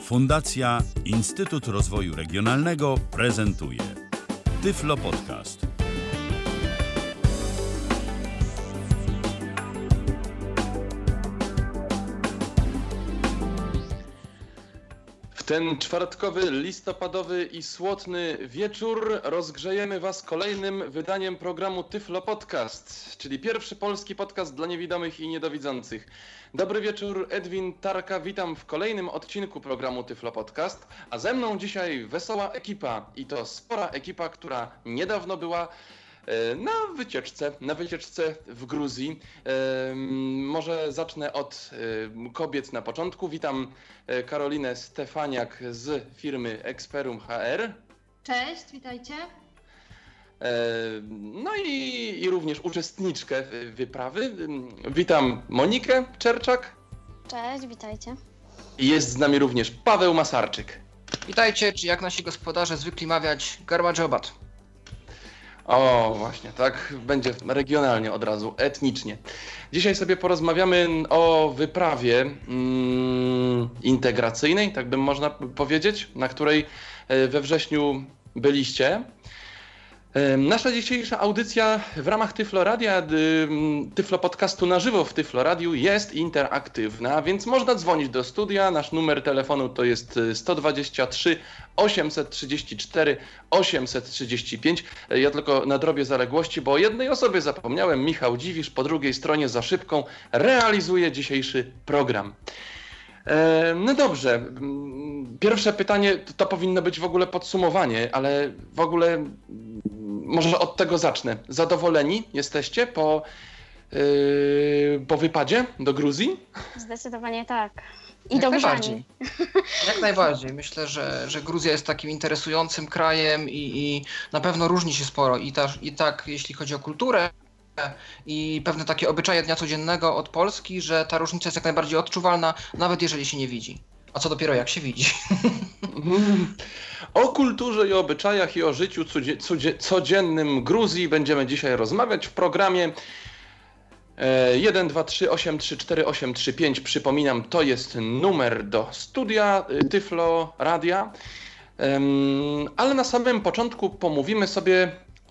Fundacja Instytut Rozwoju Regionalnego prezentuje Tyflo Podcast. W ten czwartkowy, listopadowy i słodny wieczór rozgrzejemy Was kolejnym wydaniem programu Tyflo Podcast, czyli pierwszy polski podcast dla niewidomych i niedowidzących. Dobry wieczór, Edwin Tarka, witam w kolejnym odcinku programu Tyflo Podcast, a ze mną dzisiaj wesoła ekipa i to spora ekipa, która niedawno była na wycieczce w Gruzji. Może zacznę od kobiet na początku. Witam Karolinę Stefaniak z firmy Experum HR. Cześć, witajcie. No i również uczestniczkę wyprawy. Witam Monikę Czerczak. Cześć, witajcie. I jest z nami również Paweł Masarczyk. Witajcie, czy jak nasi gospodarze zwykli mawiać, garmadżobat. O, właśnie, tak będzie regionalnie od razu, etnicznie. Dzisiaj sobie porozmawiamy o wyprawie integracyjnej, tak bym można powiedzieć, na której we wrześniu byliście. Nasza dzisiejsza audycja w ramach Tyflo Radia, Tyflo Podcastu na żywo w Tyflo Radiu jest interaktywna, więc można dzwonić do studia. Nasz numer telefonu to jest 123 834 835. Ja tylko nadrobię zaległości, bo o jednej osobie zapomniałem. Michał Dziwisz po drugiej stronie za szybką realizuje dzisiejszy program. No dobrze, pierwsze pytanie to powinno być w ogóle podsumowanie, ale w ogóle może od tego zacznę. Zadowoleni jesteście po wypadzie do Gruzji? Zdecydowanie tak. I Jak dogrzani. najbardziej. Jak najbardziej. Myślę, że Gruzja jest takim interesującym krajem i na pewno różni się sporo. I tak jeśli chodzi o kulturę i pewne takie obyczaje dnia codziennego od Polski, że ta różnica jest jak najbardziej odczuwalna, nawet jeżeli się nie widzi. A co dopiero jak się widzi. O kulturze i obyczajach i o życiu codziennym Gruzji będziemy dzisiaj rozmawiać w programie 1, 2, 3, 8, 3, 4, 8, 3, 5. Przypominam, to jest numer do studia Tyflo Radia. Ale na samym początku pomówimy sobie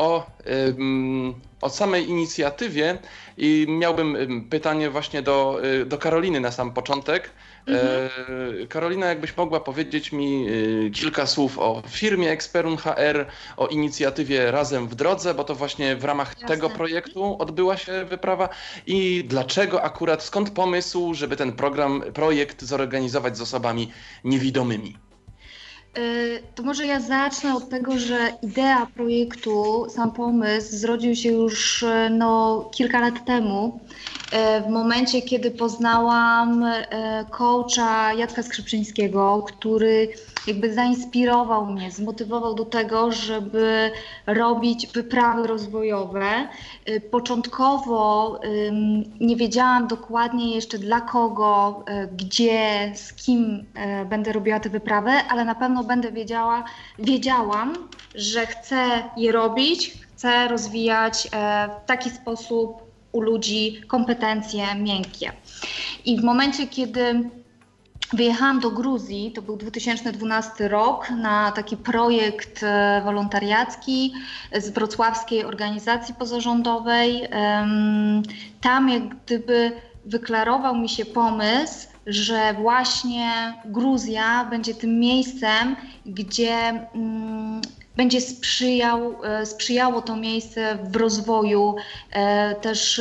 o samej inicjatywie i miałbym pytanie właśnie do Karoliny na sam początek. Karolina, jakbyś mogła powiedzieć mi kilka słów o firmie Experum HR, o inicjatywie Razem w Drodze, bo to właśnie w ramach tego projektu odbyła się wyprawa i dlaczego akurat, skąd pomysł, żeby ten projekt zorganizować z osobami niewidomymi? To może ja zacznę od tego, że idea projektu, sam pomysł zrodził się już kilka lat temu, w momencie, kiedy poznałam coacha Jacka Skrzypczyńskiego, który jakby zainspirował mnie, zmotywował do tego, żeby robić wyprawy rozwojowe. Początkowo nie wiedziałam dokładnie jeszcze dla kogo, gdzie, z kim będę robiła tę wyprawę, ale na pewno wiedziałam, że chcę je robić, chcę rozwijać w taki sposób u ludzi kompetencje miękkie. I w momencie, kiedy wyjechałam do Gruzji, to był 2012 rok, na taki projekt wolontariacki z wrocławskiej organizacji pozarządowej. Tam jak gdyby wyklarował mi się pomysł, że właśnie Gruzja będzie tym miejscem, gdzie będzie sprzyjało to miejsce w rozwoju, też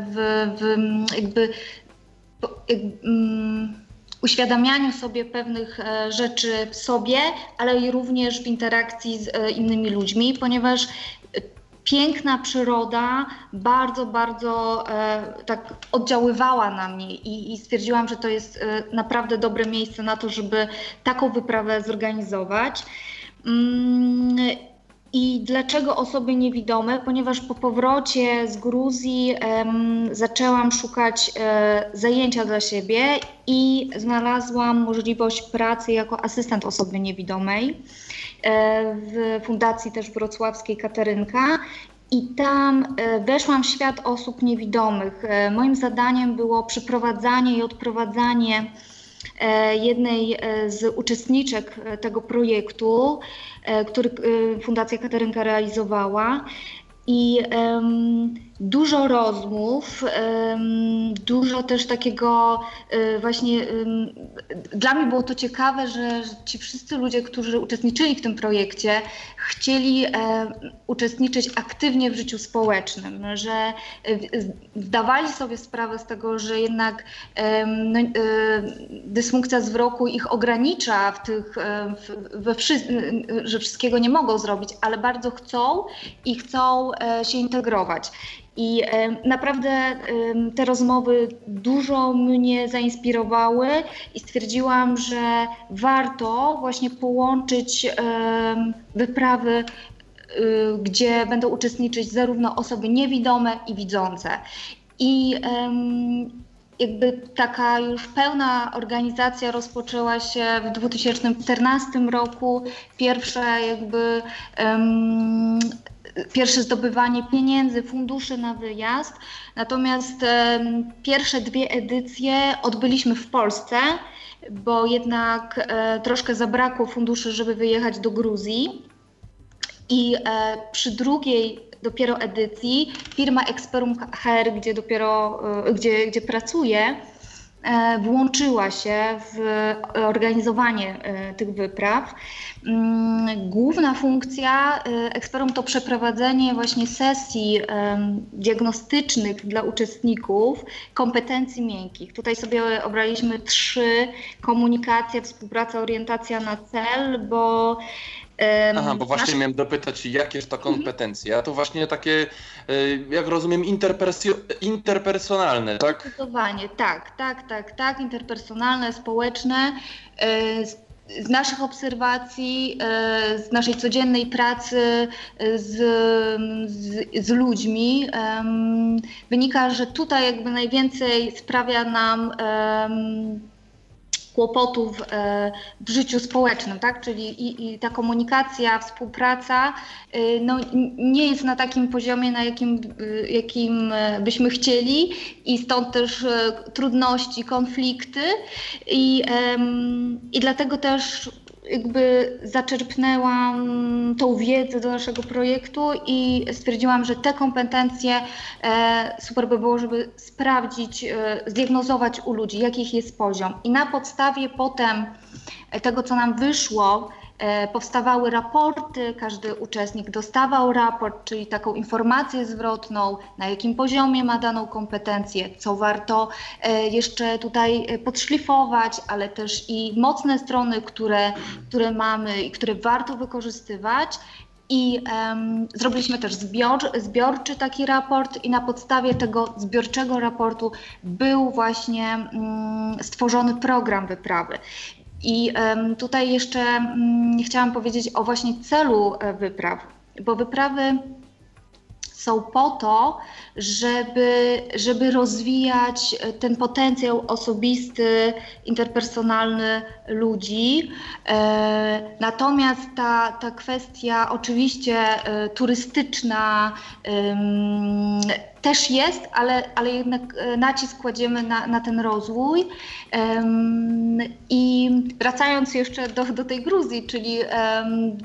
uświadamianiu sobie pewnych rzeczy w sobie, ale i również w interakcji z innymi ludźmi, ponieważ piękna przyroda bardzo, bardzo tak oddziaływała na mnie i stwierdziłam, że to jest naprawdę dobre miejsce na to, żeby taką wyprawę zorganizować. I dlaczego osoby niewidome? Ponieważ po powrocie z Gruzji zaczęłam szukać zajęcia dla siebie i znalazłam możliwość pracy jako asystent osoby niewidomej w Fundacji też Wrocławskiej Katarynka. I tam weszłam w świat osób niewidomych. Moim zadaniem było przyprowadzanie i odprowadzanie jednej z uczestniczek tego projektu, który Fundacja Katarynka realizowała. I dużo rozmów, dużo też takiego właśnie, dla mnie było to ciekawe, że ci wszyscy ludzie, którzy uczestniczyli w tym projekcie, chcieli uczestniczyć aktywnie w życiu społecznym, że zdawali sobie sprawę z tego, że jednak dysfunkcja wzroku ich ogranicza że wszystkiego nie mogą zrobić, ale bardzo chcą i chcą się integrować. I naprawdę te rozmowy dużo mnie zainspirowały i stwierdziłam, że warto właśnie połączyć wyprawy, gdzie będą uczestniczyć zarówno osoby niewidome i widzące. I jakby taka już pełna organizacja rozpoczęła się w 2014 roku. Pierwsze zdobywanie pieniędzy, funduszy na wyjazd. Natomiast pierwsze 2 edycje odbyliśmy w Polsce, bo jednak troszkę zabrakło funduszy, żeby wyjechać do Gruzji. I przy drugiej dopiero edycji firma Experum HR, gdzie pracuję, włączyła się w organizowanie tych wypraw. Główna funkcja Experum to przeprowadzenie właśnie sesji diagnostycznych dla uczestników kompetencji miękkich. Tutaj sobie obraliśmy 3: komunikacja, współpraca, orientacja na cel, bo bo właśnie miałem dopytać, jakież to kompetencje, a to właśnie takie, jak rozumiem, interpersonalne, tak? Zdecydowanie, tak, interpersonalne, społeczne. Z naszych obserwacji, z naszej codziennej pracy z ludźmi wynika, że tutaj jakby najwięcej sprawia nam kłopotów w życiu społecznym, tak? Czyli i ta komunikacja, współpraca nie jest na takim poziomie, na jakim byśmy chcieli, i stąd też trudności, konflikty i dlatego też jakby zaczerpnęłam tą wiedzę do naszego projektu i stwierdziłam, że te kompetencje super by było, żeby sprawdzić, zdiagnozować u ludzi, jaki jest poziom. I na podstawie potem tego, co nam wyszło, powstawały raporty, każdy uczestnik dostawał raport, czyli taką informację zwrotną, na jakim poziomie ma daną kompetencję, co warto jeszcze tutaj podszlifować, ale też i mocne strony, które mamy i które warto wykorzystywać. I zrobiliśmy też zbiorczy taki raport i na podstawie tego zbiorczego raportu był właśnie stworzony program wyprawy. I tutaj jeszcze chciałam powiedzieć o właśnie celu wypraw, bo wyprawy są po to, żeby rozwijać ten potencjał osobisty, interpersonalny ludzi. Natomiast ta kwestia oczywiście turystyczna też jest, ale jednak nacisk kładziemy na ten rozwój. I wracając jeszcze do tej Gruzji, czyli w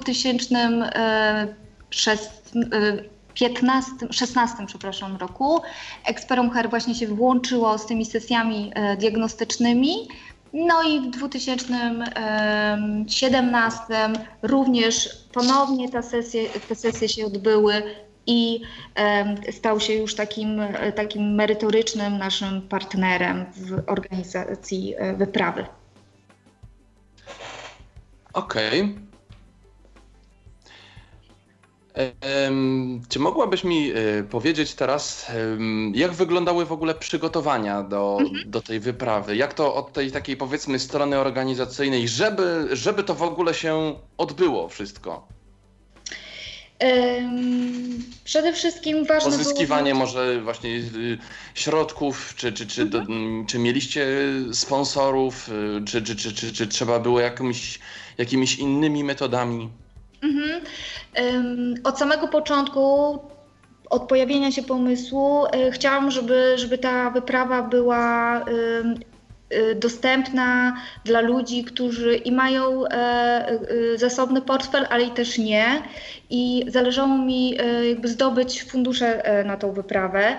2016 roku Experum HR właśnie się włączyło z tymi sesjami diagnostycznymi. No i w 2017 również ponownie te sesje się odbyły i stał się już takim merytorycznym naszym partnerem w organizacji wyprawy. Okej. Czy mogłabyś mi powiedzieć teraz, jak wyglądały w ogóle przygotowania do tej wyprawy? Jak to od tej takiej, powiedzmy, strony organizacyjnej, żeby to w ogóle się odbyło wszystko? Przede wszystkim ważne pozyskiwanie było... może właśnie środków, czy mieliście sponsorów, czy trzeba było jakimiś innymi metodami? Od samego początku, od pojawienia się pomysłu, chciałam, żeby ta wyprawa była dostępna dla ludzi, którzy i mają zasobny portfel, ale i też nie. I zależało mi jakby zdobyć fundusze na tą wyprawę.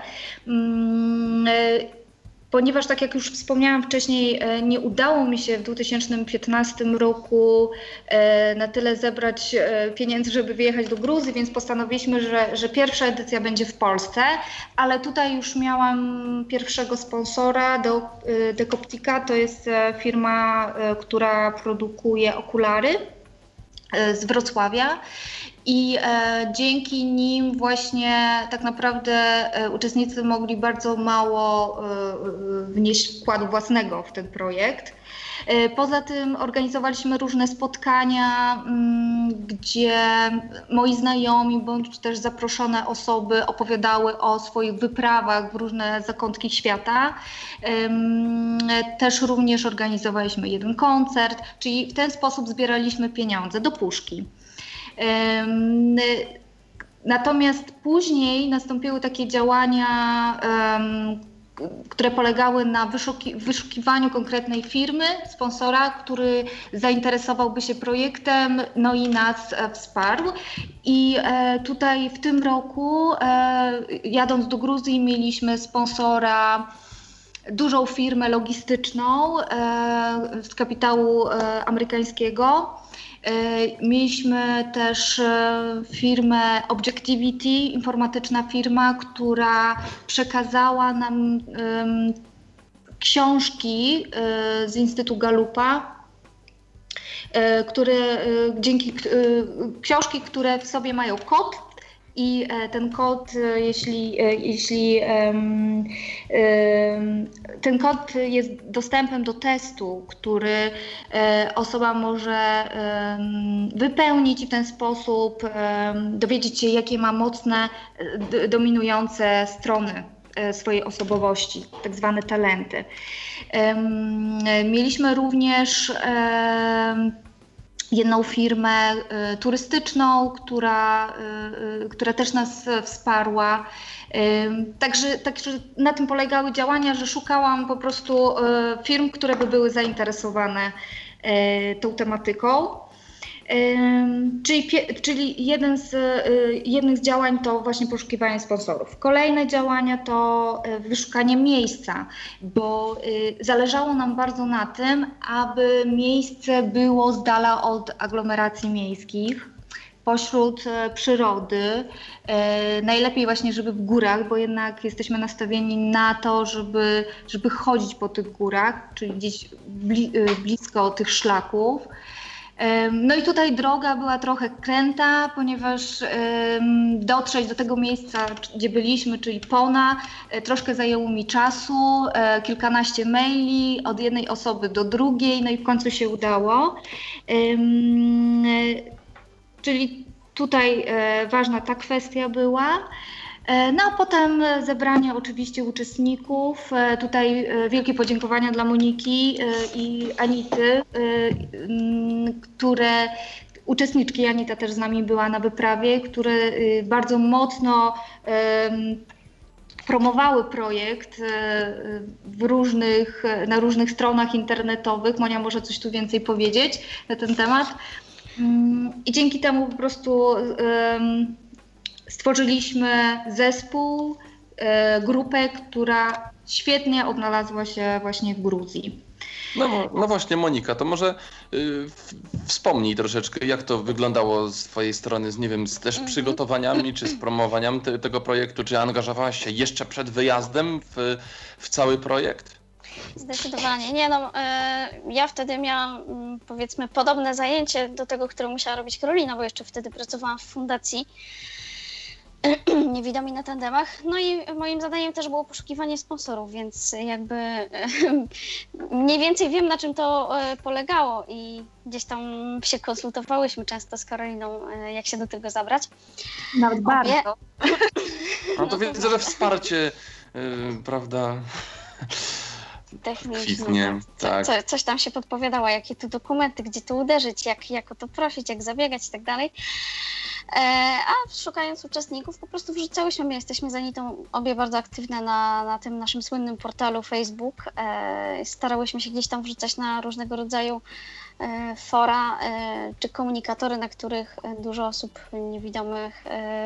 Ponieważ, tak jak już wspomniałam wcześniej, nie udało mi się w 2015 roku na tyle zebrać pieniędzy, żeby wyjechać do Gruzji, więc postanowiliśmy, że pierwsza edycja będzie w Polsce, ale tutaj już miałam pierwszego sponsora, Decoptica, to jest firma, która produkuje okulary z Wrocławia. I dzięki nim właśnie tak naprawdę uczestnicy mogli bardzo mało wnieść wkładu własnego w ten projekt. Poza tym organizowaliśmy różne spotkania, gdzie moi znajomi bądź też zaproszone osoby opowiadały o swoich wyprawach w różne zakątki świata. Też również organizowaliśmy jeden koncert, czyli w ten sposób zbieraliśmy pieniądze do puszki. Natomiast później nastąpiły takie działania, które polegały na wyszukiwaniu konkretnej firmy, sponsora, który zainteresowałby się projektem, no i nas wsparł. I tutaj w tym roku, jadąc do Gruzji, mieliśmy sponsora, dużą firmę logistyczną z kapitału amerykańskiego. Mieliśmy też firmę Objectivity, informatyczna firma, która przekazała nam książki z Instytutu Gallupa, książki, które w sobie mają kod. I ten kod, ten kod jest dostępem do testu, który osoba może wypełnić i w ten sposób dowiedzieć się, jakie ma mocne, dominujące strony swojej osobowości, tak zwane talenty. Mieliśmy również jedną firmę turystyczną, która też nas wsparła. Także na tym polegały działania, że szukałam po prostu firm, które by były zainteresowane tą tematyką. Czyli jednym z działań to właśnie poszukiwanie sponsorów. Kolejne działania to wyszukanie miejsca, bo zależało nam bardzo na tym, aby miejsce było z dala od aglomeracji miejskich, pośród przyrody, najlepiej właśnie, żeby w górach, bo jednak jesteśmy nastawieni na to, żeby chodzić po tych górach, czyli gdzieś blisko tych szlaków. No i tutaj droga była trochę kręta, ponieważ dotrzeć do tego miejsca, gdzie byliśmy, czyli Pona, troszkę zajęło mi czasu, kilkanaście maili od jednej osoby do drugiej, no i w końcu się udało. Czyli tutaj ważna ta kwestia była. No a potem zebranie oczywiście uczestników. Tutaj wielkie podziękowania dla Moniki i Anity, uczestniczki, Anita też z nami była na wyprawie, które bardzo mocno promowały projekt na różnych stronach internetowych. Monia może coś tu więcej powiedzieć na ten temat. I dzięki temu po prostu stworzyliśmy zespół, grupę, która świetnie odnalazła się właśnie w Gruzji. No właśnie, Monika, to może wspomnij troszeczkę, jak to wyglądało z twojej strony, z też przygotowaniami czy z promowaniem tego projektu. Czy angażowałaś się jeszcze przed wyjazdem w cały projekt? Zdecydowanie. Nie no, ja wtedy miałam powiedzmy podobne zajęcie do tego, które musiała robić Karolina, bo jeszcze wtedy pracowałam w fundacji Niewidomi na tandemach. No i moim zadaniem też było poszukiwanie sponsorów, więc jakby mniej więcej wiem, na czym to polegało i gdzieś tam się konsultowałyśmy często z Karoliną, jak się do tego zabrać. Nawet bardzo. No to widzę, że wsparcie, prawda, techniczne. Kwitnie, tak. Coś tam się podpowiadała, jakie tu dokumenty, gdzie tu uderzyć, jak o to prosić, jak zabiegać i tak dalej. A szukając uczestników, po prostu wrzucałyśmy, my jesteśmy z Anitą obie bardzo aktywne na tym naszym słynnym portalu Facebook. Starałyśmy się gdzieś tam wrzucać na różnego rodzaju fora czy komunikatory, na których dużo osób niewidomych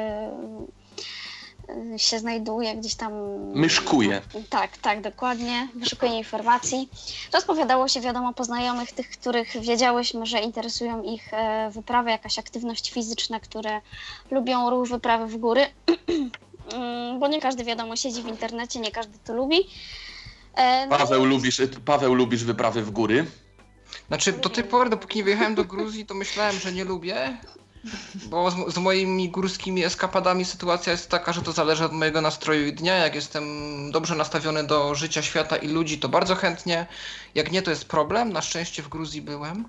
się znajduje, gdzieś tam... Myszkuje. Tak, dokładnie. Wyszukuje informacji. Rozpowiadało się, wiadomo, po znajomych, tych, których wiedziałyśmy, że interesują ich wyprawy, jakaś aktywność fizyczna, które lubią ruch, wyprawy w góry. Bo nie każdy, wiadomo, siedzi w internecie, nie każdy to lubi. Paweł, lubisz wyprawy w góry? Znaczy, do tej pory, dopóki nie wyjechałem do Gruzji, to myślałem, że nie lubię. Bo z moimi górskimi eskapadami sytuacja jest taka, że to zależy od mojego nastroju i dnia. Jak jestem dobrze nastawiony do życia, świata i ludzi, to bardzo chętnie. Jak nie, to jest problem. Na szczęście w Gruzji byłem.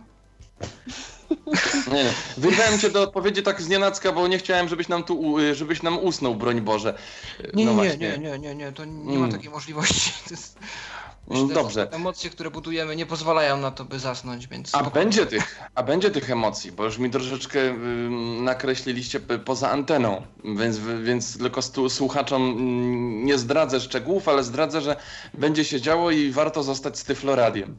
Nie. Wyrwałem cię do odpowiedzi tak znienacka, bo nie chciałem, żebyś nam usnął, broń Boże. Nie, to nie ma takiej możliwości. To jest... Myślę, dobrze. Że emocje, które budujemy, nie pozwalają na to, by zasnąć, więc... A będzie tych emocji, bo już mi troszeczkę nakreśliliście poza anteną, więc tylko słuchaczom nie zdradzę szczegółów, ale zdradzę, że będzie się działo i warto zostać z Tyfloradiem.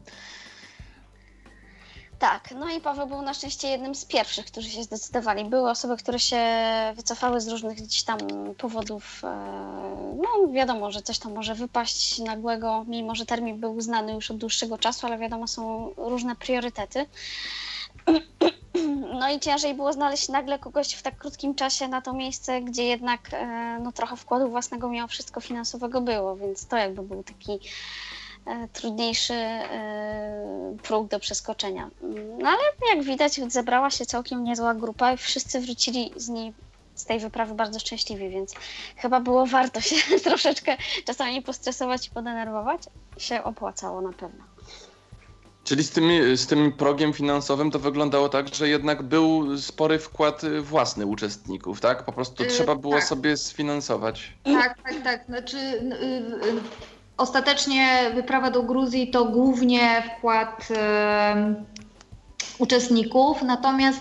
Tak, no i Paweł był na szczęście jednym z pierwszych, którzy się zdecydowali. Były osoby, które się wycofały z różnych gdzieś tam powodów. No wiadomo, że coś tam może wypaść nagłego, mimo że termin był znany już od dłuższego czasu, ale wiadomo, są różne priorytety. No i ciężej było znaleźć nagle kogoś w tak krótkim czasie na to miejsce, gdzie jednak no, trochę wkładu własnego mimo wszystko finansowego było, więc to jakby był taki trudniejszy próg do przeskoczenia. No ale jak widać, zebrała się całkiem niezła grupa i wszyscy wrócili z tej wyprawy bardzo szczęśliwi, więc chyba było warto się troszeczkę czasami postresować i podenerwować. Się opłacało na pewno. Czyli z tym progiem finansowym to wyglądało tak, że jednak był spory wkład własny uczestników, tak? Po prostu trzeba było sobie sfinansować. Tak. Znaczy... Ostatecznie wyprawa do Gruzji to głównie wkład uczestników, natomiast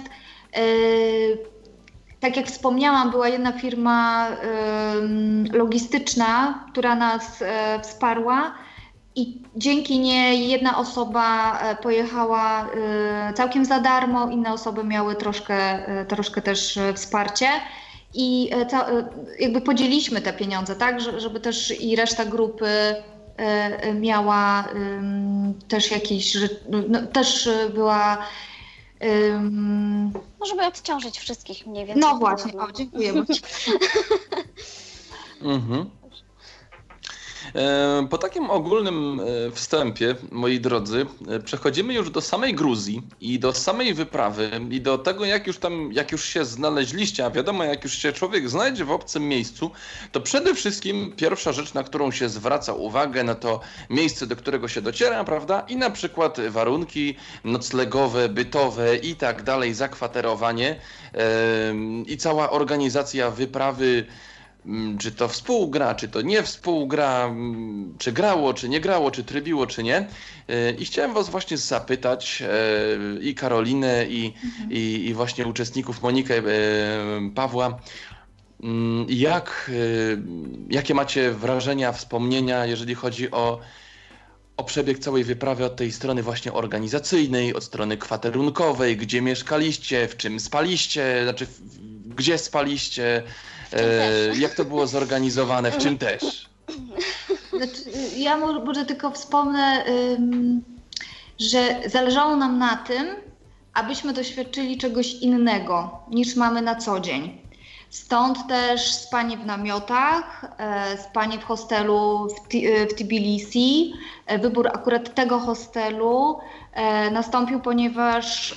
tak jak wspomniałam, była jedna firma logistyczna, która nas wsparła i dzięki niej jedna osoba pojechała całkiem za darmo, inne osoby miały troszkę też wsparcie. I jakby podzieliliśmy te pieniądze, tak, żeby też i reszta grupy miała też jakieś, no, też była... No żeby odciążyć wszystkich mniej więcej. No właśnie, dziękuję. Po takim ogólnym wstępie, moi drodzy, przechodzimy już do samej Gruzji i do samej wyprawy i do tego, jak już się znaleźliście, a wiadomo, jak już się człowiek znajdzie w obcym miejscu, to przede wszystkim pierwsza rzecz, na którą się zwraca uwagę, no to miejsce, do którego się dociera, prawda? I na przykład warunki noclegowe, bytowe i tak dalej, zakwaterowanie i cała organizacja wyprawy. Czy to współgra, czy to nie współgra, czy grało, czy nie grało, czy trybiło, czy nie. I chciałem was właśnie zapytać i Karolinę, i właśnie uczestników Monikę, Pawła, jakie macie wrażenia, wspomnienia, jeżeli chodzi o przebieg całej wyprawy od tej strony właśnie organizacyjnej, od strony kwaterunkowej, gdzie mieszkaliście, w czym spaliście, znaczy gdzie spaliście, jak to było zorganizowane, w czym też? Znaczy, ja może tylko wspomnę, że zależało nam na tym, abyśmy doświadczyli czegoś innego niż mamy na co dzień. Stąd też spanie w namiotach, spanie w hostelu w Tbilisi. Wybór akurat tego hostelu nastąpił, ponieważ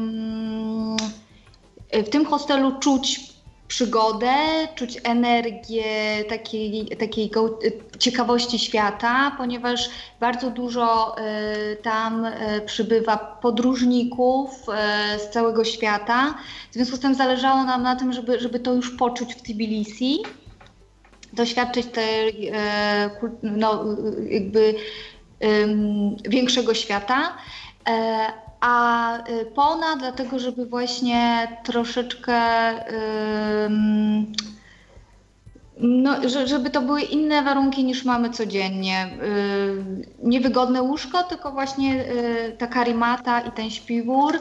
w tym hostelu czuć przygodę, czuć energię takiej ciekawości świata, ponieważ bardzo dużo tam przybywa podróżników z całego świata. W związku z tym zależało nam na tym, żeby to już poczuć w Tbilisi, doświadczyć tej jakby większego świata. a Pona dlatego, żeby właśnie troszeczkę żeby to były inne warunki niż mamy codziennie. Niewygodne łóżko, tylko właśnie ta karimata i ten śpiwór.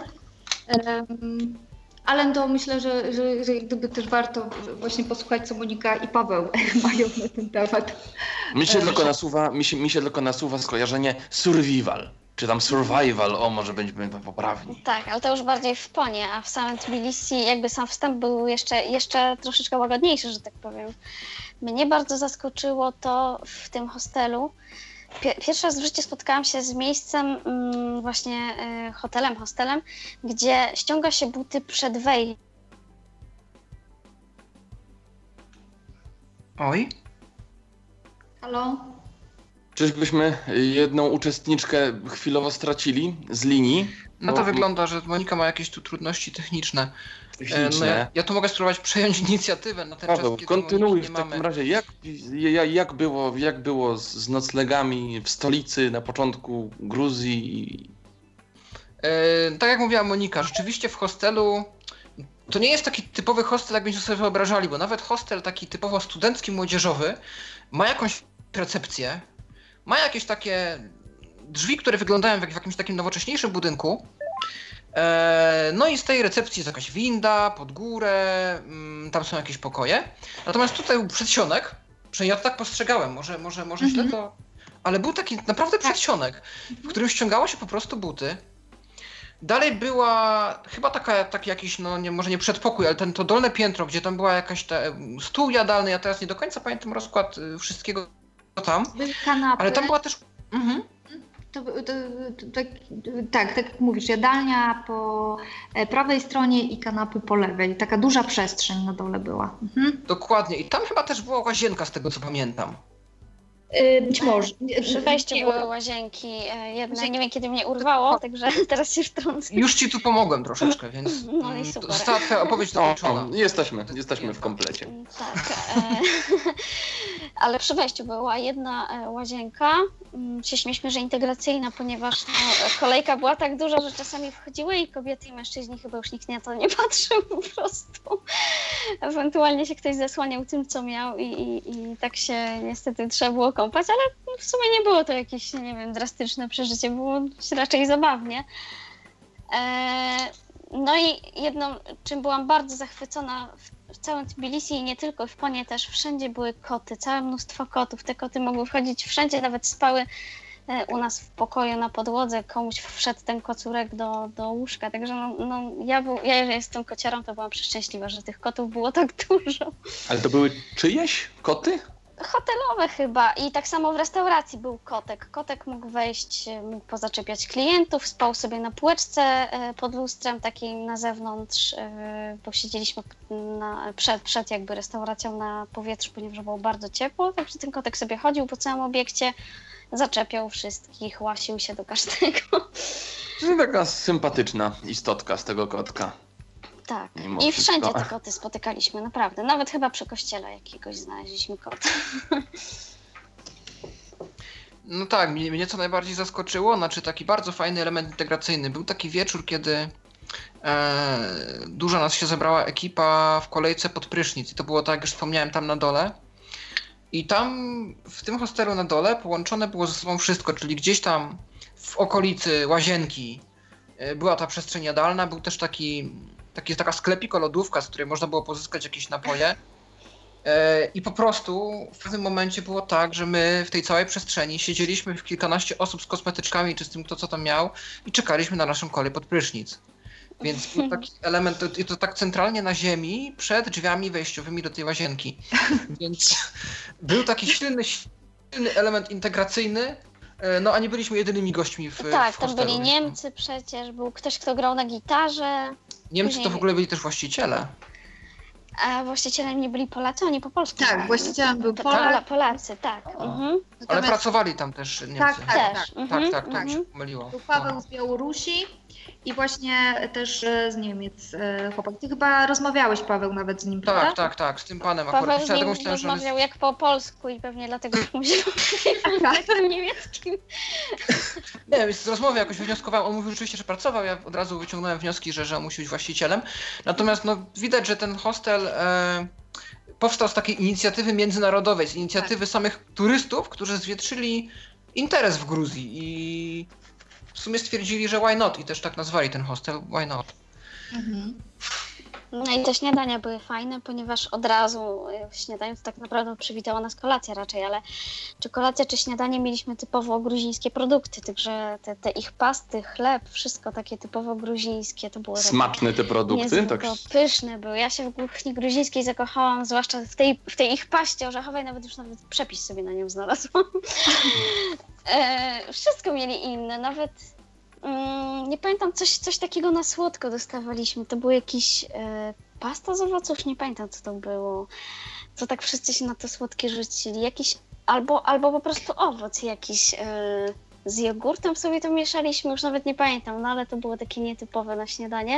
Ale to myślę, że gdyby też warto właśnie posłuchać, co Monika i Paweł mają na ten temat. Mi się tylko nasuwa skojarzenie survival, czy tam survival, może będziemy poprawni. Tak, ale to już bardziej w Ponie, a w samym Tbilisi jakby sam wstęp był jeszcze troszeczkę łagodniejszy, że tak powiem. Mnie bardzo zaskoczyło to w tym hostelu. Pierwszy raz w życiu spotkałam się z miejscem, właśnie hostelem, gdzie ściąga się buty przed wejściem. Oj. Halo? Czyżbyśmy jedną uczestniczkę chwilowo stracili z linii? No to wygląda, że Monika ma jakieś tu trudności techniczne. Techniczne. Ja tu mogę spróbować przejąć inicjatywę na ten Paweł, czas, kiedy kontynuuj Moniki w nie takim mamy. razie. Jak było z noclegami w stolicy na początku Gruzji? Tak jak mówiła Monika, rzeczywiście w hostelu to nie jest taki typowy hostel, jak byśmy sobie wyobrażali, bo nawet hostel taki typowo studencki, młodzieżowy ma jakąś recepcję, ma jakieś takie drzwi, które wyglądają jak w jakimś takim nowocześniejszym budynku. No i z tej recepcji jest jakaś winda pod górę, tam są jakieś pokoje. Natomiast tutaj był przedsionek, przynajmniej ja to tak postrzegałem, może źle to... Ale był taki naprawdę przedsionek, w którym ściągało się po prostu buty. Dalej była chyba taki jakiś, może nie przedpokój, ale to dolne piętro, gdzie tam była jakaś stół jadalny, ja teraz nie do końca pamiętam rozkład wszystkiego tam. Były kanapy. Ale tam była też... Tak jak mówisz, jadalnia po prawej stronie i kanapy po lewej. Taka duża przestrzeń na dole była. Dokładnie. I tam chyba też była łazienka, z tego co pamiętam. Być może. Przy wejściu były łazienki jedne, nie wiem kiedy mnie urwało, także teraz się wtrącę. Już ci tu pomogłem troszeczkę, więc No i super. została twoja opowieść dokończona. Jesteśmy w komplecie. Tak, ale przy wejściu była jedna łazienka, się śmieliśmy, że integracyjna, ponieważ kolejka była tak duża, że czasami wchodziły i kobiety i mężczyźni, chyba już nikt na to nie patrzył po prostu. Ewentualnie się ktoś zasłaniał tym, co miał i tak się niestety trzeba było kąpać, ale w sumie nie było to jakieś, nie wiem, drastyczne przeżycie, było raczej zabawnie. No i jedną, czym byłam bardzo zachwycona w całym Tbilisi i nie tylko, w Ponie też, wszędzie były koty, całe mnóstwo kotów. Te koty mogły wchodzić wszędzie, nawet spały u nas w pokoju na podłodze, komuś wszedł ten kocurek do łóżka, także ja jeżeli jestem kociarą, to byłam przeszczęśliwa, że tych kotów było tak dużo. Ale to były czyjeś koty? Hotelowe chyba i tak samo w restauracji był kotek. Kotek mógł wejść, mógł pozaczepiać klientów, spał sobie na półeczce pod lustrem takim na zewnątrz, bo siedzieliśmy przed jakby restauracją na powietrzu, ponieważ było bardzo ciepło, także ten kotek sobie chodził po całym obiekcie, zaczepiał wszystkich, łasił się do każdego. Czyli taka sympatyczna istotka z tego kotka. Tak. Mimo I wszystko. wszędzie te koty spotykaliśmy, naprawdę. Nawet chyba przy kościele jakiegoś znaleźliśmy kota. No tak, mnie co najbardziej zaskoczyło, znaczy taki bardzo fajny element integracyjny. Był taki wieczór, kiedy dużo nas się zebrała ekipa w kolejce pod prysznic. I to było tak, jak już wspomniałem, tam na dole. I tam w tym hostelu na dole połączone było ze sobą wszystko, czyli gdzieś tam w okolicy łazienki była ta przestrzeń jadalna, był też taka sklepiko, lodówka, z której można było pozyskać jakieś napoje. I po prostu w pewnym momencie było tak, że my w tej całej przestrzeni siedzieliśmy w kilkanaście osób z kosmetyczkami czy z tym, kto co tam miał i czekaliśmy na naszą kolej pod prysznic. Więc był taki element, i to tak centralnie na ziemi, przed drzwiami wejściowymi do tej łazienki. Więc był taki silny element integracyjny, a nie byliśmy jedynymi gośćmi w Tak, w tam hostelu. byli Niemcy przecież, był ktoś, kto grał na gitarze. Niemcy Później- to w ogóle byli też właściciele. A właścicielem nie byli Polacy, oni po polsku Tak, grali. właścicielem był Polak. Polacy, tak. Mhm. Ale pracowali tam też Niemcy. Tak, To mi się pomyliło. Był Paweł z Białorusi i właśnie też z Niemiec chłopak. Ty chyba rozmawiałeś, Paweł, nawet z nim, prawda? Tak, z tym panem Paweł akurat. z nim rozmawiał jak po polsku i pewnie dlatego mówił językiem niemieckim. Nie wiem, z rozmowy jakoś wywnioskowałem, on mówił rzeczywiście, że pracował, ja od razu wyciągnąłem wnioski, że on musi być właścicielem. Natomiast widać, że ten hostel powstał z takiej inicjatywy międzynarodowej, z inicjatywy samych turystów, którzy zwietrzyli interes w Gruzji i w sumie stwierdzili, że why not? I też tak nazwali ten hostel, why not? No i te śniadania były fajne, ponieważ od razu w śniadaniu to tak naprawdę przywitała nas kolacja raczej, ale czy kolacja, czy śniadanie mieliśmy typowo gruzińskie produkty, także te ich pasty, chleb, wszystko takie typowo gruzińskie, to było smaczne te produkty? Tak pyszne były. Ja się w kuchni gruzińskiej zakochałam, zwłaszcza w tej ich paście orzechowej, nawet przepis sobie na nią znalazłam. Wszystko mieli inne, nawet nie pamiętam, coś takiego na słodko dostawaliśmy. To był jakiś pasta z owoców, nie pamiętam co to było. Co tak wszyscy się na to słodkie rzucili. Jakiś, albo po prostu owoc jakiś z jogurtem sobie to mieszaliśmy, już nawet nie pamiętam, no ale to było takie nietypowe na śniadanie.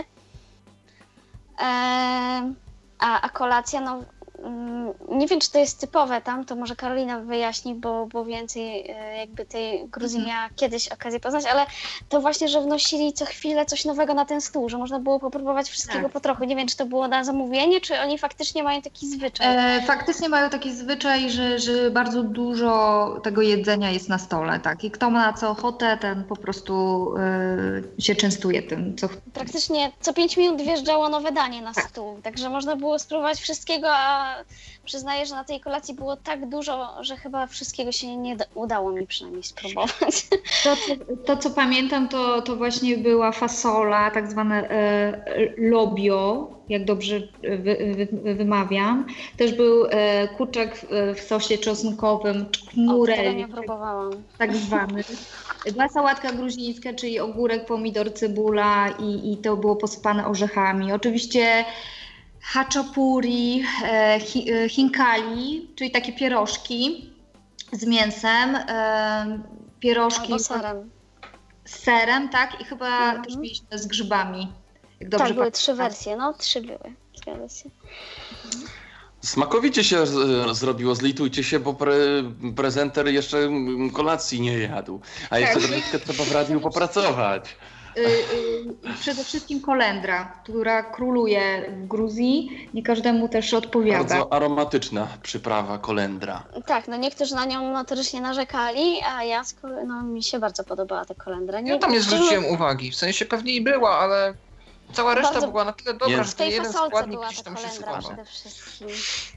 A kolacja, nie wiem, czy to jest typowe tam, to może Karolina wyjaśni, bo więcej jakby tej Gruzji miała kiedyś okazję poznać, ale to właśnie, że wnosili co chwilę coś nowego na ten stół, że można było popróbować wszystkiego po trochu. Nie wiem, czy to było na zamówienie, czy oni faktycznie mają taki zwyczaj. Faktycznie mają taki zwyczaj, że bardzo dużo tego jedzenia jest na stole, tak? I kto ma na co ochotę, ten po prostu się częstuje tym. Praktycznie co 5 minut wjeżdżało nowe danie na stół, także można było spróbować wszystkiego, a przyznaję, że na tej kolacji było tak dużo, że chyba wszystkiego się nie udało mi przynajmniej spróbować. To co pamiętam, to właśnie była fasola, tak zwane lobio, jak dobrze wymawiam. Też był kurczak w sosie czosnkowym, czknurel, nie próbowałam. tak zwany. Była sałatka gruzińska, czyli ogórek, pomidor, cebula i to było posypane orzechami. Oczywiście haczapuri, hinkali, czyli takie pierożki z mięsem, pierożki z serem, tak? I chyba też mieliśmy z grzybami. Jak dobrze tak, były 3 wersje, 3 były, zgadza się. Smakowicie się zrobiło, zlitujcie się, bo prezenter jeszcze kolacji nie jadł, a jeszcze troszeczkę trzeba w radiu popracować. Przede wszystkim kolendra, która króluje w Gruzji, nie każdemu też odpowiada. Bardzo aromatyczna przyprawa kolendra. Tak, niektórzy na nią notorycznie narzekali, a ja mi się bardzo podobała ta kolendra. Ja tam nie zwróciłem uwagi, w sensie pewnie i była, ale cała reszta była na tyle dobra, że ten jeden składnik gdzieś tam się sypał. Przede wszystkim.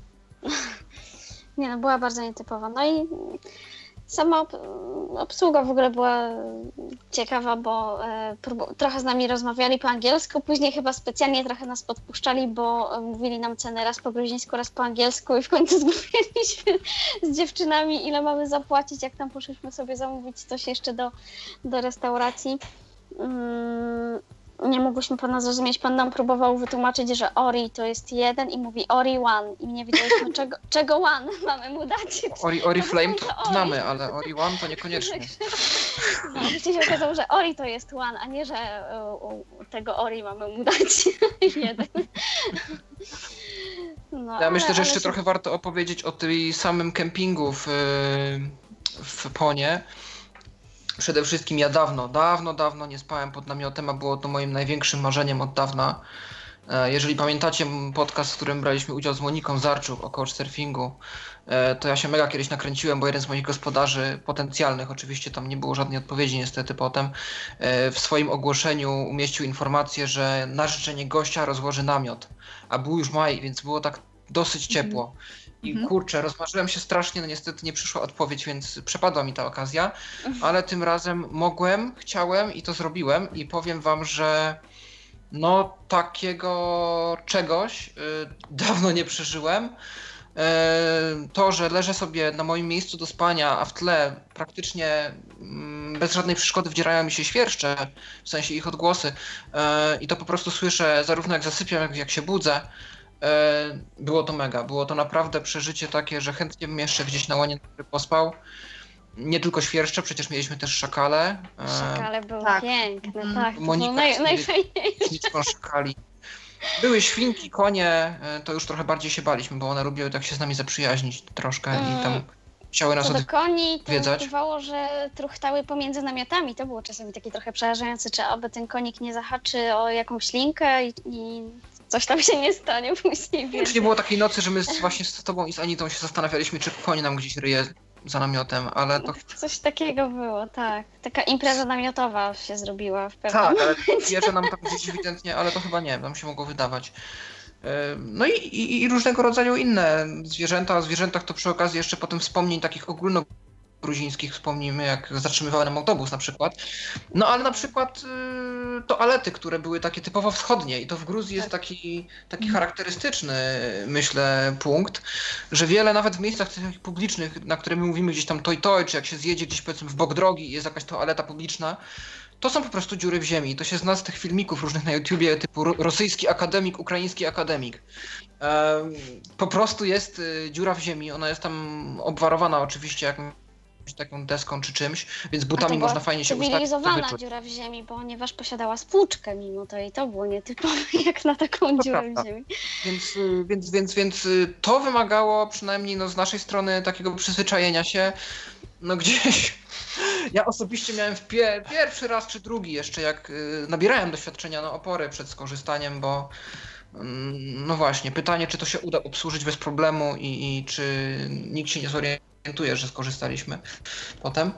Była bardzo nietypowa. No i sama obsługa w ogóle była ciekawa, bo trochę z nami rozmawiali po angielsku, później chyba specjalnie trochę nas podpuszczali, bo mówili nam ceny raz po gruzińsku, raz po angielsku i w końcu zgubiliśmy z dziewczynami, ile mamy zapłacić, jak tam poszliśmy sobie zamówić coś jeszcze do restauracji. Nie mogłyśmy pana zrozumieć, pan nam próbował wytłumaczyć, że Ori to jest 1 i mówi Ori one i nie wiedzieliśmy czego one mamy mu dać. Ori Flame to znamy, ale Ori one to niekoniecznie. Wreszcie się okazało, że Ori to jest one, a nie, że tego Ori mamy mu dać 1. Ja myślę, że jeszcze trochę warto opowiedzieć o tym samym kempingu w Ponie. Przede wszystkim ja dawno nie spałem pod namiotem, a było to moim największym marzeniem od dawna. Jeżeli pamiętacie podcast, w którym braliśmy udział z Moniką Zarczuk o couchsurfingu, to ja się mega kiedyś nakręciłem, bo jeden z moich gospodarzy potencjalnych, oczywiście tam nie było żadnej odpowiedzi niestety potem, w swoim ogłoszeniu umieścił informację, że na życzenie gościa rozłoży namiot. A był już maj, więc było tak dosyć ciepło. I kurczę, rozmarzyłem się strasznie, niestety nie przyszła odpowiedź, więc przepadła mi ta okazja, ale tym razem chciałem i to zrobiłem i powiem wam, że takiego czegoś dawno nie przeżyłem. To, że leżę sobie na moim miejscu do spania, a w tle praktycznie bez żadnej przeszkody wdzierają mi się świerszcze, w sensie ich odgłosy i to po prostu słyszę zarówno jak zasypiam, jak się budzę. Było to mega, było to naprawdę przeżycie takie, że chętnie bym jeszcze gdzieś na łanie pospał. nie tylko świerszcze, przecież mieliśmy też szakale. Szakale były tak. piękne, Mhm. tak. To było Monika najfajniejsze. liczbą szakali. Były świnki, konie, to już trochę bardziej się baliśmy, bo one lubiły tak się z nami zaprzyjaźnić troszkę i tam chciały nas Co do koni, to odwiedzać. bywało, że truchtały pomiędzy namiotami. To było czasami takie trochę przerażające, czy aby ten konik nie zahaczy o jakąś linkę i coś tam się nie stanie później. Czy nie było takiej nocy, że my właśnie z tobą i z Anitą się zastanawialiśmy, czy koń nam gdzieś ryje za namiotem, ale to... Coś takiego było, tak. Taka impreza namiotowa się zrobiła w pewnym Tak, ale momencie. wierzę nam tam gdzieś ewidentnie, ale to chyba nie, nam się mogło wydawać. No i różnego rodzaju inne zwierzęta. O zwierzętach to przy okazji jeszcze potem wspomnień takich ogólnogruzińskich wspomnimy, jak zatrzymywały nam autobus na przykład. No ale na przykład toalety, które były takie typowo wschodnie i to w Gruzji jest taki charakterystyczny, myślę, punkt, że wiele nawet w miejscach takich publicznych, na które my mówimy gdzieś tam toj, czy jak się zjedzie gdzieś powiedzmy w bok drogi i jest jakaś toaleta publiczna, to są po prostu dziury w ziemi. To się zna z tych filmików różnych na YouTubie typu rosyjski akademik, ukraiński akademik. Po prostu jest dziura w ziemi, ona jest tam obwarowana oczywiście jakąś taką deską czy czymś, więc butami można fajnie się ustawić. Cywilizowana dziura w ziemi, ponieważ posiadała spłuczkę mimo to i to było nietypowe jak na taką dziurę w ziemi. Więc to wymagało przynajmniej no, z naszej strony takiego przyzwyczajenia się. No gdzieś ja osobiście miałem pierwszy raz czy drugi jeszcze, jak nabierałem doświadczenia na opory przed skorzystaniem, bo no właśnie, pytanie, czy to się uda obsłużyć bez problemu i czy nikt się nie zorientuje, że skorzystaliśmy potem.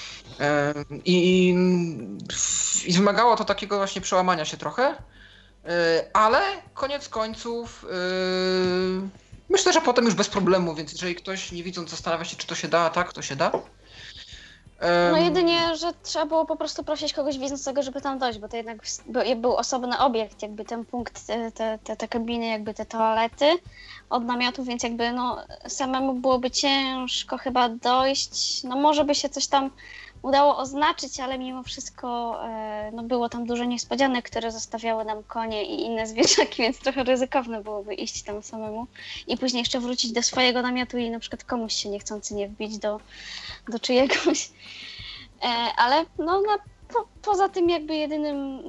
I wymagało to takiego właśnie przełamania się trochę, ale koniec końców myślę, że potem już bez problemu, więc jeżeli ktoś nie widząc zastanawia się, czy to się da, a tak, to się da. No jedynie, że trzeba było po prostu prosić kogoś widzącego, żeby tam dojść, bo to jednak był osobny obiekt, jakby ten punkt, te kabiny, jakby te toalety od namiotu, więc jakby no samemu byłoby ciężko chyba dojść. No może by się coś tam udało oznaczyć, ale mimo wszystko no było tam dużo niespodzianek, które zostawiały nam konie i inne zwierzaki, więc trochę ryzykowne byłoby iść tam samemu i później jeszcze wrócić do swojego namiotu i na przykład komuś się niechcący nie wbić do czyjegoś. Ale no poza tym jakby jedynym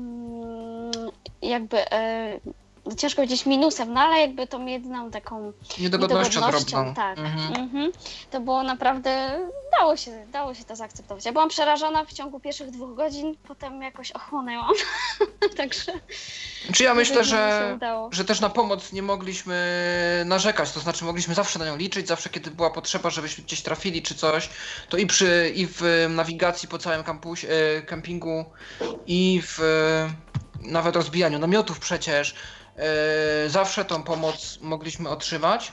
ciężko powiedzieć minusem, no ale jakby tą jedyną taką niedogodnością drobną. Tak. To było naprawdę, dało się to zaakceptować. Ja byłam przerażona w ciągu pierwszych 2 godzin, potem jakoś ochłonęłam. Także. Czy ja myślę, że też na pomoc nie mogliśmy narzekać, to znaczy mogliśmy zawsze na nią liczyć, zawsze kiedy była potrzeba, żebyśmy gdzieś trafili czy coś, to i w nawigacji po całym kempingu i w nawet rozbijaniu namiotów przecież. Zawsze tą pomoc mogliśmy otrzymać.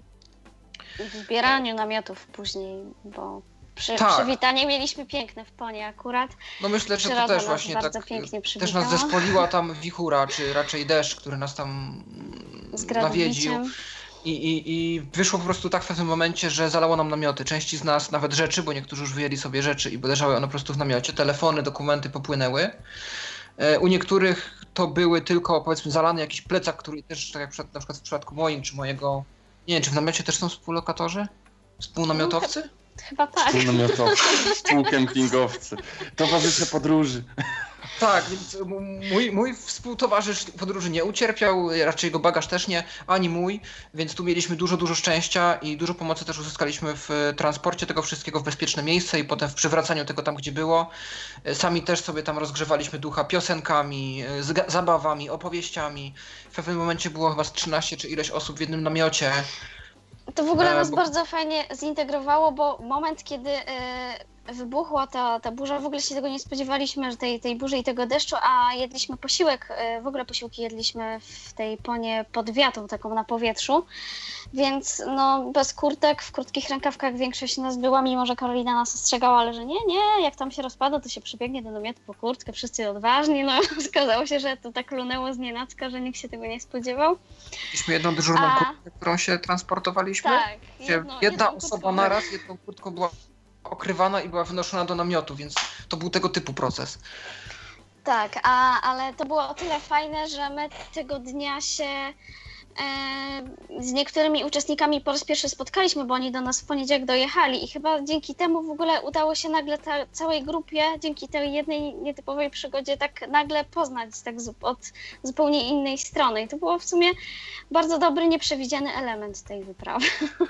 W zbieraniu namiotów później, bo tak. Przywitanie mieliśmy piękne w Ponie akurat. No myślę, że to też właśnie tak też nas zespoliła tam wichura, czy raczej deszcz, który nas tam nawiedził. I wyszło po prostu tak w pewnym momencie, że zalało nam namioty. Części z nas nawet rzeczy, bo niektórzy już wyjęli sobie rzeczy i leżały one po prostu w namiocie. Telefony, dokumenty popłynęły. U niektórych to były tylko powiedzmy zalany jakiś plecak, który też tak jak na przykład w przypadku moim czy mojego, nie wiem, czy w namiocie też są współlokatorzy? Współnamiotowcy? Chyba tak. Współnamiotowcy, współkempingowcy, towarzysze podróży. Tak, więc mój współtowarzysz podróży nie ucierpiał, raczej jego bagaż też nie, ani mój, więc tu mieliśmy dużo szczęścia i dużo pomocy też uzyskaliśmy w transporcie tego wszystkiego w bezpieczne miejsce i potem w przywracaniu tego tam, gdzie było. Sami też sobie tam rozgrzewaliśmy ducha piosenkami, zabawami, opowieściami. W pewnym momencie było chyba z 13 czy ileś osób w jednym namiocie. To w ogóle nas bardzo fajnie zintegrowało, bo moment, kiedy wybuchła ta burza, w ogóle się tego nie spodziewaliśmy, że tej burzy i tego deszczu, a jedliśmy posiłek, w ogóle posiłki jedliśmy w tej Ponie pod wiatą, taką na powietrzu, więc no bez kurtek, w krótkich rękawkach większość nas była, mimo że Karolina nas ostrzegała, ale że nie, jak tam się rozpada, to się przybiegnie do namiotu po kurtkę, wszyscy odważni, no okazało się, że to tak lunęło znienacka, że nikt się tego nie spodziewał. Mieliśmy jedną dyżurną kurtkę, którą się transportowaliśmy. Tak. Jedna osoba naraz, jedną kurtką była okrywana i była wynoszona do namiotu, więc to był tego typu proces. Tak, ale to było o tyle fajne, że my tego dnia się z niektórymi uczestnikami po raz pierwszy spotkaliśmy, bo oni do nas w poniedziałek dojechali i chyba dzięki temu w ogóle udało się nagle całej grupie, dzięki tej jednej nietypowej przygodzie tak nagle poznać tak od zupełnie innej strony. I to było w sumie bardzo dobry, nieprzewidziany element tej wyprawy.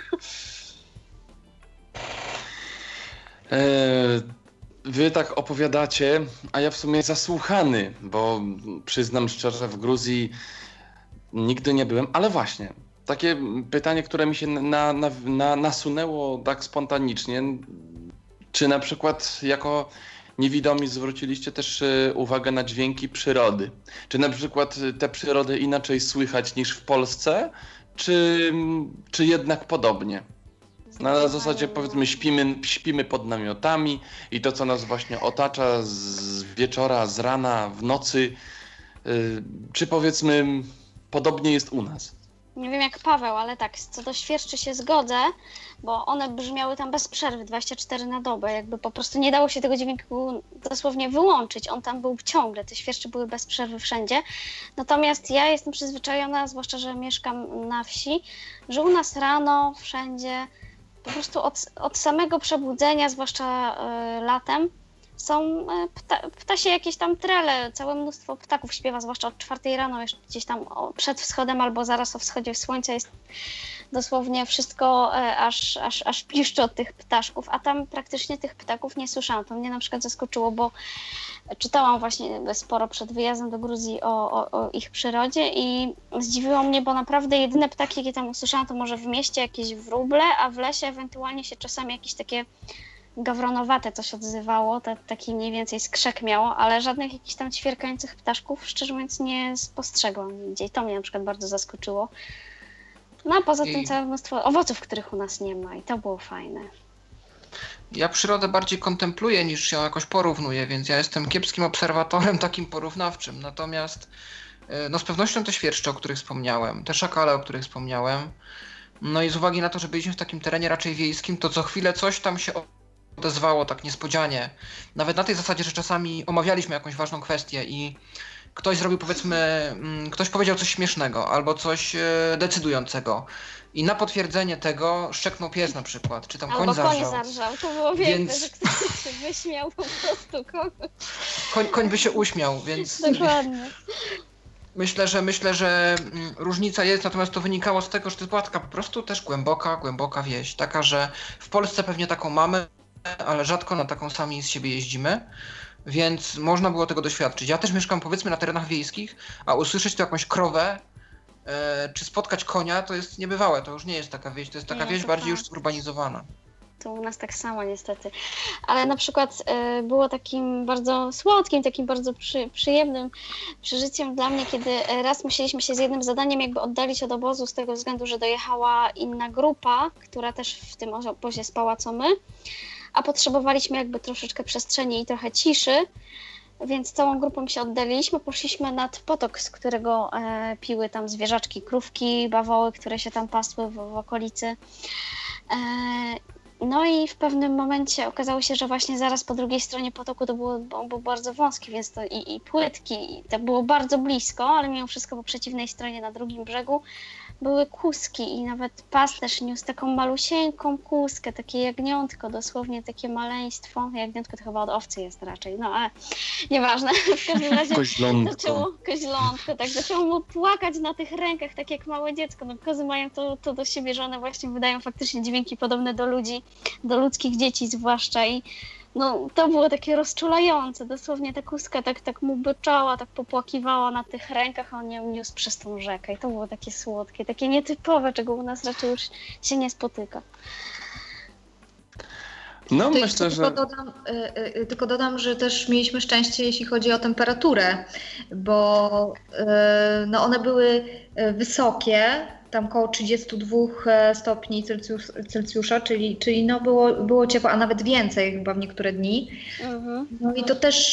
Wy tak opowiadacie, a ja w sumie zasłuchany, bo przyznam szczerze, w Gruzji nigdy nie byłem, ale właśnie, takie pytanie, które mi się nasunęło tak spontanicznie, czy na przykład jako niewidomi zwróciliście też uwagę na dźwięki przyrody? Czy na przykład te przyrody inaczej słychać niż w Polsce, czy jednak podobnie? Na zasadzie powiedzmy śpimy pod namiotami i to, co nas właśnie otacza z wieczora, z rana, w nocy, czy powiedzmy podobnie jest u nas? Nie wiem jak Paweł, ale tak, co do świerszczy się zgodzę, bo one brzmiały tam bez przerwy, 24 na dobę, jakby po prostu nie dało się tego dźwięku dosłownie wyłączyć, on tam był ciągle, te świerszcze były bez przerwy wszędzie. Natomiast ja jestem przyzwyczajona, zwłaszcza, że mieszkam na wsi, że u nas rano wszędzie po prostu od samego przebudzenia, zwłaszcza latem, są ptasie jakieś tam trele, całe mnóstwo ptaków śpiewa, zwłaszcza od 4 rano, jeszcze gdzieś tam przed wschodem albo zaraz o wschodzie słońca jest dosłownie wszystko aż piszczy od tych ptaszków, a tam praktycznie tych ptaków nie słyszałam. To mnie na przykład zaskoczyło, bo czytałam właśnie sporo przed wyjazdem do Gruzji o ich przyrodzie i zdziwiło mnie, bo naprawdę jedyne ptaki, jakie tam usłyszałam, to może w mieście jakieś wróble, a w lesie ewentualnie się czasami jakieś takie gawronowate coś odzywało, taki mniej więcej skrzek miało, ale żadnych jakichś tam ćwierkających ptaszków, szczerze mówiąc, nie spostrzegłam nigdzie. I to mnie na przykład bardzo zaskoczyło. No a poza tym całe mnóstwo owoców, których u nas nie ma i to było fajne. Ja przyrodę bardziej kontempluję niż ją jakoś porównuję, więc ja jestem kiepskim obserwatorem takim porównawczym. Natomiast no z pewnością te świerszcze, o których wspomniałem, te szakale, o których wspomniałem, no i z uwagi na to, że byliśmy w takim terenie raczej wiejskim, to co chwilę coś tam się odezwało tak niespodzianie. Nawet na tej zasadzie, że czasami omawialiśmy jakąś ważną kwestię i ktoś zrobił, powiedzmy, ktoś powiedział coś śmiesznego albo coś decydującego i na potwierdzenie tego szczeknął pies na przykład, czy tam koń zarżał. To było piękne, że ktoś się wyśmiał po prostu koń by się uśmiał, więc dokładnie. Myślę, że różnica jest, natomiast to wynikało z tego, że to była taka po prostu też głęboka wieś, taka, że w Polsce pewnie taką mamy, ale rzadko na taką sami z siebie jeździmy, więc można było tego doświadczyć. Ja też mieszkam powiedzmy na terenach wiejskich, a usłyszeć tu jakąś krowę, czy spotkać konia, to jest niebywałe, to już nie jest taka wieś, to jest taka wieś bardziej już zurbanizowana. To u nas tak samo niestety, ale na przykład było takim bardzo słodkim, takim bardzo przyjemnym przeżyciem dla mnie, kiedy raz musieliśmy się z jednym zadaniem jakby oddalić od obozu z tego względu, że dojechała inna grupa, która też w tym obozie spała co my, a potrzebowaliśmy jakby troszeczkę przestrzeni i trochę ciszy, więc całą grupą się oddaliliśmy, poszliśmy nad potok, z którego piły tam zwierzaczki, krówki, bawoły, które się tam pasły w okolicy. No i w pewnym momencie okazało się, że właśnie zaraz po drugiej stronie potoku on był bardzo wąski, więc to i płytki, i to było bardzo blisko, ale mimo wszystko po przeciwnej stronie na drugim brzegu były kuski i nawet pasterz niósł taką malusieńką kuskę, takie jagniątko, dosłownie takie maleństwo. Jagniątko to chyba od owcy jest raczej, no ale nieważne. W każdym razie koźlątko, tak zaczęło mu płakać na tych rękach, tak jak małe dziecko. No kozy mają to do siebie, że one właśnie wydają faktycznie dźwięki podobne do ludzi, do ludzkich dzieci zwłaszcza i no to było takie rozczulające, dosłownie ta kuska tak mu byczała, tak popłakiwała na tych rękach, a on ją niósł przez tą rzekę i to było takie słodkie, takie nietypowe, czego u nas raczej już się nie spotyka. No myślę, że... Tylko dodam, że też mieliśmy szczęście, jeśli chodzi o temperaturę, bo no one były wysokie, tam koło 32 stopni Celsjusza, czyli no było ciepło, a nawet więcej chyba w niektóre dni. No i to też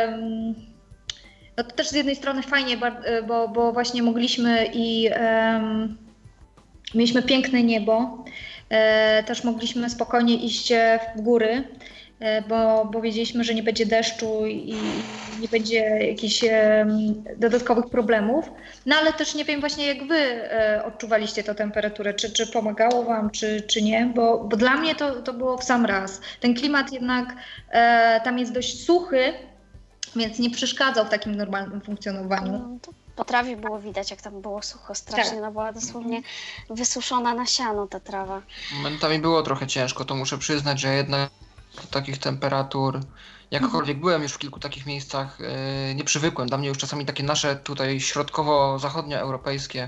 z jednej strony fajnie, bo właśnie mogliśmy i mieliśmy piękne niebo, też mogliśmy spokojnie iść w góry, bo wiedzieliśmy, że nie będzie deszczu i nie będzie jakichś dodatkowych problemów. No ale też nie wiem właśnie jak wy odczuwaliście tę temperaturę, czy pomagało wam, czy nie, bo dla mnie to było w sam raz. Ten klimat jednak tam jest dość suchy, więc nie przeszkadzał w takim normalnym funkcjonowaniu. No, to po trawie było widać, jak tam było sucho strasznie, no była dosłownie wysuszona na siano ta trawa. Momentami było trochę ciężko, to muszę przyznać, że jednak do takich temperatur, jakkolwiek byłem już w kilku takich miejscach, nie przywykłem. Dla mnie już czasami takie nasze tutaj środkowo-zachodnioeuropejskie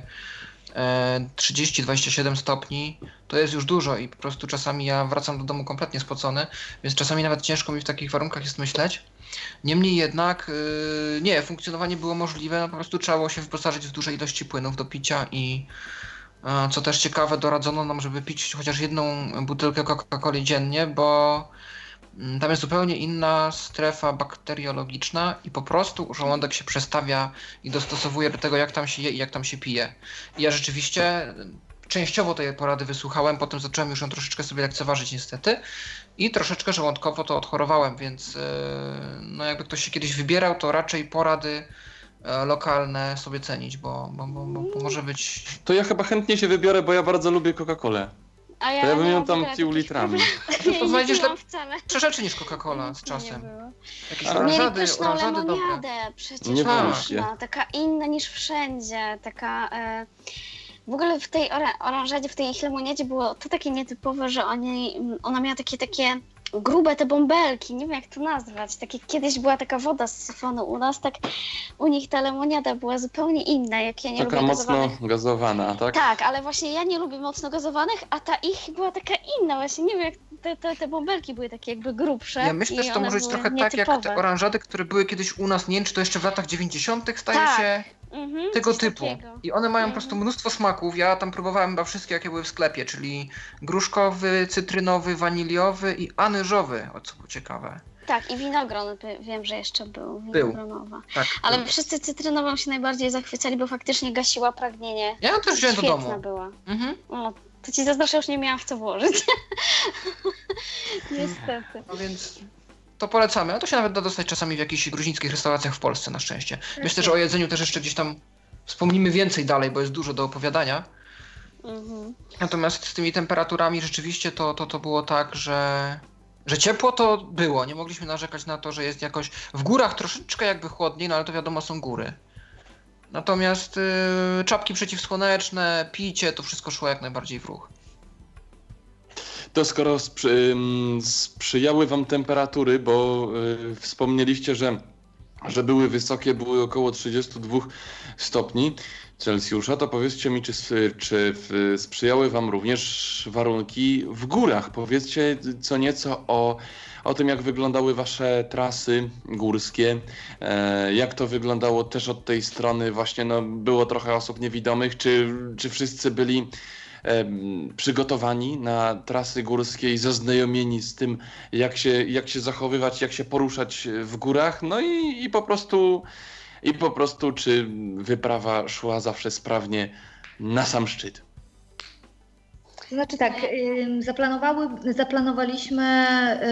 30-27 stopni to jest już dużo i po prostu czasami ja wracam do domu kompletnie spocony, więc czasami nawet ciężko mi w takich warunkach jest myśleć. Niemniej jednak nie, funkcjonowanie było możliwe, no po prostu trzeba było się wyposażyć w duże ilości płynów do picia i co też ciekawe, doradzono nam, żeby pić chociaż jedną butelkę Coca-Coli dziennie, bo tam jest zupełnie inna strefa bakteriologiczna i po prostu żołądek się przestawia i dostosowuje do tego, jak tam się je i jak tam się pije. I ja rzeczywiście częściowo tej porady wysłuchałem, potem zacząłem już ją troszeczkę sobie lekceważyć niestety i troszeczkę żołądkowo to odchorowałem, więc no jakby ktoś się kiedyś wybierał, to raczej porady lokalne sobie cenić, bo może być... To ja chyba chętnie się wybiorę, bo ja bardzo lubię Coca-Colę. A To ja bym nie ją mam w tam ogóle pił takich litrami. problemów. To znajdziesz nie wcale. lepsze rzeczy niż Coca-Cola z Nie czasem. było. Jakieś Mieli oranżady pyszną dobre. lemoniadę, przecież Nie wątpię. pyszna, taka inna niż wszędzie, taka... W ogóle w tej oranżadzie, w tej ich lemoniadzie było to takie nietypowe, że ona miała takie grube te bąbelki, nie wiem jak to nazwać. Kiedyś była taka woda z syfonu u nas, tak u nich ta lemoniada była zupełnie inna, jak ja nie Taka lubię mocno gazowanych. gazowana, tak? Tak, ale właśnie ja nie lubię mocno gazowanych, a ta ich była taka inna, właśnie nie wiem jak te bąbelki były takie jakby grubsze. Ja myślę, że to może być trochę tak jak te oranżady, które były kiedyś u nas, nie wiem czy to jeszcze w latach 90. staje Tak. się tego coś typu. takiego. I one mają po prostu mnóstwo smaków. Ja tam próbowałem chyba wszystkie, jakie były w sklepie, czyli gruszkowy, cytrynowy, waniliowy i anyżowy, o co było ciekawe. Tak, i winogron, wiem, że jeszcze był, winogronowa. Tak, Ale był. wszyscy cytrynową się najbardziej zachwycali, bo faktycznie gasiła pragnienie. Ja ją też wziąłem do Świetna domu. była. Mhm. O, to ci zazdroszczę, już nie miałam w co włożyć. Niestety. No więc to polecamy, a to się nawet da dostać czasami w jakichś gruzińskich restauracjach w Polsce na szczęście. Myślę, że o jedzeniu też jeszcze gdzieś tam wspomnimy więcej dalej, bo jest dużo do opowiadania. Natomiast z tymi temperaturami rzeczywiście to było tak, że ciepło to było. Nie mogliśmy narzekać na to, że jest jakoś w górach troszeczkę jakby chłodniej, no ale to wiadomo są góry. Natomiast czapki przeciwsłoneczne, picie, to wszystko szło jak najbardziej w ruch. To skoro sprzyjały wam temperatury, bo wspomnieliście, że były wysokie, były około 32 stopni Celsjusza, to powiedzcie mi, czy sprzyjały wam również warunki w górach? Powiedzcie co nieco o tym, jak wyglądały wasze trasy górskie, jak to wyglądało też od tej strony, właśnie no, było trochę osób niewidomych, czy wszyscy byli przygotowani na trasy górskie i zaznajomieni z tym, jak się zachowywać, jak się poruszać w górach, no i po prostu czy wyprawa szła zawsze sprawnie na sam szczyt. To znaczy tak, zaplanowaliśmy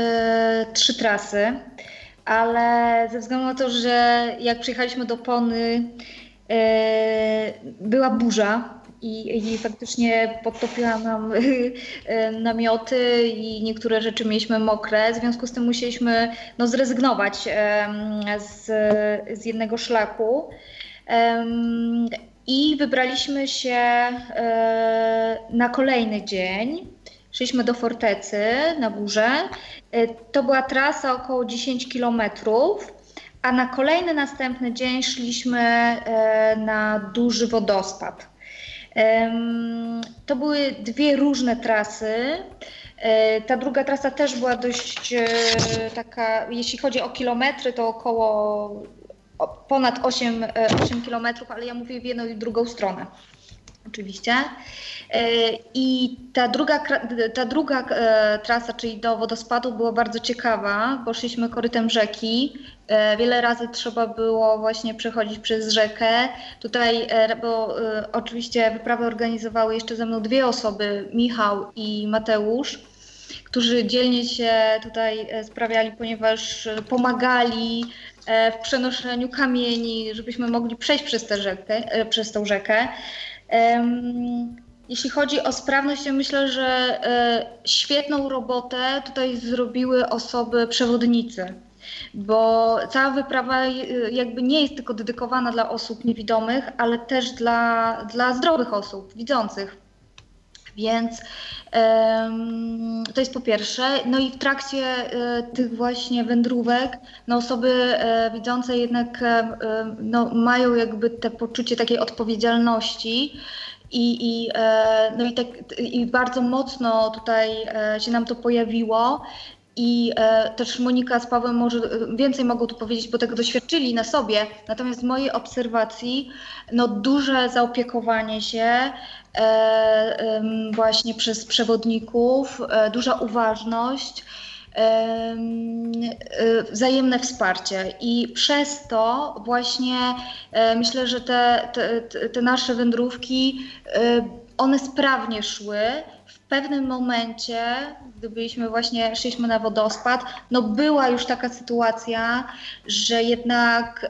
3 trasy, ale ze względu na to, że jak przyjechaliśmy do Pony, była burza i faktycznie podtopiła nam namioty i niektóre rzeczy mieliśmy mokre, w związku z tym musieliśmy zrezygnować z jednego szlaku. I wybraliśmy się na kolejny dzień. Szliśmy do fortecy na górze. To była trasa około 10 km, a na kolejny następny dzień szliśmy na duży wodospad. To były 2 różne trasy. Ta druga trasa też była dość taka, jeśli chodzi o kilometry, to około ponad 8 kilometrów, ale ja mówię w jedną i w drugą stronę. Oczywiście. I ta druga trasa, czyli do wodospadu, była bardzo ciekawa, bo szliśmy korytem rzeki. Wiele razy trzeba było właśnie przechodzić przez rzekę. Tutaj, bo oczywiście wyprawę organizowały jeszcze ze mną 2 osoby, Michał i Mateusz. którzy dzielnie się tutaj sprawiali, ponieważ pomagali w przenoszeniu kamieni, żebyśmy mogli przejść przez tą rzekę. Jeśli chodzi o sprawność, ja myślę, że świetną robotę tutaj zrobiły przewodnicy, bo cała wyprawa jakby nie jest tylko dedykowana dla osób niewidomych, ale też dla zdrowych osób, widzących. Więc to jest po pierwsze. No i w trakcie tych właśnie wędrówek osoby widzące jednak mają jakby te poczucie takiej odpowiedzialności i bardzo mocno tutaj się nam to pojawiło. I też Monika z Pawłem może więcej mogą tu powiedzieć, bo tego doświadczyli na sobie. Natomiast z mojej obserwacji duże zaopiekowanie się właśnie przez przewodników, duża uważność, wzajemne wsparcie i przez to właśnie myślę, że te nasze wędrówki one sprawnie szły. W pewnym momencie, gdy szliśmy na wodospad, była już taka sytuacja, że jednak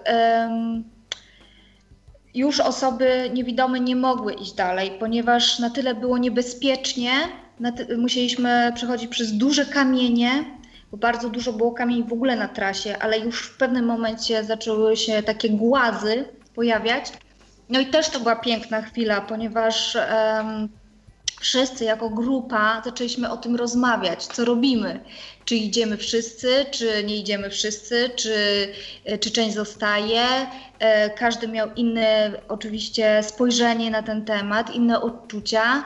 już osoby niewidome nie mogły iść dalej, ponieważ na tyle było niebezpiecznie, musieliśmy przechodzić przez duże kamienie, bo bardzo dużo było kamieni w ogóle na trasie, ale już w pewnym momencie zaczęły się takie głazy pojawiać. No i też to była piękna chwila, ponieważ wszyscy jako grupa zaczęliśmy o tym rozmawiać, co robimy. Czy idziemy wszyscy, czy nie idziemy wszyscy, czy część zostaje. Każdy miał inne oczywiście spojrzenie na ten temat, inne odczucia.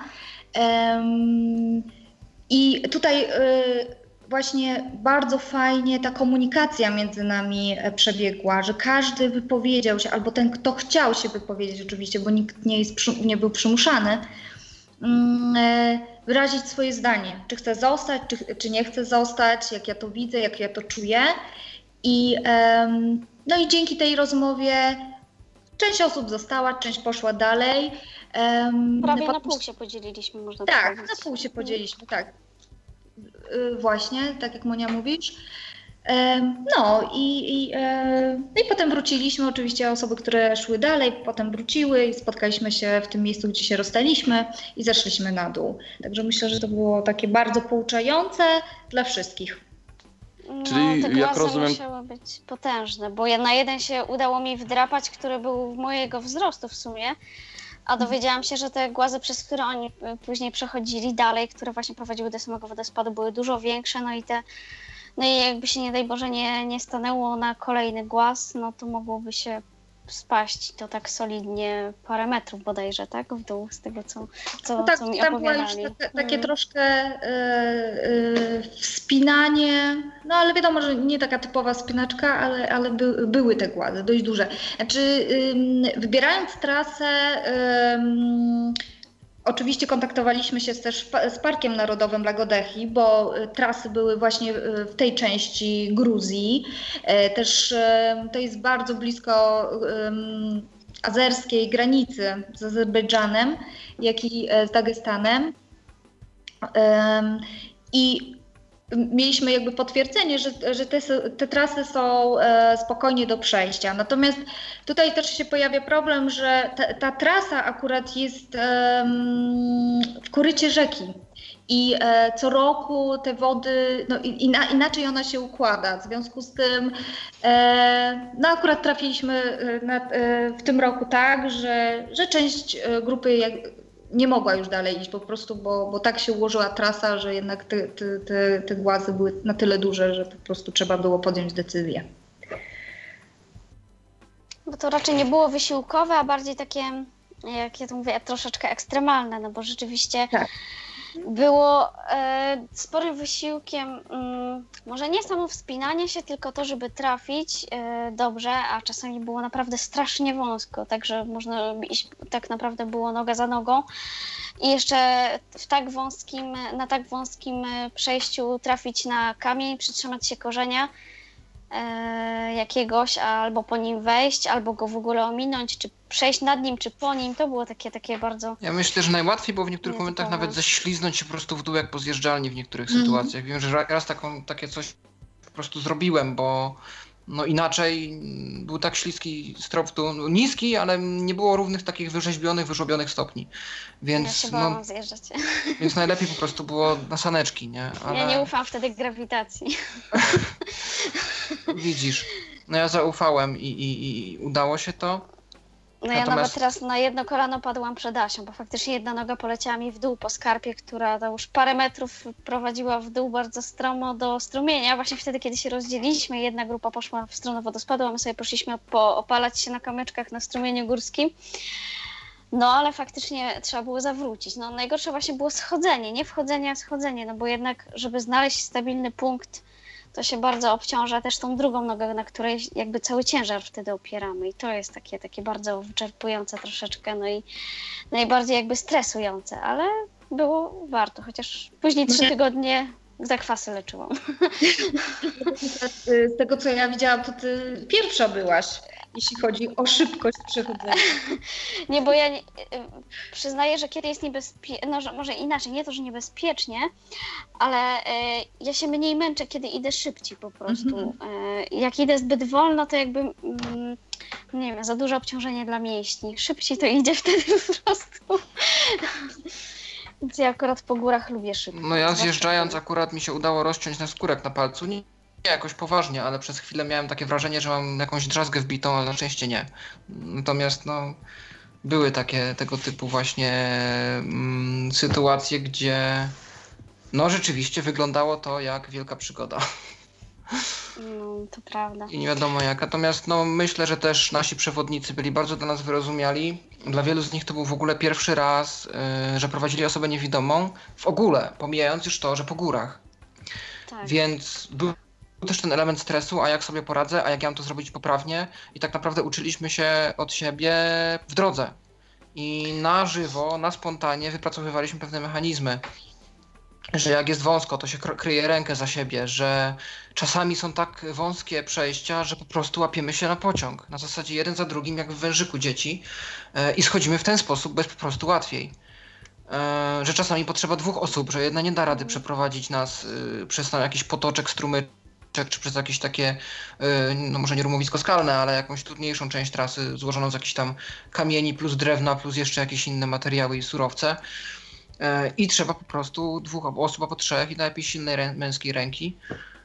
I tutaj właśnie bardzo fajnie ta komunikacja między nami przebiegła, że każdy wypowiedział się, albo ten, kto chciał się wypowiedzieć oczywiście, bo nikt nie był przymuszany, wyrazić swoje zdanie, czy chce zostać, czy nie chce zostać, jak ja to widzę, jak ja to czuję. I dzięki tej rozmowie część osób została, część poszła dalej. Prawie na pół się podzieliliśmy, można powiedzieć. Tak, na pół się podzieliliśmy, tak. Właśnie, tak jak Monia mówisz. I potem wróciliśmy, oczywiście osoby, które szły dalej, potem wróciły i spotkaliśmy się w tym miejscu, gdzie się rozstaliśmy i zeszliśmy na dół. Także myślę, że to było takie bardzo pouczające dla wszystkich. Czyli te jak głazy rozumiem, musiały być potężne, bo na jeden się udało mi wdrapać, który był mojego wzrostu w sumie, a dowiedziałam się, że te głazy, przez które oni później przechodzili dalej, które właśnie prowadziły do samego wodospadu, były dużo większe, no i jakby się nie daj Boże nie stanęło na kolejny głaz, to mogłoby się spaść to tak solidnie parę metrów bodajże, tak? W dół z tego, co mi tam opowiadali. Było już takie troszkę wspinanie, ale wiadomo, że nie taka typowa wspinaczka, ale były te głazy, dość duże. Znaczy, wybierając trasę, oczywiście kontaktowaliśmy się też z Parkiem Narodowym Lagodehi, bo trasy były właśnie w tej części Gruzji. Też to jest bardzo blisko azerskiej granicy z Azerbejdżanem, jak i z Dagestanem. I mieliśmy jakby potwierdzenie, że te trasy są spokojnie do przejścia. Natomiast tutaj też się pojawia problem, że ta trasa akurat jest w korycie rzeki. I co roku te wody, inaczej ona się układa. W związku z tym akurat trafiliśmy w tym roku tak, że część grupy nie mogła już dalej iść po prostu, bo tak się ułożyła trasa, że jednak te głazy były na tyle duże, że po prostu trzeba było podjąć decyzję. Bo to raczej nie było wysiłkowe, a bardziej takie, jak ja to mówię, troszeczkę ekstremalne, bo rzeczywiście tak. Było sporym wysiłkiem, może nie samo wspinanie się, tylko to, żeby trafić dobrze, a czasami było naprawdę strasznie wąsko, także można iść, tak naprawdę było noga za nogą i jeszcze na tak wąskim przejściu trafić na kamień, przytrzymać się korzenia, jakiegoś, albo po nim wejść, albo go w ogóle ominąć, czy przejść nad nim, czy po nim. To było takie bardzo... Ja myślę, że najłatwiej było w niektórych momentach nawet ześliznąć się po prostu w dół jak po zjeżdżalni w niektórych sytuacjach. Wiem, że raz takie coś po prostu zrobiłem, bo no inaczej był tak śliski strop w dół, niski, ale nie było równych takich wyrzeźbionych, wyżłobionych stopni. Więc, ja się bałam zjeżdżać. Więc najlepiej po prostu było na saneczki, nie? Ale... Ja nie ufam wtedy grawitacji. Widzisz, no ja zaufałem i udało się to. No ja nawet teraz na jedno kolano padłam przed Asią, bo faktycznie jedna noga poleciała mi w dół po skarpie, która to już parę metrów prowadziła w dół bardzo stromo do strumienia. Właśnie wtedy, kiedy się rozdzieliliśmy, jedna grupa poszła w stronę wodospadu, a my sobie poszliśmy opalać się na kamyczkach na strumieniu górskim. No ale faktycznie trzeba było zawrócić. No najgorsze właśnie było schodzenie, nie wchodzenie, a schodzenie, no bo jednak, żeby znaleźć stabilny punkt, to się bardzo obciąża też tą drugą nogę, na której jakby cały ciężar wtedy opieramy i to jest takie bardzo wyczerpujące troszeczkę, no i najbardziej jakby stresujące, ale było warto, chociaż później 3 tygodnie zakwasy leczyłam. Z tego, co ja widziałam, to ty pierwsza byłaś, jeśli chodzi o szybkość przechodzenia. Nie, bo ja przyznaję, że kiedy jest niebezpiecznie, no może inaczej, nie to, że niebezpiecznie, ale ja się mniej męczę, kiedy idę szybciej po prostu. Jak idę zbyt wolno, to jakby, nie wiem, za duże obciążenie dla mięśni. Szybciej to idzie wtedy po prostu. Więc ja akurat po górach lubię szybko. No ja zjeżdżając akurat mi się udało rozciąć naskórek na palcu. Nie jakoś poważnie, ale przez chwilę miałem takie wrażenie, że mam jakąś drzazgę wbitą, ale na szczęście nie. Natomiast no, były tego typu właśnie sytuacje, gdzie no rzeczywiście wyglądało to jak wielka przygoda. No, to prawda. I nie wiadomo jak. Natomiast no, myślę, że też nasi przewodnicy byli bardzo dla nas wyrozumiali. Dla wielu z nich to był w ogóle pierwszy raz, że prowadzili osobę niewidomą w ogóle, pomijając już to, że po górach. Tak. Więc był też ten element stresu, a jak sobie poradzę, a jak ja mam to zrobić poprawnie. I tak naprawdę uczyliśmy się od siebie w drodze. I na żywo, na spontanie wypracowywaliśmy pewne mechanizmy. Że jak jest wąsko, to się kryje rękę za siebie, że czasami są tak wąskie przejścia, że po prostu łapiemy się na pociąg. Na zasadzie jeden za drugim, jak w wężyku dzieci i schodzimy w ten sposób, bo jest po prostu łatwiej. Że czasami potrzeba 2 osób, że jedna nie da rady przeprowadzić nas przez tam jakiś potoczek, strumyczek, czy przez jakieś takie, no może nie rumowisko skalne, ale jakąś trudniejszą część trasy złożoną z jakichś tam kamieni plus drewna, plus jeszcze jakieś inne materiały i surowce. I trzeba po prostu 2 osób albo 3 i najlepiej silnej męskiej ręki.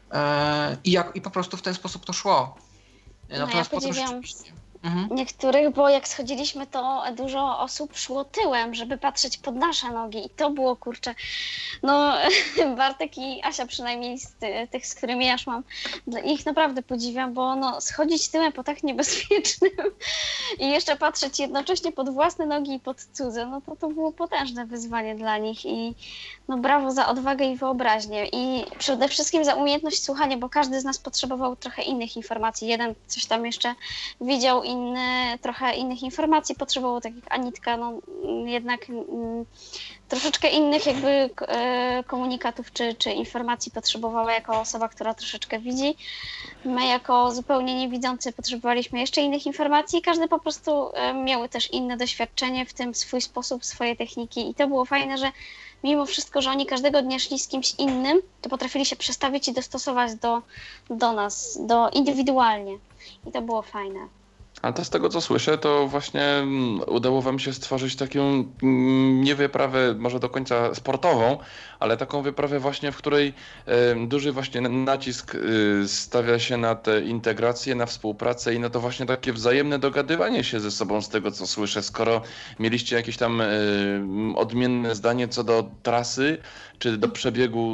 I po prostu w ten sposób to szło. Natomiast ja podziwiam niektórych, bo jak schodziliśmy, to dużo osób szło tyłem, żeby patrzeć pod nasze nogi i to było, kurczę, no Bartek i Asia przynajmniej z tych, z którymi ja szłam, ich naprawdę podziwiam, bo no, schodzić tyłem po tak niebezpiecznym i jeszcze patrzeć jednocześnie pod własne nogi i pod cudze, no to było potężne wyzwanie dla nich i no brawo za odwagę i wyobraźnię i przede wszystkim za umiejętność słuchania, bo każdy z nas potrzebował trochę innych informacji. Jeden coś tam jeszcze widział, inny trochę innych informacji potrzebował, tak jak Anitka, no jednak troszeczkę innych jakby komunikatów czy informacji potrzebowała jako osoba, która troszeczkę widzi. My jako zupełnie niewidzący potrzebowaliśmy jeszcze innych informacji i każdy po prostu miał też inne doświadczenie, w tym swój sposób, swoje techniki i to było fajne, że mimo wszystko, że oni każdego dnia szli z kimś innym, to potrafili się przestawić i dostosować do nas, indywidualnie i to było fajne. A to z tego, co słyszę, to właśnie udało wam się stworzyć taką nie wyprawę może do końca sportową, ale taką wyprawę właśnie, w której duży właśnie nacisk stawia się na tę integrację, na współpracę i na to właśnie takie wzajemne dogadywanie się ze sobą, z tego, co słyszę. Skoro mieliście jakieś tam odmienne zdanie co do trasy, czy do przebiegu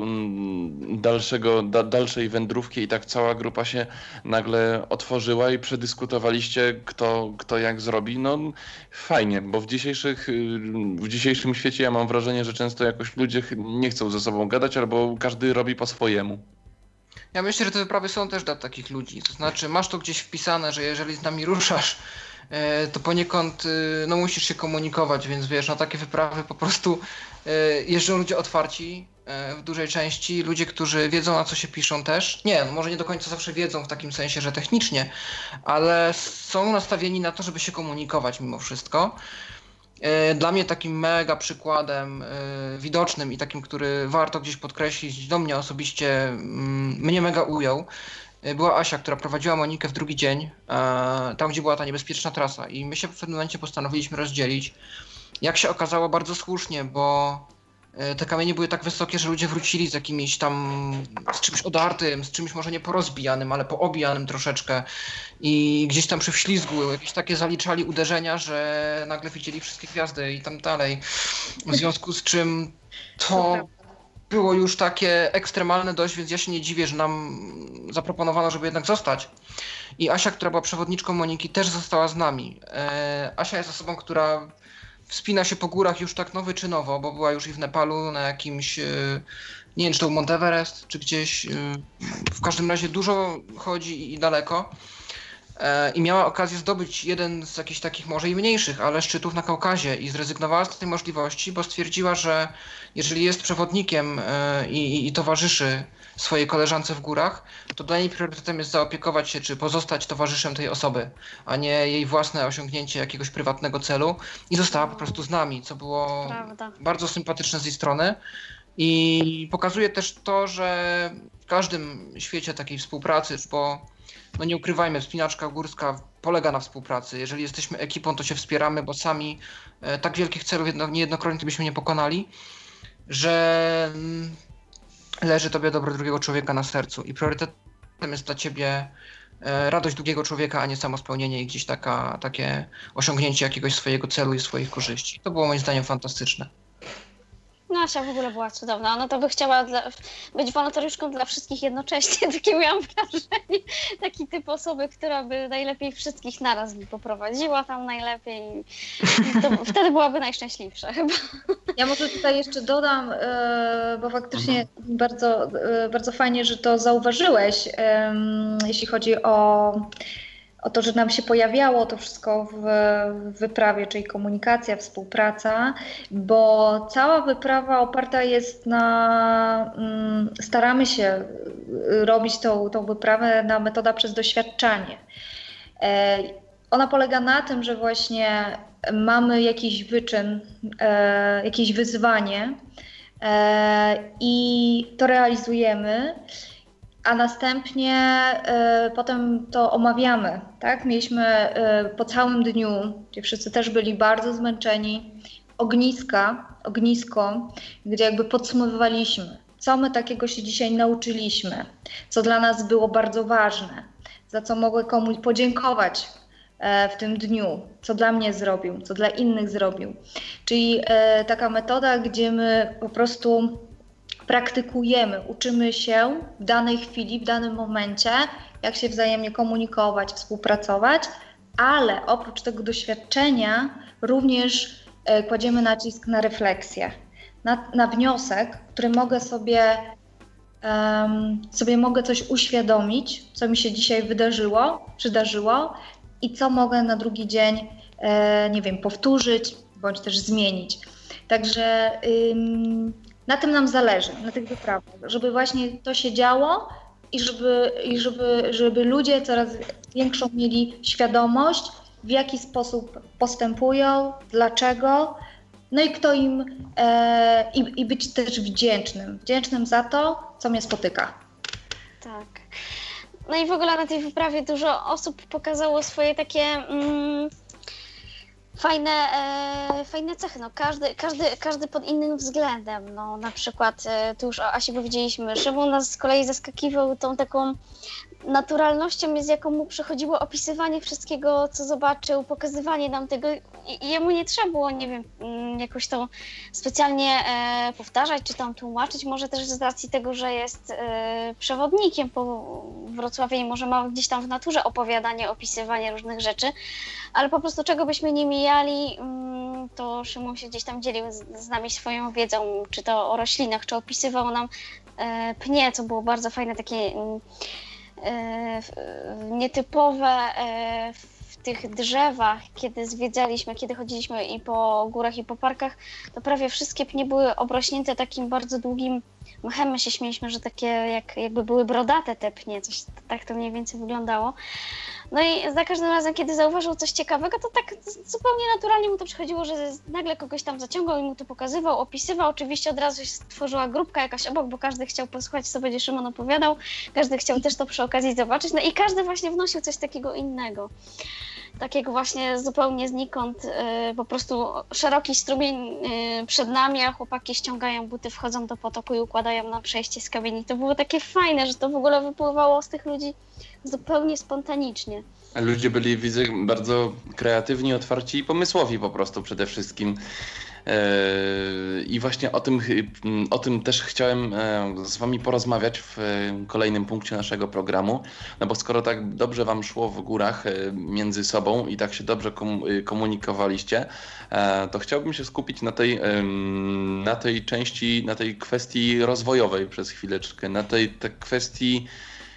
dalszej wędrówki i tak cała grupa się nagle otworzyła i przedyskutowaliście, kto jak zrobi, no fajnie, bo w dzisiejszym świecie ja mam wrażenie, że często jakoś ludzie nie chcą ze sobą gadać, albo każdy robi po swojemu. Ja myślę, że te wyprawy są też dla takich ludzi, to znaczy masz to gdzieś wpisane, że jeżeli z nami ruszasz, to poniekąd no musisz się komunikować, więc wiesz, na takie wyprawy po prostu jeżdżą ludzie otwarci, w dużej części, ludzie, którzy wiedzą, na co się piszą też. Nie, może nie do końca zawsze wiedzą w takim sensie, że technicznie, ale są nastawieni na to, żeby się komunikować mimo wszystko. Dla mnie takim mega przykładem widocznym i takim, który warto gdzieś podkreślić, do mnie osobiście mnie mega ujął, była Asia, która prowadziła Monikę w drugi dzień, tam gdzie była ta niebezpieczna trasa i my się w pewnym momencie postanowiliśmy rozdzielić. Jak się okazało, bardzo słusznie, bo te kamienie były tak wysokie, że ludzie wrócili z jakimiś tam, z czymś odartym, z czymś może nie porozbijanym, ale poobijanym troszeczkę i gdzieś tam przy wślizgu jakieś takie zaliczali uderzenia, że nagle widzieli wszystkie gwiazdy i tam dalej. W związku z czym to było już takie ekstremalne dość, więc ja się nie dziwię, że nam zaproponowano, żeby jednak zostać. I Asia, która była przewodniczką Moniki, też została z nami. Asia jest osobą, która wspina się po górach już tak wyczynowo, bo była już i w Nepalu na jakimś, nie wiem czy to był Mount Everest, czy gdzieś, w każdym razie dużo chodzi i daleko. I miała okazję zdobyć jeden z jakichś takich może i mniejszych, ale szczytów na Kaukazie i zrezygnowała z tej możliwości, bo stwierdziła, że jeżeli jest przewodnikiem i towarzyszy swojej koleżance w górach, to dla niej priorytetem jest zaopiekować się czy pozostać towarzyszem tej osoby, a nie jej własne osiągnięcie jakiegoś prywatnego celu i została po prostu z nami, co było bardzo sympatyczne z jej strony i pokazuje też to, że w każdym świecie takiej współpracy, bo no nie ukrywajmy, wspinaczka górska polega na współpracy. Jeżeli jesteśmy ekipą, to się wspieramy, bo sami tak wielkich celów niejednokrotnie byśmy nie pokonali, że leży tobie dobro drugiego człowieka na sercu i priorytetem jest dla ciebie radość drugiego człowieka, a nie samo spełnienie i gdzieś takie osiągnięcie jakiegoś swojego celu i swoich korzyści. To było moim zdaniem fantastyczne. No Asia w ogóle była cudowna. Ona to by chciała być wolontariuszką dla wszystkich jednocześnie. Takie miałam wrażenie. Taki typ osoby, która by najlepiej wszystkich naraz by poprowadziła tam najlepiej. To wtedy byłaby najszczęśliwsza chyba. Ja może tutaj jeszcze dodam, bo faktycznie bardzo, bardzo fajnie, że to zauważyłeś, jeśli chodzi o to, że nam się pojawiało to wszystko w wyprawie, czyli komunikacja, współpraca, bo cała wyprawa oparta jest staramy się robić tą wyprawę na metoda przez doświadczanie. Ona polega na tym, że właśnie mamy jakiś wyczyn, jakieś wyzwanie i to realizujemy, a następnie potem to omawiamy, tak? Mieliśmy po całym dniu, gdzie wszyscy też byli bardzo zmęczeni, ognisko, gdzie jakby podsumowywaliśmy, co my takiego się dzisiaj nauczyliśmy, co dla nas było bardzo ważne, za co mogę komuś podziękować w tym dniu, co dla mnie zrobił, co dla innych zrobił. Czyli taka metoda, gdzie my po prostu praktykujemy, uczymy się w danej chwili, w danym momencie, jak się wzajemnie komunikować, współpracować, ale oprócz tego doświadczenia również kładziemy nacisk na refleksję, na wniosek, który mogę sobie mogę coś uświadomić, co mi się dzisiaj przydarzyło i co mogę na drugi dzień, nie wiem, powtórzyć bądź też zmienić. Także na tym nam zależy, na tych wyprawach, żeby właśnie to się działo i żeby ludzie coraz większą mieli świadomość, w jaki sposób postępują, dlaczego, no i kto im i być też wdzięcznym za to, co mnie spotyka. Tak. No i w ogóle na tej wyprawie dużo osób pokazało swoje takie fajne cechy, no każdy pod innym względem, no na przykład tu już o Asi powiedzieliśmy, Szymon nas z kolei zaskakiwał tą taką naturalnością, z jaką mu przychodziło opisywanie wszystkiego, co zobaczył, pokazywanie nam tego i jemu nie trzeba było, nie wiem, jakoś to specjalnie powtarzać czy tam tłumaczyć, może też z racji tego, że jest przewodnikiem po Wrocławiu i może ma gdzieś tam w naturze opowiadanie, opisywanie różnych rzeczy, ale po prostu czego byśmy nie mijali, to Szymon się gdzieś tam dzielił z nami swoją wiedzą, czy to o roślinach, czy opisywał nam pnie, co było bardzo fajne, takie nietypowe tych drzewach, kiedy zwiedzaliśmy, kiedy chodziliśmy i po górach, i po parkach, to prawie wszystkie pnie były obrośnięte takim bardzo długim mchem. My się śmieliśmy, że takie jakby były brodate te pnie, coś tak to mniej więcej wyglądało. No i za każdym razem, kiedy zauważył coś ciekawego, to tak zupełnie naturalnie mu to przychodziło, że nagle kogoś tam zaciągał i mu to pokazywał, opisywał. Oczywiście od razu się stworzyła grupka jakaś obok, bo każdy chciał posłuchać, co będzie Szymon opowiadał. Każdy chciał też to przy okazji zobaczyć. No i każdy właśnie wnosił coś takiego innego. Takiego właśnie zupełnie znikąd, po prostu szeroki strumień przed nami, a chłopaki ściągają buty, wchodzą do potoku i układają na przejście z kamieni. To było takie fajne, że to w ogóle wypływało z tych ludzi zupełnie spontanicznie. Ludzie byli, widzę, bardzo kreatywni, otwarci i pomysłowi po prostu przede wszystkim. I właśnie o tym też chciałem z wami porozmawiać w kolejnym punkcie naszego programu, no bo skoro tak dobrze wam szło w górach między sobą i tak się dobrze komunikowaliście, to chciałbym się skupić na tej części, na tej kwestii rozwojowej przez chwileczkę, na tej kwestii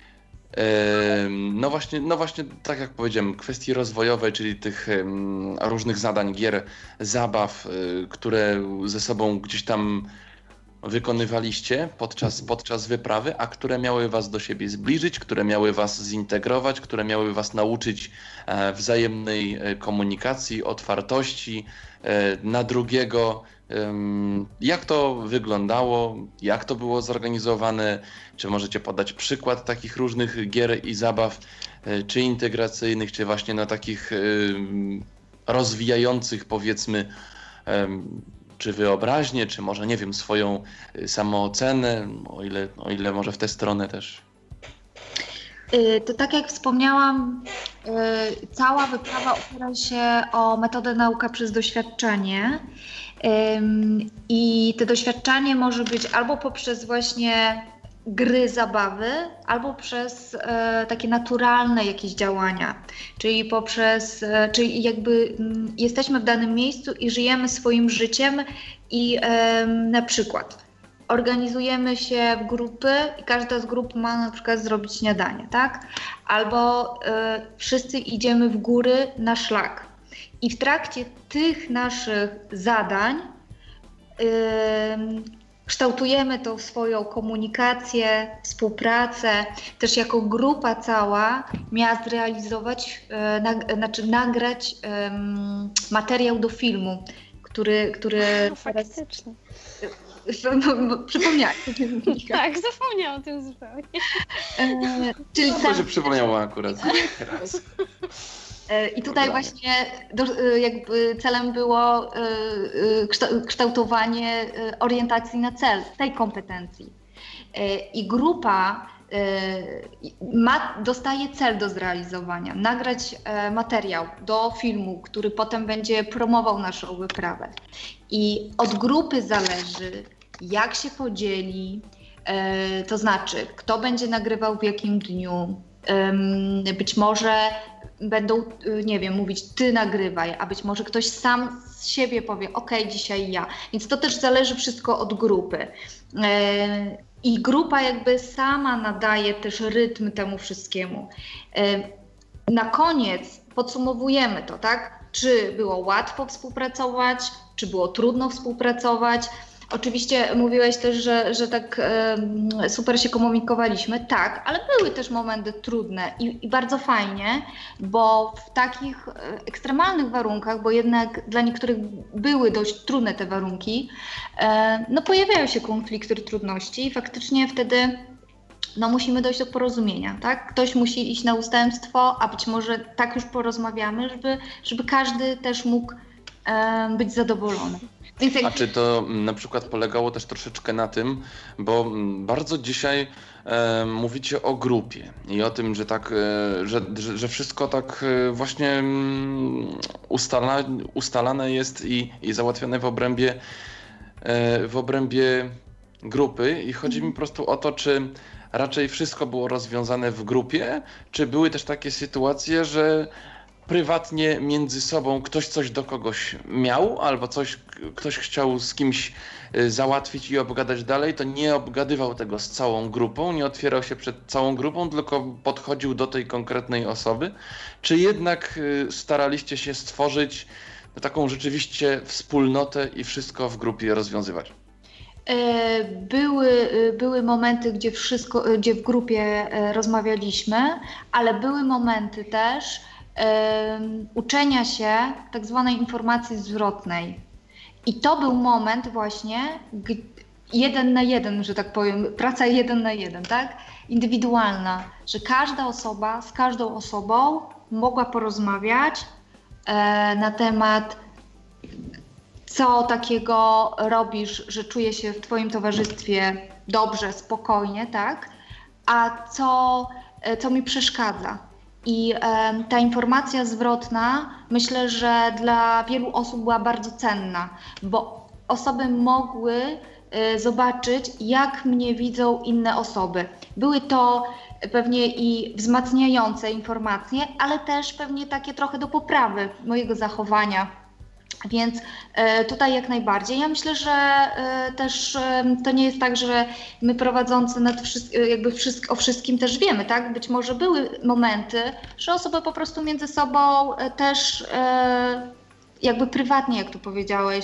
no właśnie, tak jak powiedziałem, kwestii rozwojowej, czyli tych różnych zadań, gier, zabaw, które ze sobą gdzieś tam wykonywaliście podczas wyprawy, a które miały was do siebie zbliżyć, które miały was zintegrować, które miały was nauczyć wzajemnej komunikacji, otwartości na drugiego. Jak to wyglądało, jak to było zorganizowane, czy możecie podać przykład takich różnych gier i zabaw, czy integracyjnych, czy właśnie na takich rozwijających, powiedzmy, czy wyobraźnię, czy może, nie wiem, swoją samoocenę, o ile może w tę stronę też. To tak jak wspomniałam, cała wyprawa opiera się o metodę nauka przez doświadczenie. I to doświadczanie może być albo poprzez właśnie gry, zabawy, albo przez takie naturalne jakieś działania, czyli jakby jesteśmy w danym miejscu i żyjemy swoim życiem i na przykład organizujemy się w grupy i każda z grup ma na przykład zrobić śniadanie, tak? Albo wszyscy idziemy w góry na szlak. I w trakcie tych naszych zadań kształtujemy tą swoją komunikację, współpracę. Też jako grupa cała miała zrealizować, nagrać materiał do filmu, który No, faktycznie. Przypomniałam. Tak, zapomniałam o tym zupełnie. Czyli No, że przypomniała akurat teraz. I tutaj właśnie jakby celem było kształtowanie orientacji na cel tej kompetencji. I grupa dostaje cel do zrealizowania, nagrać materiał do filmu, który potem będzie promował naszą wyprawę. I od grupy zależy, jak się podzieli, to znaczy, kto będzie nagrywał w jakim dniu. Być może będą, nie wiem, mówić ty nagrywaj, a być może ktoś sam z siebie powie, okej, dzisiaj ja. Więc to też zależy wszystko od grupy. I grupa jakby sama nadaje też rytm temu wszystkiemu. Na koniec podsumowujemy to, tak? Czy było łatwo współpracować, czy było trudno współpracować. Oczywiście mówiłeś też, że tak super się komunikowaliśmy, tak, ale były też momenty trudne i bardzo fajnie, bo w takich ekstremalnych warunkach, bo jednak dla niektórych były dość trudne te warunki, no pojawiają się konflikty, trudności i faktycznie wtedy no musimy dojść do porozumienia, tak? Ktoś musi iść na ustępstwo, a być może tak już porozmawiamy, żeby każdy też mógł być zadowolony. A czy to na przykład polegało też troszeczkę na tym, bo bardzo dzisiaj mówicie o grupie i o tym, że tak, że wszystko tak właśnie ustalane jest i załatwione w obrębie grupy i chodzi mi po prostu o to, czy raczej wszystko było rozwiązane w grupie, czy były też takie sytuacje, że prywatnie między sobą ktoś coś do kogoś miał, albo ktoś chciał z kimś załatwić i obgadać dalej, to nie obgadywał tego z całą grupą, nie otwierał się przed całą grupą, tylko podchodził do tej konkretnej osoby? Czy jednak staraliście się stworzyć rzeczywiście wspólnotę i wszystko w grupie rozwiązywać? Były momenty, gdzie w grupie rozmawialiśmy, ale były momenty też uczenia się tak zwanej informacji zwrotnej. I to był moment właśnie 1 na 1, że tak powiem, praca 1 na 1, tak? Indywidualna, że każda osoba z każdą osobą mogła porozmawiać na temat, co takiego robisz, że czuje się w twoim towarzystwie dobrze, spokojnie, tak? A co mi przeszkadza. I ta informacja zwrotna, myślę, że dla wielu osób była bardzo cenna, bo osoby mogły zobaczyć, jak mnie widzą inne osoby. Były to pewnie i wzmacniające informacje, ale też pewnie takie trochę do poprawy mojego zachowania. Więc tutaj jak najbardziej. Ja myślę, że też to nie jest tak, że my prowadzący o wszystkim też wiemy, tak? Być może były momenty, że osoby po prostu między sobą też jakby prywatnie, jak tu powiedziałeś,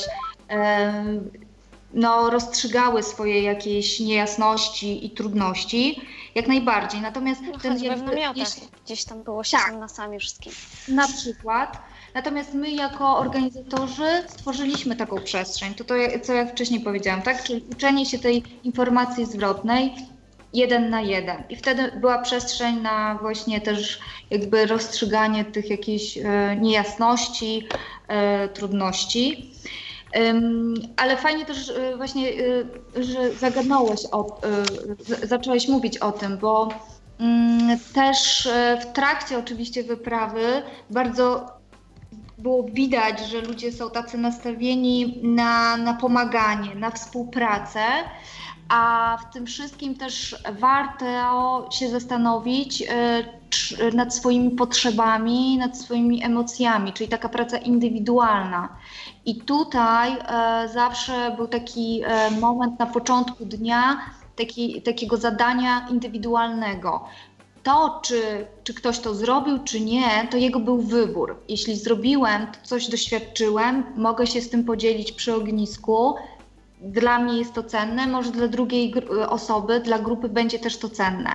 rozstrzygały swoje jakieś niejasności i trudności, jak najbardziej. Natomiast w namiotach gdzieś tam było się sam na sami wszystkim. Na przykład. Natomiast my jako organizatorzy stworzyliśmy taką przestrzeń, to co ja wcześniej powiedziałam, tak? Czyli uczenie się tej informacji zwrotnej 1 na 1. I wtedy była przestrzeń na właśnie też jakby rozstrzyganie tych jakichś niejasności, trudności. Ale fajnie też właśnie, że zacząłeś mówić o tym, bo też w trakcie oczywiście wyprawy bardzo było widać, że ludzie są tacy nastawieni na pomaganie, na współpracę, a w tym wszystkim też warto się zastanowić nad swoimi potrzebami, nad swoimi emocjami, czyli taka praca indywidualna. I tutaj zawsze był taki moment na początku dnia takiego zadania indywidualnego. To, czy ktoś to zrobił, czy nie, to jego był wybór. Jeśli zrobiłem, to coś doświadczyłem, mogę się z tym podzielić przy ognisku. Dla mnie jest to cenne, może dla drugiej osoby, dla grupy będzie też to cenne.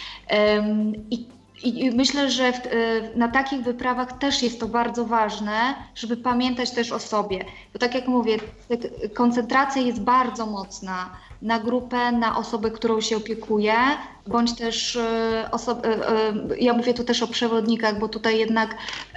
I myślę, że na takich wyprawach też jest to bardzo ważne, żeby pamiętać też o sobie. Bo tak jak mówię, koncentracja jest bardzo mocna na grupę, na osobę, którą się opiekuje, bądź też ja mówię tu też o przewodnikach, bo tutaj jednak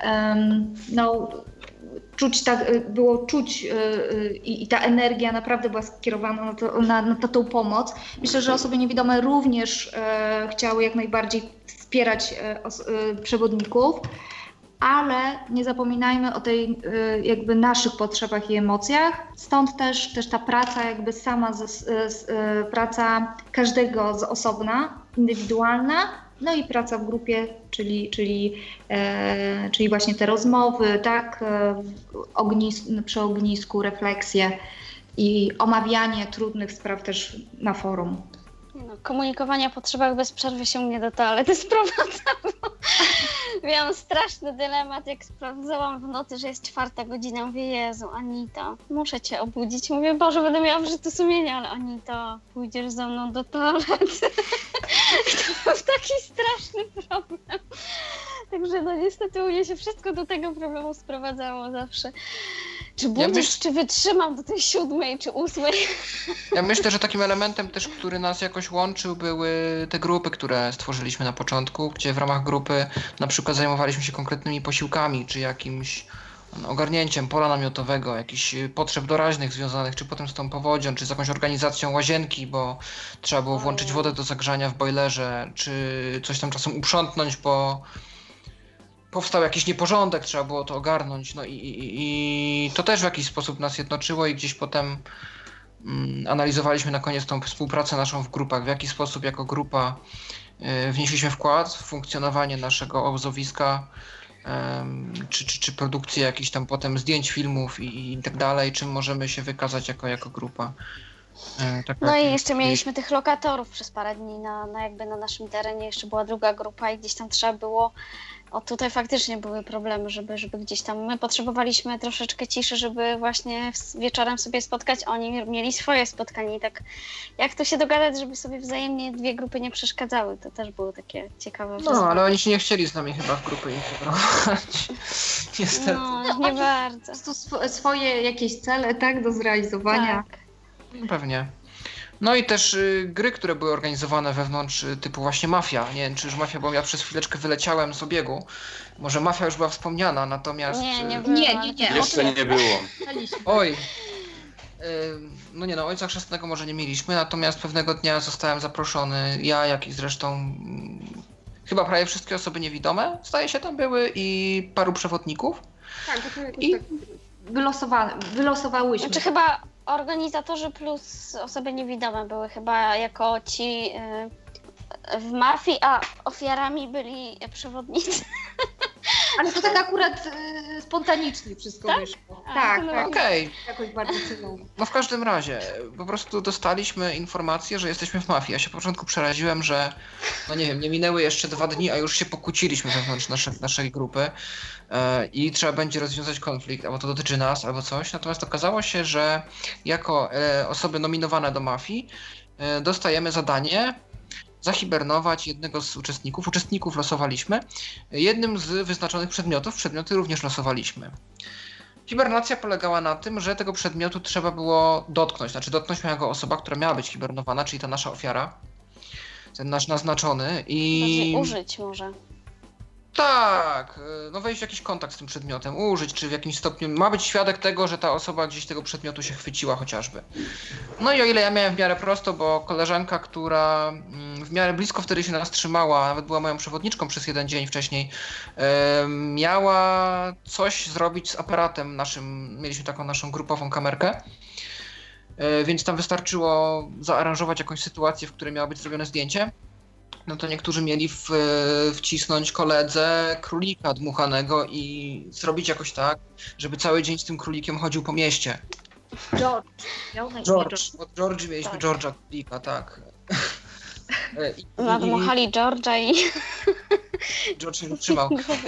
było czuć i ta energia naprawdę była skierowana na tą pomoc. Myślę, że osoby niewidome również chciały jak najbardziej wspierać przewodników, ale nie zapominajmy o tej jakby naszych potrzebach i emocjach. Stąd też ta praca jakby sama, praca każdego z osobna, indywidualna, no i praca w grupie, czyli właśnie te rozmowy, tak, przy ognisku, refleksje i omawianie trudnych spraw też na forum. Komunikowanie o potrzebach bez przerwy się mnie do toalety sprowadzało. Miałam straszny dylemat, jak sprawdzałam w nocy, że jest 4 godzina. Mówię, Jezu, Anita, muszę cię obudzić. Mówię, Boże, będę miała wyrzuty sumienia, ale Anita, pójdziesz ze mną do toalety. To był taki straszny problem. Także niestety u mnie się wszystko do tego problemu sprowadzało zawsze. Czy budzisz, czy wytrzymam do tej 7, czy 8? Ja myślę, że takim elementem też, który nas jakoś łączył, były te grupy, które stworzyliśmy na początku, gdzie w ramach grupy na przykład zajmowaliśmy się konkretnymi posiłkami, czy jakimś ogarnięciem pola namiotowego, jakichś potrzeb doraźnych związanych czy potem z tą powodzią, czy z jakąś organizacją łazienki, bo trzeba było włączyć wodę do zagrzania w bojlerze, czy coś tam czasem uprzątnąć, bo powstał jakiś nieporządek, trzeba było to ogarnąć, no i to też w jakiś sposób nas jednoczyło i gdzieś potem analizowaliśmy na koniec tą współpracę naszą w grupach, w jaki sposób jako grupa wnieśliśmy wkład w funkcjonowanie naszego obozowiska czy produkcję jakichś tam potem zdjęć, filmów i tak dalej, czym możemy się wykazać jako grupa. No i jeszcze mieliśmy tych lokatorów przez parę dni na naszym terenie, jeszcze była druga grupa i gdzieś tam trzeba było, tutaj faktycznie były problemy, żeby gdzieś tam, my potrzebowaliśmy troszeczkę ciszy, żeby właśnie wieczorem sobie spotkać, oni mieli swoje spotkanie i tak jak to się dogadać, żeby sobie wzajemnie dwie grupy nie przeszkadzały, to też było takie ciekawe. No, ale oni się nie chcieli z nami chyba w grupy integrować. Niestety. No, nie bardzo. Po prostu swoje jakieś cele, tak, do zrealizowania. Tak. Pewnie. No i też gry, które były organizowane wewnątrz typu właśnie Mafia. Nie wiem, czy już Mafia, bo ja przez chwileczkę wyleciałem z obiegu. Może Mafia już była wspomniana, natomiast... Nie była. Nie. Jeszcze nie było. Oj. No Ojca Chrzestnego może nie mieliśmy, natomiast pewnego dnia zostałem zaproszony, ja jak i zresztą chyba prawie wszystkie osoby niewidome, zdaje się tam były i paru przewodników. Tak, bo to jakoś tak wylosowałyśmy. Znaczy chyba organizatorzy plus osoby niewidome były chyba jako ci w mafii, a ofiarami byli przewodnicy. Ale to tak akurat spontanicznie wszystko wyszło. Tak. Okej. Jakoś bardzo celowo. No w każdym razie, po prostu dostaliśmy informację, że jesteśmy w mafii. Ja się po początku przeraziłem, że no nie wiem, nie minęły jeszcze 2 dni, a już się pokłóciliśmy wewnątrz naszej grupy i trzeba będzie rozwiązać konflikt, albo to dotyczy nas, albo coś. Natomiast okazało się, że jako osoby nominowane do mafii dostajemy zadanie zahibernować jednego z uczestników. Uczestników losowaliśmy. Jednym z wyznaczonych przedmiotów, przedmioty również losowaliśmy. Hibernacja polegała na tym, że tego przedmiotu trzeba było dotknąć. Znaczy dotknąć miała go osoba, która miała być hibernowana, czyli ta nasza ofiara. Ten nasz naznaczony i... Użyć może. Tak, no wejść w jakiś kontakt z tym przedmiotem, użyć, czy w jakimś stopniu ma być świadek tego, że ta osoba gdzieś tego przedmiotu się chwyciła chociażby. No i o ile ja miałem w miarę prosto, bo koleżanka, która w miarę blisko wtedy się nas trzymała, nawet była moją przewodniczką przez 1 dzień wcześniej, miała coś zrobić z aparatem naszym, mieliśmy taką naszą grupową kamerkę, więc tam wystarczyło zaaranżować jakąś sytuację, w której miało być zrobione zdjęcie. No to niektórzy mieli wcisnąć koledze królika dmuchanego i zrobić jakoś tak, żeby cały dzień z tym królikiem chodził po mieście. George. Od George'a mieliśmy tak. George'a królika, tak. Nadmuchali George'a i... George się utrzymał.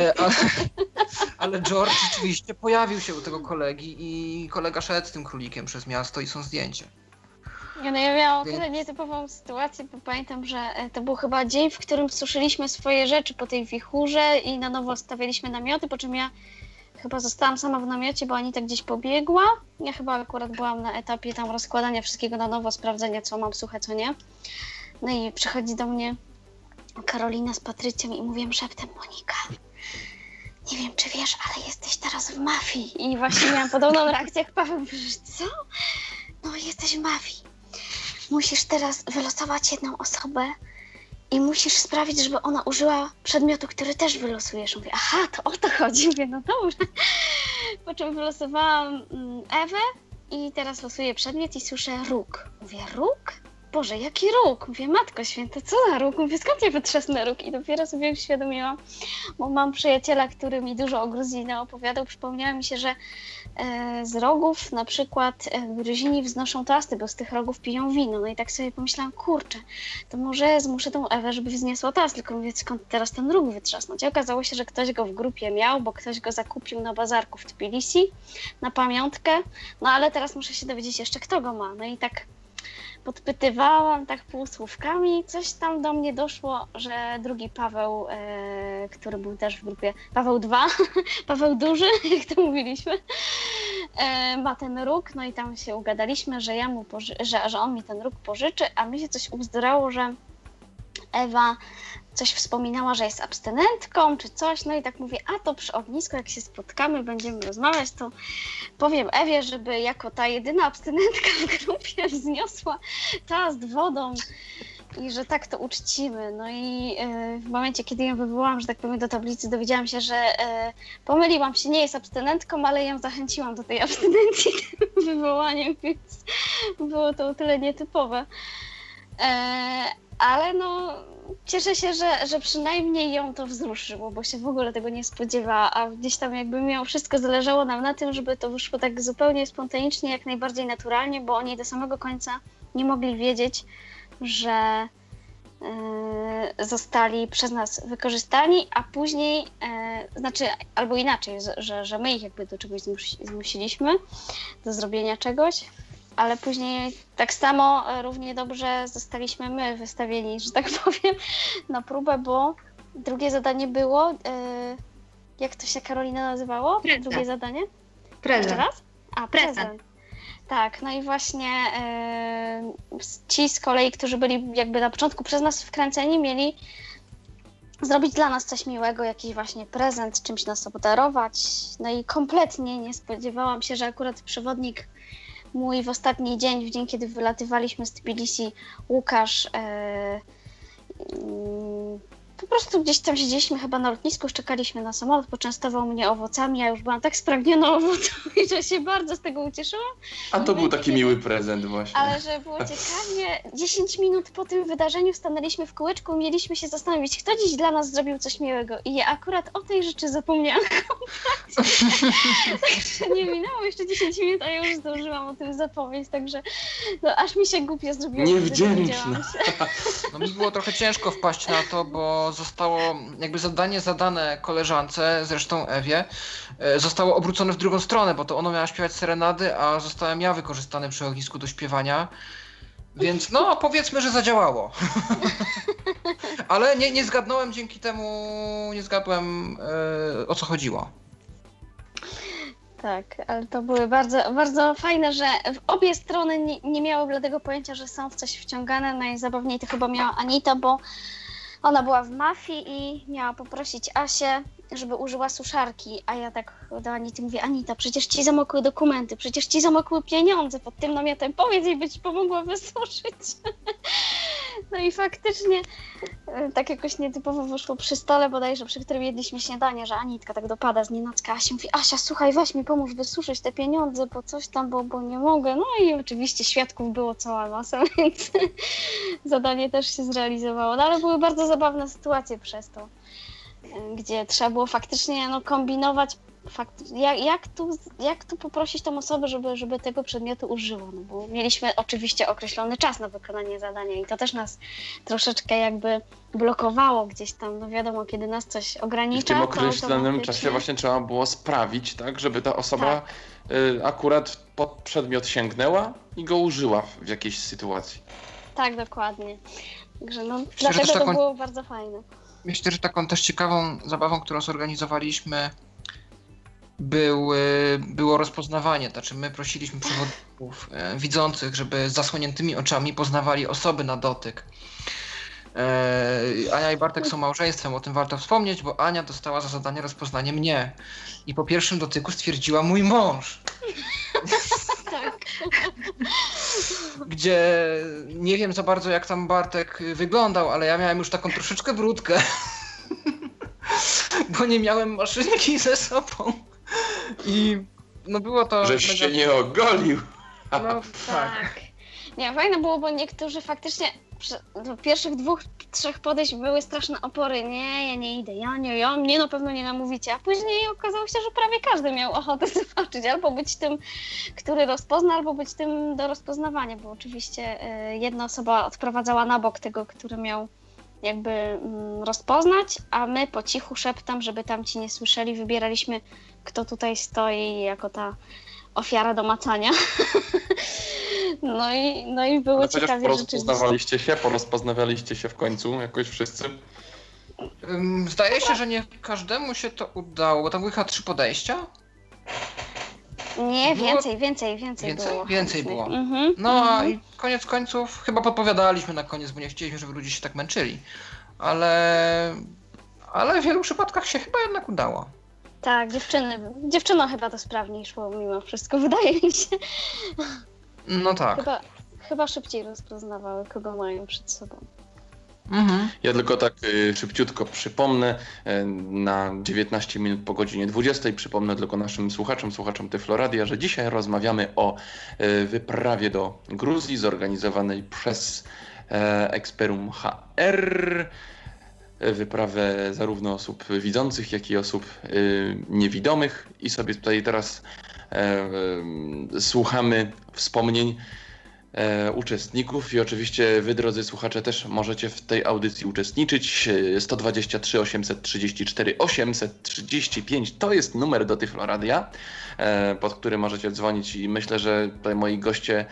Ale George rzeczywiście pojawił się u tego kolegi i kolega szedł z tym królikiem przez miasto i są zdjęcia. Ja miałam o tyle nietypową sytuację, bo pamiętam, że to był chyba dzień, w którym suszyliśmy swoje rzeczy po tej wichurze i na nowo stawialiśmy namioty, po czym ja chyba zostałam sama w namiocie, bo Anita gdzieś pobiegła. Ja chyba akurat byłam na etapie tam rozkładania wszystkiego na nowo, sprawdzenia co mam suche, co nie. No i przychodzi do mnie Karolina z Patrycją i mówię szeptem: Monika, nie wiem czy wiesz, ale jesteś teraz w mafii. I właśnie miałam podobną reakcję jak Paweł, mówisz, co? No jesteś w mafii. Musisz teraz wylosować jedną osobę i musisz sprawić, żeby ona użyła przedmiotu, który też wylosujesz. Mówię, aha, to o to chodzi. Mówię, no dobrze. Po czym wylosowałam Ewę i teraz losuję przedmiot i słyszę róg. Mówię, róg? Boże, jaki róg? Mówię, Matko Święta, co za róg? Mówię, skąd ja wytrzasnę róg? I dopiero sobie uświadomiłam, bo mam przyjaciela, który mi dużo o Gruzji opowiadał. Przypomniało mi się, że z rogów na przykład Gruzini wznoszą toasty, bo z tych rogów piją wino. No i tak sobie pomyślałam, kurczę, to może zmuszę tą Ewę, żeby wzniosła toast, tylko mówię, skąd teraz ten róg wytrzasnąć? I okazało się, że ktoś go w grupie miał, bo ktoś go zakupił na bazarku w Tbilisi na pamiątkę. No ale teraz muszę się dowiedzieć jeszcze, kto go ma. No i tak podpytywałam tak półsłówkami, coś tam do mnie doszło, że drugi Paweł, który był też w grupie, Paweł 2, Paweł Duży, jak to mówiliśmy, ma ten róg, no i tam się ugadaliśmy, że ja mu że on mi ten róg pożyczy, a mi się coś ubzdurało, że Ewa coś wspominała, że jest abstynentką czy coś, no i tak mówię, a to przy ognisku jak się spotkamy, będziemy rozmawiać, to powiem Ewie, żeby jako ta jedyna abstynentka w grupie wzniosła toast wodą i że tak to uczcimy. No i w momencie, kiedy ją wywołałam, że tak powiem, do tablicy, dowiedziałam się, że pomyliłam się, nie jest abstynentką, ale ją zachęciłam do tej abstynencji tym wywołaniem, więc było to o tyle nietypowe. Ale no cieszę się, że przynajmniej ją to wzruszyło, bo się w ogóle tego nie spodziewała, a gdzieś tam jakby mimo wszystko zależało nam na tym, żeby to wyszło tak zupełnie spontanicznie, jak najbardziej naturalnie, bo oni do samego końca nie mogli wiedzieć, że zostali przez nas wykorzystani, a później, znaczy albo inaczej, że my ich jakby do czegoś zmusiliśmy, do zrobienia czegoś, ale później tak samo równie dobrze zostaliśmy my wystawieni, że tak powiem, na próbę, bo drugie zadanie było, jak to się Karolina nazywało? Prezent. Drugie zadanie? Prezent. Jeszcze raz? A, prezent. Tak, no i właśnie ci z kolei, którzy byli jakby na początku przez nas wkręceni, mieli zrobić dla nas coś miłego, jakiś właśnie prezent, czymś nas obdarować. No i kompletnie nie spodziewałam się, że akurat przewodnik mój w ostatni dzień, w dzień kiedy wylatywaliśmy z Tbilisi, Łukasz, po prostu gdzieś tam siedzieliśmy chyba na lotnisku, czekaliśmy na samolot, poczęstował mnie owocami, ja już byłam tak spragniona owocami, że się bardzo z tego ucieszyłam. A to był taki miły prezent właśnie. Ale że było ciekawie, 10 minut po tym wydarzeniu stanęliśmy w kółeczku, mieliśmy się zastanowić, kto dziś dla nas zrobił coś miłego. I ja akurat o tej rzeczy zapomniałam kompletnie. Także nie minęło jeszcze 10 minut, a ja już zdążyłam o tym zapomnieć, także no, aż mi się głupio zrobiło. Niewdzięczna. No mi było trochę ciężko wpaść na to, bo zostało jakby zadanie zadane koleżance, zresztą Ewie, zostało obrócone w drugą stronę, bo to ona miała śpiewać serenady, a zostałem ja wykorzystany przy ognisku do śpiewania. Więc no, powiedzmy, że zadziałało. Ale nie zgadnąłem dzięki temu, nie zgadłem o co chodziło. Tak, ale to były bardzo, bardzo fajne, że obie strony nie miały bladego pojęcia, że są w coś wciągane. Najzabawniej to chyba miała Anita, bo ona była w mafii i miała poprosić Asię, żeby użyła suszarki, a ja tak do Anity mówię, Anita, przecież ci zamokły dokumenty, przecież ci zamokły pieniądze pod tym namiotem, powiedz jej, by ci pomogła wysuszyć. No i faktycznie tak jakoś nietypowo wyszło przy stole bodajże, przy którym jedliśmy śniadanie, że Anitka tak dopada z nienacka, Asia mówi, Asia, słuchaj, weź mi pomóż wysuszyć te pieniądze, bo coś tam, bo nie mogę. No i oczywiście świadków było cała masa, więc zadanie też się zrealizowało. No ale były bardzo zabawne sytuacje przez to, gdzie trzeba było faktycznie kombinować, jak tu poprosić tą osobę, żeby tego przedmiotu użyło, no bo mieliśmy oczywiście określony czas na wykonanie zadania i to też nas troszeczkę jakby blokowało gdzieś tam, no wiadomo, kiedy nas coś ogranicza. W tym określonym czasie właśnie trzeba było sprawić, tak, żeby ta osoba akurat pod przedmiot sięgnęła i go użyła w jakiejś sytuacji. Tak, dokładnie. Także dlatego to było bardzo fajne. Myślę, że taką też ciekawą zabawą, którą zorganizowaliśmy, było rozpoznawanie. Znaczy my prosiliśmy przewodników widzących, żeby z zasłoniętymi oczami poznawali osoby na dotyk. Ania i Bartek są małżeństwem, o tym warto wspomnieć, bo Ania dostała za zadanie rozpoznanie mnie. I po pierwszym dotyku stwierdziła mój mąż. Tak. Gdzie nie wiem za bardzo, jak tam Bartek wyglądał, ale ja miałem już taką troszeczkę brudkę, bo nie miałem maszynki ze sobą. I no było to... Żeś się nie ogolił. No tak. Nie, fajne było, bo niektórzy faktycznie do pierwszych 2-3 podejść były straszne opory. Nie, ja nie idę, mnie na pewno nie namówicie. A później okazało się, że prawie każdy miał ochotę zobaczyć. Albo być tym, który rozpozna, albo być tym do rozpoznawania, bo oczywiście jedna osoba odprowadzała na bok tego, który miał jakby rozpoznać, a my po cichu szeptem, żeby tamci nie słyszeli, wybieraliśmy, kto tutaj stoi jako ta ofiara do macania. No i było ciekawie rzeczywiście. Porozpoznawaliście się w końcu jakoś wszyscy? Zdaje się, że nie każdemu się to udało, bo tam były chyba 3 podejścia? Nie, więcej było. Więcej było. I koniec końców chyba podpowiadaliśmy na koniec, bo nie chcieliśmy, żeby ludzie się tak męczyli. Ale w wielu przypadkach się chyba jednak udało. Tak, dziewczynom chyba to sprawniej szło mimo wszystko, wydaje mi się. No tak. Chyba szybciej rozpoznawały, kogo mają przed sobą. Ja tylko tak szybciutko przypomnę, na 19 minut po godzinie 20 przypomnę tylko naszym słuchaczom Tyflo Radia, że dzisiaj rozmawiamy o wyprawie do Gruzji zorganizowanej przez Experum HR, wyprawę zarówno osób widzących, jak i osób niewidomych. I sobie tutaj teraz słuchamy wspomnień uczestników i oczywiście wy, drodzy słuchacze, też możecie w tej audycji uczestniczyć. 123 834 835 to jest numer do Tyflo Radia, pod który możecie dzwonić i myślę, że tutaj moi goście,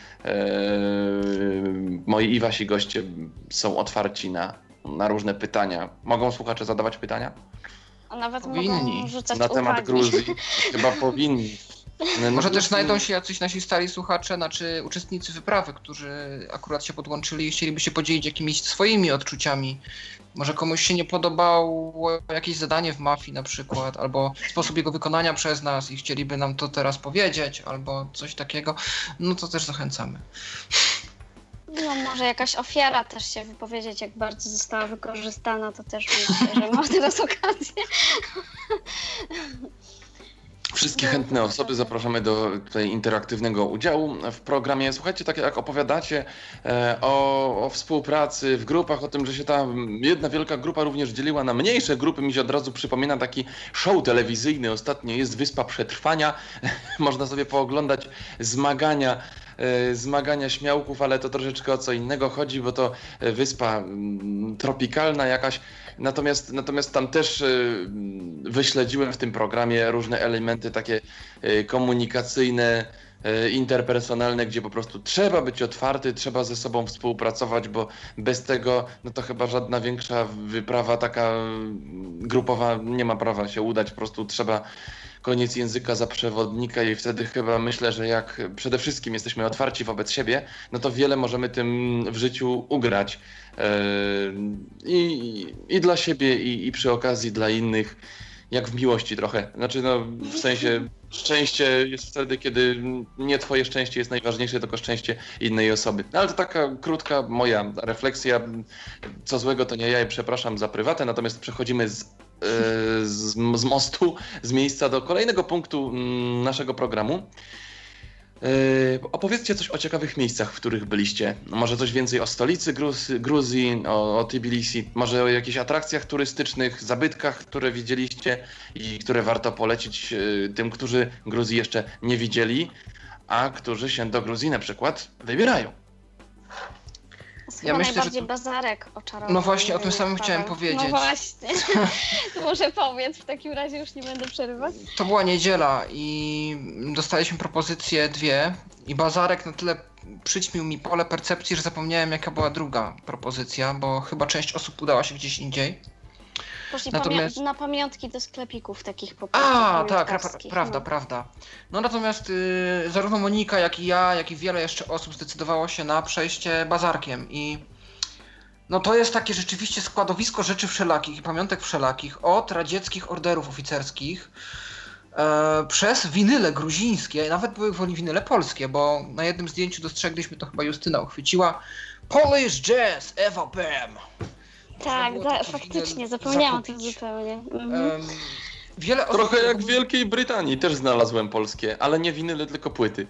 moi i wasi goście są otwarci na różne pytania. Mogą słuchacze zadawać pytania? A nawet Powinni. mogą rzucać Na temat uwagi. Gruzji chyba powinni. Może też znajdą się jacyś nasi stali słuchacze, znaczy uczestnicy wyprawy, którzy akurat się podłączyli i chcieliby się podzielić jakimiś swoimi odczuciami. Może komuś się nie podobało jakieś zadanie w mafii na przykład, albo sposób jego wykonania przez nas i chcieliby nam to teraz powiedzieć, albo coś takiego. No to też zachęcamy. No może jakaś ofiara też się wypowiedzieć, jak bardzo została wykorzystana, to też myślę, że ma teraz okazję. Wszystkie chętne osoby zapraszamy do tutaj interaktywnego udziału w programie. Słuchajcie, tak jak opowiadacie o współpracy w grupach, o tym, że się ta jedna wielka grupa również dzieliła na mniejsze grupy, mi się od razu przypomina taki show telewizyjny. Ostatnio jest Wyspa Przetrwania. Można sobie pooglądać zmagania śmiałków, ale to troszeczkę o co innego chodzi, bo to wyspa tropikalna jakaś. Natomiast tam też wyśledziłem w tym programie różne elementy takie komunikacyjne, interpersonalne, gdzie po prostu trzeba być otwarty, trzeba ze sobą współpracować, bo bez tego no to chyba żadna większa wyprawa taka grupowa nie ma prawa się udać, po prostu trzeba koniec języka za przewodnika i wtedy chyba myślę, że jak przede wszystkim jesteśmy otwarci wobec siebie, no to wiele możemy tym w życiu ugrać. I dla siebie, i przy okazji dla innych, jak w miłości trochę. Znaczy no w sensie szczęście jest wtedy, kiedy nie twoje szczęście jest najważniejsze, tylko szczęście innej osoby. No, ale to taka krótka moja refleksja. Co złego to nie ja i przepraszam za prywatę, natomiast przechodzimy z mostu, z miejsca do kolejnego punktu naszego programu. Opowiedzcie coś o ciekawych miejscach, w których byliście. Może coś więcej o stolicy Gruzji, o Tbilisi, może o jakichś atrakcjach turystycznych, zabytkach, które widzieliście i które warto polecić tym, którzy Gruzji jeszcze nie widzieli, a którzy się do Gruzji na przykład wybierają. Ja myślę, najbardziej że Bazarek oczarował. No właśnie, o tym samym chciałem powiedzieć. No właśnie. Może powiedz, w takim razie już nie będę przerywać. To była niedziela i dostaliśmy propozycje dwie i Bazarek na tyle przyćmił mi pole percepcji, że zapomniałem jaka była druga propozycja, bo chyba część osób udała się gdzieś indziej. Poszli Natomiast... na pamiątki do sklepików takich po prostu. Prawda. No natomiast zarówno Monika, jak i ja, jak i wiele jeszcze osób zdecydowało się na przejście Bazarkiem i no to jest takie rzeczywiście składowisko rzeczy wszelakich i pamiątek wszelakich, od radzieckich orderów oficerskich przez winyle gruzińskie, nawet były winyle polskie, bo na jednym zdjęciu dostrzegliśmy, to chyba Justyna uchwyciła, Polish Jazz, Eva Bam. Tak, faktycznie, zapomniałam to zupełnie. Wiele osób, trochę jak w Wielkiej Brytanii też znalazłem polskie, ale nie winyle, tylko płyty.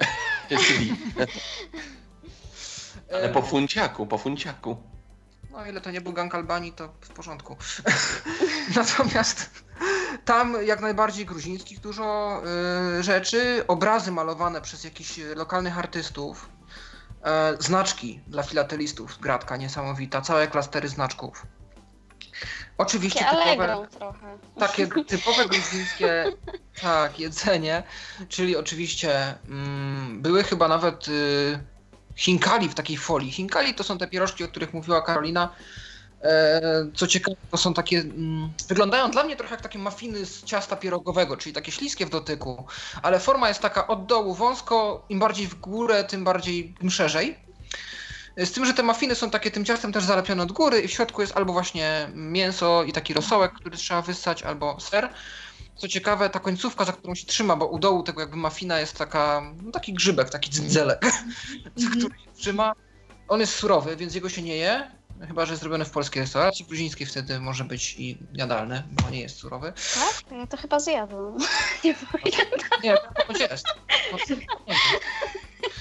Ale po funciaku. No ile to nie był gang Albanii, to w porządku. Natomiast tam jak najbardziej gruzińskich dużo rzeczy, obrazy malowane przez jakichś lokalnych artystów, znaczki dla filatelistów, gratka niesamowita, całe klastery znaczków. Oczywiście takie typowe gruzińskie jedzenie, czyli oczywiście były chyba nawet chinkali w takiej folii. Chinkali to są te pierożki, o których mówiła Karolina. Co ciekawe, to są takie, wyglądają dla mnie trochę jak takie muffiny z ciasta pierogowego, czyli takie śliskie w dotyku, ale forma jest taka od dołu wąsko, im bardziej w górę, tym szerzej. Z tym, że te muffiny są takie tym ciastem też zalepione od góry i w środku jest albo właśnie mięso i taki rosołek, który trzeba wyssać, albo ser. Co ciekawe, ta końcówka, za którą się trzyma, bo u dołu tego jakby muffina jest taki grzybek, taki dzyndzelek, za który się trzyma. On jest surowy, więc jego się nie je, chyba że jest zrobiony w polskiej restauracji gruzińskiej, wtedy może być i jadalny, bo nie jest surowy. Tak? Ja to chyba zjadłam. Nie pamiętam. Nie, to jest.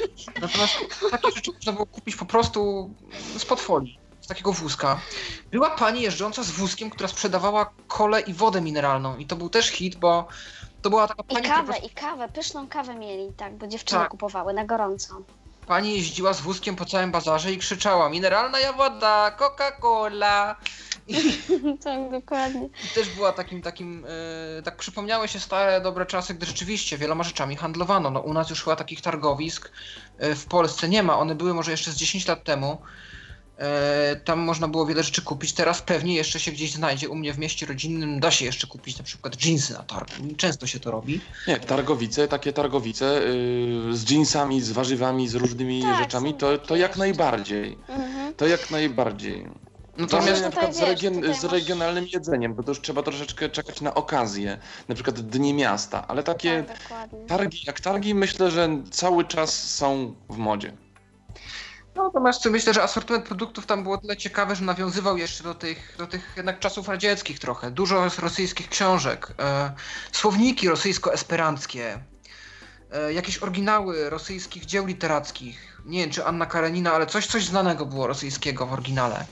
Natomiast takie rzeczy można było kupić po prostu spod folii, z takiego wózka. Była pani jeżdżąca z wózkiem, która sprzedawała kolę i wodę mineralną i to był też hit, bo to była taka pani... I kawę, pyszną kawę mieli, tak, bo dziewczyny Tak. kupowały na gorąco. Pani jeździła z wózkiem po całym bazarze i krzyczała: mineralna woda, Coca-Cola. Tak, dokładnie. I też była tak przypomniały się stare, dobre czasy, gdy rzeczywiście wieloma rzeczami handlowano. No, u nas już chyba takich targowisk w Polsce nie ma. One były może jeszcze z 10 lat temu. Tam można było wiele rzeczy kupić. Teraz pewnie jeszcze się gdzieś znajdzie. U mnie w mieście rodzinnym da się jeszcze kupić na przykład dżinsy na targu. I często się to robi. Nie, takie targowice z dżinsami, z warzywami, z różnymi Tak, rzeczami, są to takie jak jeszcze. najbardziej. To jak najbardziej. Natomiast Na tutaj przykład wiesz, tutaj z masz- regionalnym jedzeniem, bo to już trzeba troszeczkę czekać na okazję, na przykład dni miasta, ale takie Tak, dokładnie. targi jak targi myślę, że cały czas są w modzie. Natomiast myślę, że asortyment produktów tam było tyle ciekawe, że nawiązywał jeszcze do tych jednak czasów radzieckich trochę. Dużo rosyjskich książek, słowniki rosyjsko-esperanckie, jakieś oryginały rosyjskich dzieł literackich. Nie wiem, czy Anna Karenina, ale coś znanego było rosyjskiego w oryginale.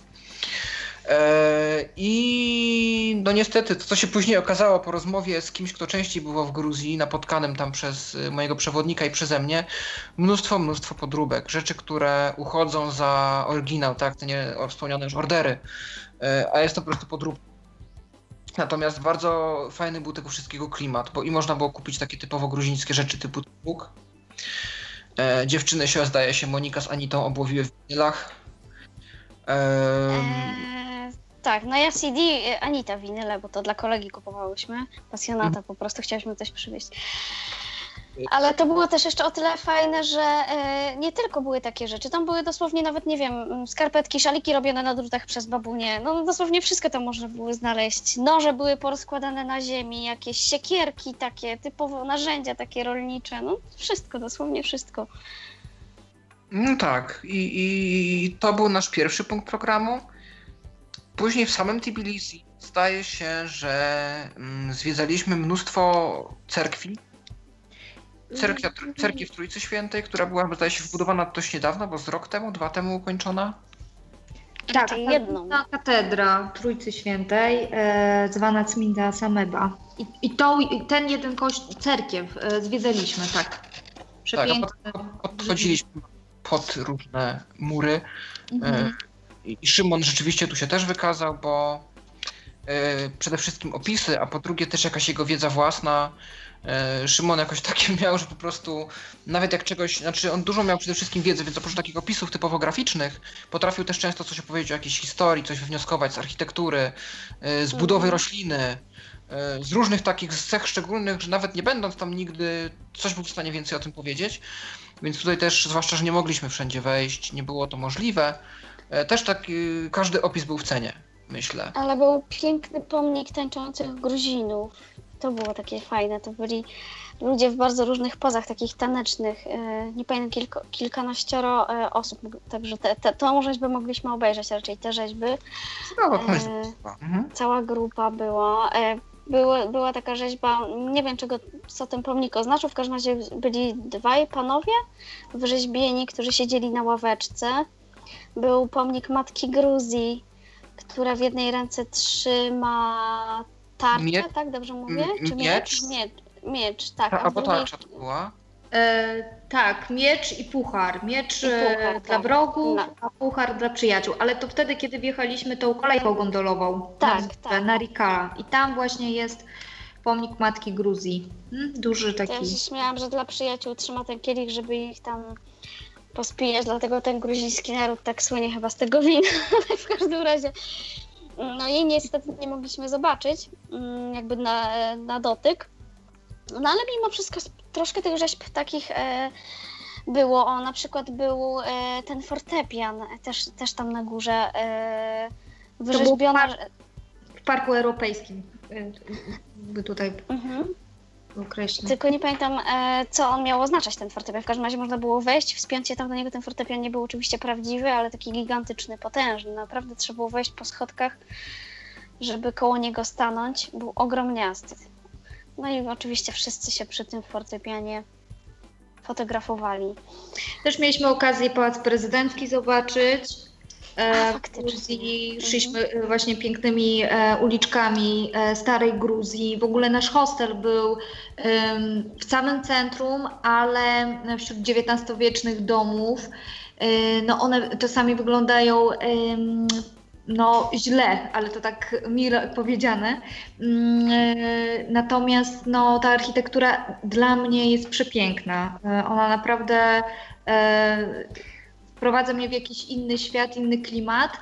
I no niestety, to co się później okazało po rozmowie z kimś, kto częściej było w Gruzji, napotkanym tam przez mojego przewodnika i przeze mnie, mnóstwo podróbek, rzeczy, które uchodzą za oryginał, tak, te nie wspomniane już ordery, a jest to po prostu podróbka. Natomiast bardzo fajny był tego wszystkiego klimat, bo i można było kupić takie typowo gruzińskie rzeczy typu tłuk. Dziewczyny się, zdaje się, Monika z Anitą obłowiły w winylach. Tak, no ja CD Anita winyle, bo to dla kolegi kupowałyśmy. Pasjonata, po prostu chciałyśmy coś przywieźć. Ale to było też jeszcze o tyle fajne, że nie tylko były takie rzeczy, tam były dosłownie nawet, nie wiem, skarpetki, szaliki robione na drutach przez babunię, no dosłownie wszystko tam można było znaleźć. Noże były porozkładane na ziemi, jakieś siekierki takie, typowo narzędzia takie rolnicze, no wszystko, dosłownie wszystko. No tak, i to był nasz pierwszy punkt programu. Później w samym Tbilisi zdaje się, że zwiedzaliśmy mnóstwo cerkwi. Cerkiew w Trójcy Świętej, która była, zdaje się, wbudowana dość niedawno, bo z rok temu, 2 temu ukończona. Tak, Czyli jedną. ta katedra Trójcy Świętej, zwana Cminda Sameba. I ten jeden cerkiew zwiedzaliśmy, tak. Przepiękny. Tak, a podchodziliśmy pod różne mury. I Szymon rzeczywiście tu się też wykazał, bo przede wszystkim opisy, a po drugie też jakaś jego wiedza własna. Szymon jakoś takie miał, że po prostu nawet jak czegoś, znaczy on dużo miał przede wszystkim wiedzy, więc oprócz takich opisów typowo graficznych potrafił też często coś opowiedzieć o jakiejś historii, coś wywnioskować z architektury, z budowy rośliny, z różnych takich cech szczególnych, że nawet nie będąc tam nigdy, coś był w stanie więcej o tym powiedzieć. Więc tutaj też, zwłaszcza, że nie mogliśmy wszędzie wejść, nie było to możliwe, też tak każdy opis był w cenie, myślę. Ale był piękny pomnik tańczących Gruzinów. To było takie fajne. To byli ludzie w bardzo różnych pozach, takich tanecznych. Nie pamiętam, kilkanaścioro osób. Także tą rzeźbę mogliśmy obejrzeć, raczej te rzeźby. Cała grupa była. Była taka rzeźba, nie wiem co ten pomnik oznaczył, w każdym razie byli dwaj panowie wyrzeźbieni, którzy siedzieli na ławeczce. Był pomnik Matki Gruzji, która w jednej ręce trzyma tarczę, tak? Dobrze mówię? Czy miecz? Miecz, tak. A bo tarcza to była? Tak, miecz i puchar. Miecz puchar, dla tak. wrogów, No. a puchar dla przyjaciół. Ale to wtedy, kiedy wjechaliśmy tą kolejką gondolową na Rikala. I tam właśnie jest pomnik Matki Gruzji. Duży taki. Ja się śmiałam, że dla przyjaciół trzyma ten kielich, żeby ich tam pospijać, dlatego ten gruziński naród tak słynie chyba z tego wina, ale w każdym razie no jej niestety nie mogliśmy zobaczyć jakby na dotyk, no ale mimo wszystko troszkę tych rzeźb takich było, na przykład był ten fortepian też tam na górze wyrzeźbiona. W Parku Europejskim by tutaj określić. Tylko nie pamiętam, co on miał oznaczać, ten fortepian. W każdym razie można było wejść, wspiąć się tam do niego. Ten fortepian nie był oczywiście prawdziwy, ale taki gigantyczny, potężny. Naprawdę trzeba było wejść po schodkach, żeby koło niego stanąć. Był ogromniasty. No i oczywiście wszyscy się przy tym fortepianie fotografowali. Też mieliśmy okazję Pałac Prezydencki zobaczyć. Faktycznie. W Gruzji szliśmy właśnie pięknymi uliczkami starej Gruzji. W ogóle nasz hostel był w samym centrum, ale wśród XIX-wiecznych domów. No one czasami wyglądają no źle, ale to tak mile powiedziane. Natomiast no, ta architektura dla mnie jest przepiękna. Ona naprawdę wprowadza mnie w jakiś inny świat, inny klimat.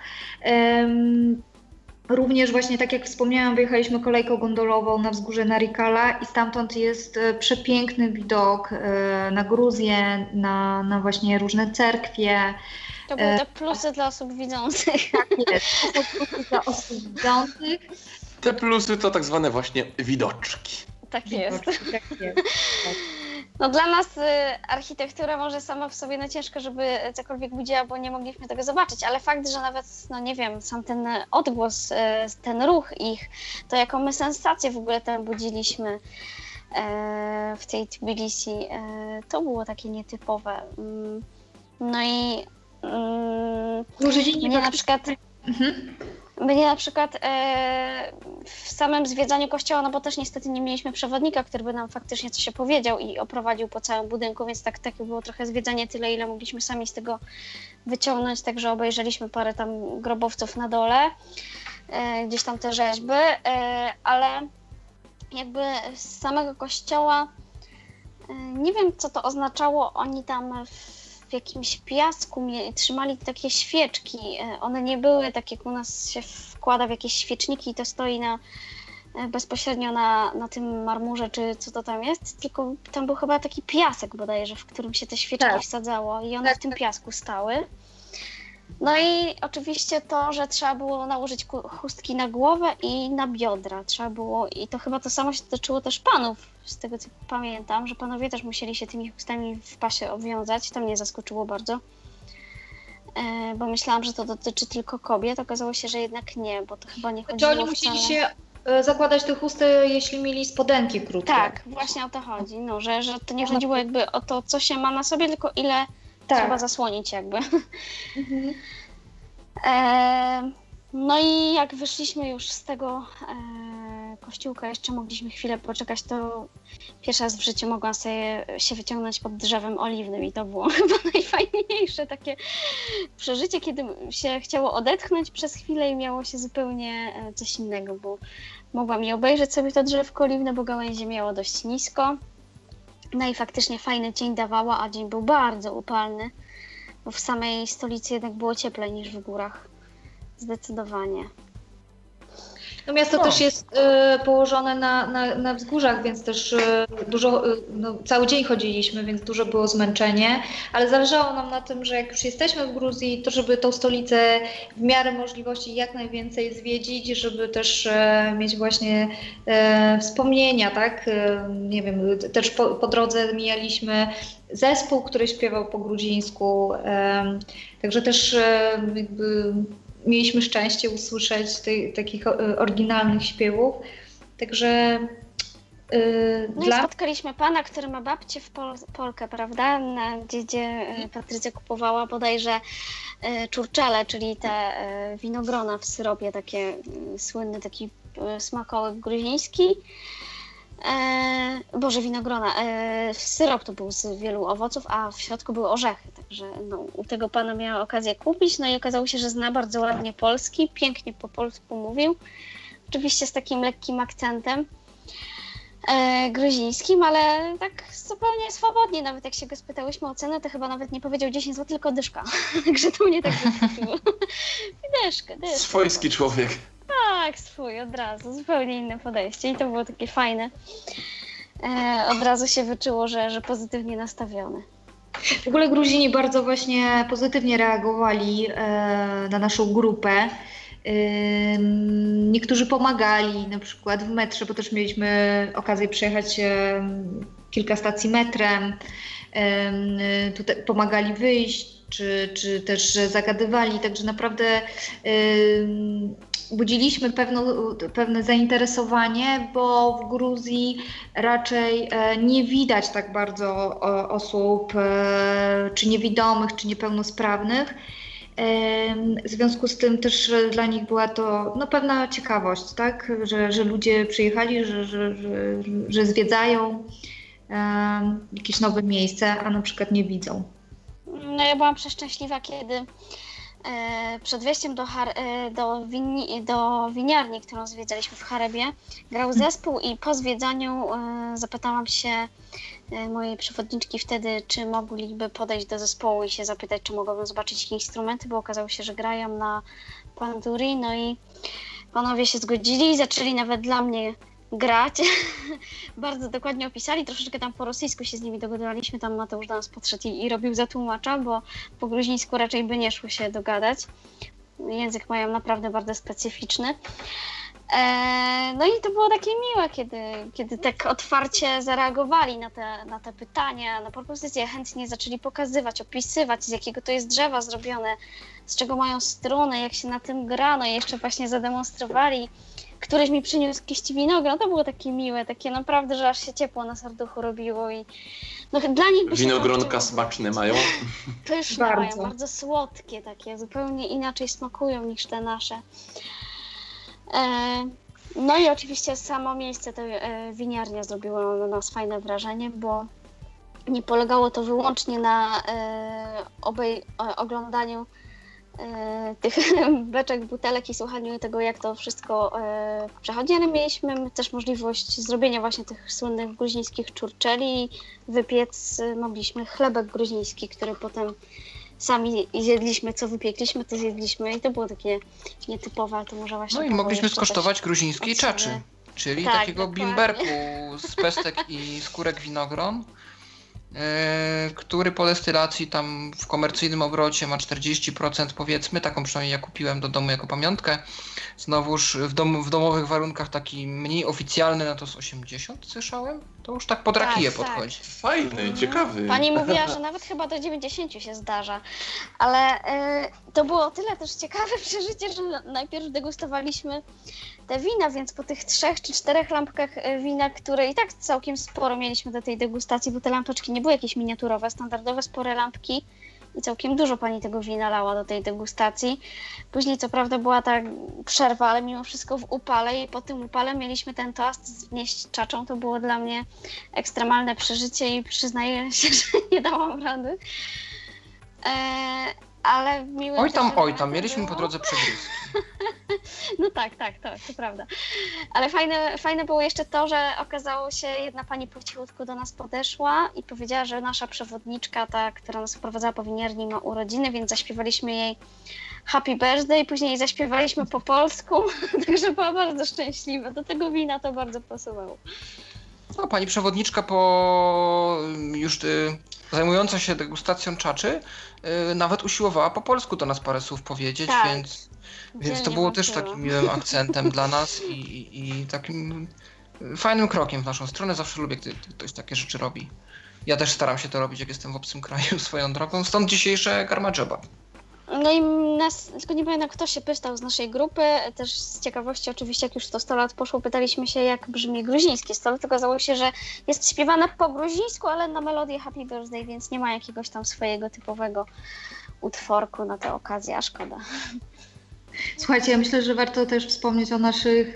Również właśnie, tak jak wspomniałam, wyjechaliśmy kolejką gondolową na wzgórze Narikala i stamtąd jest przepiękny widok na Gruzję, na właśnie różne cerkwie. To były te plusy dla osób widzących. Tak jest, to są plusy dla osób widzących. Te plusy to tak zwane właśnie widoczki. Tak jest. Tak jest. No dla nas architektura może sama w sobie no ciężko, żeby cokolwiek budziła, bo nie mogliśmy tego zobaczyć, ale fakt, że nawet, no nie wiem, sam ten odgłos, ten ruch ich, to jaką my sensację w ogóle tam budziliśmy w tej Tbilisi, to było takie nietypowe. No i mnie na przykład... Mnie na przykład w samym zwiedzaniu kościoła, no bo też niestety nie mieliśmy przewodnika, który by nam faktycznie coś opowiedział i oprowadził po całym budynku, więc takie było trochę zwiedzanie tyle, ile mogliśmy sami z tego wyciągnąć, także obejrzeliśmy parę tam grobowców na dole, gdzieś tam te rzeźby, ale jakby z samego kościoła nie wiem, co to oznaczało, oni tam w jakimś piasku trzymali takie świeczki. One nie były tak, jak u nas się wkłada w jakieś świeczniki i to stoi bezpośrednio na tym marmurze, czy co to tam jest, tylko tam był chyba taki piasek bodajże, w którym się te świeczki wsadzało i one w tym piasku stały. No i oczywiście to, że trzeba było nałożyć chustki na głowę i na biodra. Trzeba było, i to chyba to samo się dotyczyło też panów, z tego co pamiętam, że panowie też musieli się tymi chustami w pasie obwiązać. To mnie zaskoczyło bardzo, bo myślałam, że to dotyczy tylko kobiet. Okazało się, że jednak nie, bo to chyba nie chodziło Czy oni musieli się zakładać te chusty, jeśli mieli spodenki krótkie? Tak, właśnie o to chodzi, no, że to nie chodziło jakby o to, co się ma na sobie, tylko ile trzeba zasłonić jakby. No i jak wyszliśmy już z tego kościółka, jeszcze mogliśmy chwilę poczekać, to pierwszy raz w życiu mogłam sobie się wyciągnąć pod drzewem oliwnym i to było chyba najfajniejsze takie przeżycie, kiedy się chciało odetchnąć przez chwilę i miało się zupełnie coś innego, bo mogłam i obejrzeć sobie to drzewko oliwne, bo gałęzie miało dość nisko. No i faktycznie fajny cień dawała, a dzień był bardzo upalny, bo w samej stolicy jednak było cieplej niż w górach. Zdecydowanie. No miasto też jest położone na wzgórzach, więc też dużo, cały dzień chodziliśmy, więc dużo było zmęczenie, ale zależało nam na tym, że jak już jesteśmy w Gruzji, to żeby tą stolicę w miarę możliwości jak najwięcej zwiedzić, żeby też mieć właśnie wspomnienia, tak? Nie wiem, też po drodze mijaliśmy zespół, który śpiewał po gruzińsku, także też jakby mieliśmy szczęście usłyszeć takich oryginalnych śpiewów, także i spotkaliśmy pana, który ma babcię w Polkę, prawda, gdzie Patrycja kupowała bodajże czurczele, czyli te winogrona w syropie, takie słynny taki smakołyk gruziński. Winogrona. Syrop to był z wielu owoców, a w środku były orzechy, także no, u tego pana miała okazję kupić, no i okazało się, że zna bardzo ładnie polski, pięknie po polsku mówił, oczywiście z takim lekkim akcentem gruzińskim, ale tak zupełnie swobodnie, nawet jak się go spytałyśmy o cenę, to chyba nawet nie powiedział 10 zł, tylko dyszka, także to mnie tak zaskoczyło. Dyszka. Swojski człowiek. Tak, swój, od razu, zupełnie inne podejście i to było takie fajne. Od razu się wyczuło, że pozytywnie nastawiony. W ogóle Gruzini bardzo właśnie pozytywnie reagowali na naszą grupę. Niektórzy pomagali, na przykład w metrze, bo też mieliśmy okazję przejechać kilka stacji metrem. Tutaj pomagali wyjść, czy też zagadywali, także naprawdę budziliśmy pewne zainteresowanie, bo w Gruzji raczej nie widać tak bardzo osób czy niewidomych, czy niepełnosprawnych. W związku z tym też dla nich była to pewna ciekawość, tak? Że ludzie przyjechali, że zwiedzają jakieś nowe miejsce, a na przykład nie widzą. No ja byłam przeszczęśliwa, kiedy przed wejściem do winiarni, którą zwiedzaliśmy w Charebie, grał zespół i po zwiedzaniu zapytałam się mojej przewodniczki wtedy, czy mogliby podejść do zespołu i się zapytać, czy mogłabym zobaczyć ich instrumenty, bo okazało się, że grają na banduri, no i panowie się zgodzili i zaczęli nawet dla mnie grać. Bardzo dokładnie opisali, troszeczkę tam po rosyjsku się z nimi dogadaliśmy, tam Mateusz do nas podszedł i robił za tłumacza, bo po gruzińsku raczej by nie szło się dogadać. Język mają naprawdę bardzo specyficzny. No i to było takie miłe, kiedy tak otwarcie zareagowali na te pytania, na propozycje, chętnie zaczęli pokazywać, opisywać, z jakiego to jest drzewa zrobione, z czego mają struny, jak się na tym gra, no i jeszcze właśnie zademonstrowali. Któryś mi przyniósł kiści winogron, to było takie miłe, takie naprawdę, że aż się ciepło na serduchu robiło i no dla nich by się winogronka smaczne mają? Pyszne mają, bardzo słodkie takie, zupełnie inaczej smakują niż te nasze. No i oczywiście samo miejsce tej winiarnia zrobiło na nas fajne wrażenie, bo nie polegało to wyłącznie na oglądaniu tych beczek, butelek i słuchaniu tego, jak to wszystko przechodzi, ale mieliśmy też możliwość zrobienia właśnie tych słynnych gruzińskich czurczeli. Wypiec mogliśmy chlebek gruziński, który potem sami zjedliśmy, co wypiekliśmy, to zjedliśmy i to było takie nietypowe, ale to może właśnie... No i mogliśmy skosztować gruzińskiej czaczy, czyli tak, takiego dokładnie. bimberku z pestek i skórek winogron, który po destylacji tam w komercyjnym obrocie ma 40% powiedzmy, taką przynajmniej ja kupiłem do domu jako pamiątkę. Znowuż w domowych warunkach taki mniej oficjalny, no to z 80 słyszałem? To już tak pod rakiję podchodzi. Fajny, ciekawy. Pani mówiła, że nawet chyba do 90 się zdarza, ale to było o tyle też ciekawe przeżycie, że najpierw degustowaliśmy te wina, więc po tych 3 czy 4 lampkach wina, które i tak całkiem sporo mieliśmy do tej degustacji, bo te lampeczki nie były jakieś miniaturowe, standardowe, spore lampki i całkiem dużo pani tego wina lała do tej degustacji. Później co prawda była ta przerwa, ale mimo wszystko w upale i po tym upale mieliśmy ten toast znieść czaczą. To było dla mnie ekstremalne przeżycie i przyznaję się, że nie dałam rady. Ale miłe Oj tam, mieliśmy po drodze przegryzki. No tak, to prawda. Ale fajne było jeszcze to, że okazało się, jedna pani po cichutku do nas podeszła i powiedziała, że nasza przewodniczka, ta, która nas prowadzała po winiarni, ma urodziny, więc zaśpiewaliśmy jej Happy Birthday, później zaśpiewaliśmy po polsku, także była bardzo szczęśliwa. Do tego wina to bardzo pasowało. No, pani przewodniczka już zajmująca się degustacją czaczy nawet usiłowała po polsku do nas parę słów powiedzieć, tak. Więc to było też takim miłym akcentem dla nas i takim fajnym krokiem w naszą stronę. Zawsze lubię, gdy ktoś takie rzeczy robi. Ja też staram się to robić, jak jestem w obcym kraju swoją drogą. Stąd dzisiejsze garmadżoba. No i tylko nie pamiętam, kto się pytał z naszej grupy, też z ciekawości oczywiście, jak już to 100 lat poszło, pytaliśmy się, jak brzmi gruziński stolet, okazało się, że jest śpiewane po gruzińsku, ale na melodię Happy Birthday, więc nie ma jakiegoś tam swojego typowego utworku na tę okazję, a szkoda. Słuchajcie, ja myślę, że warto też wspomnieć o naszych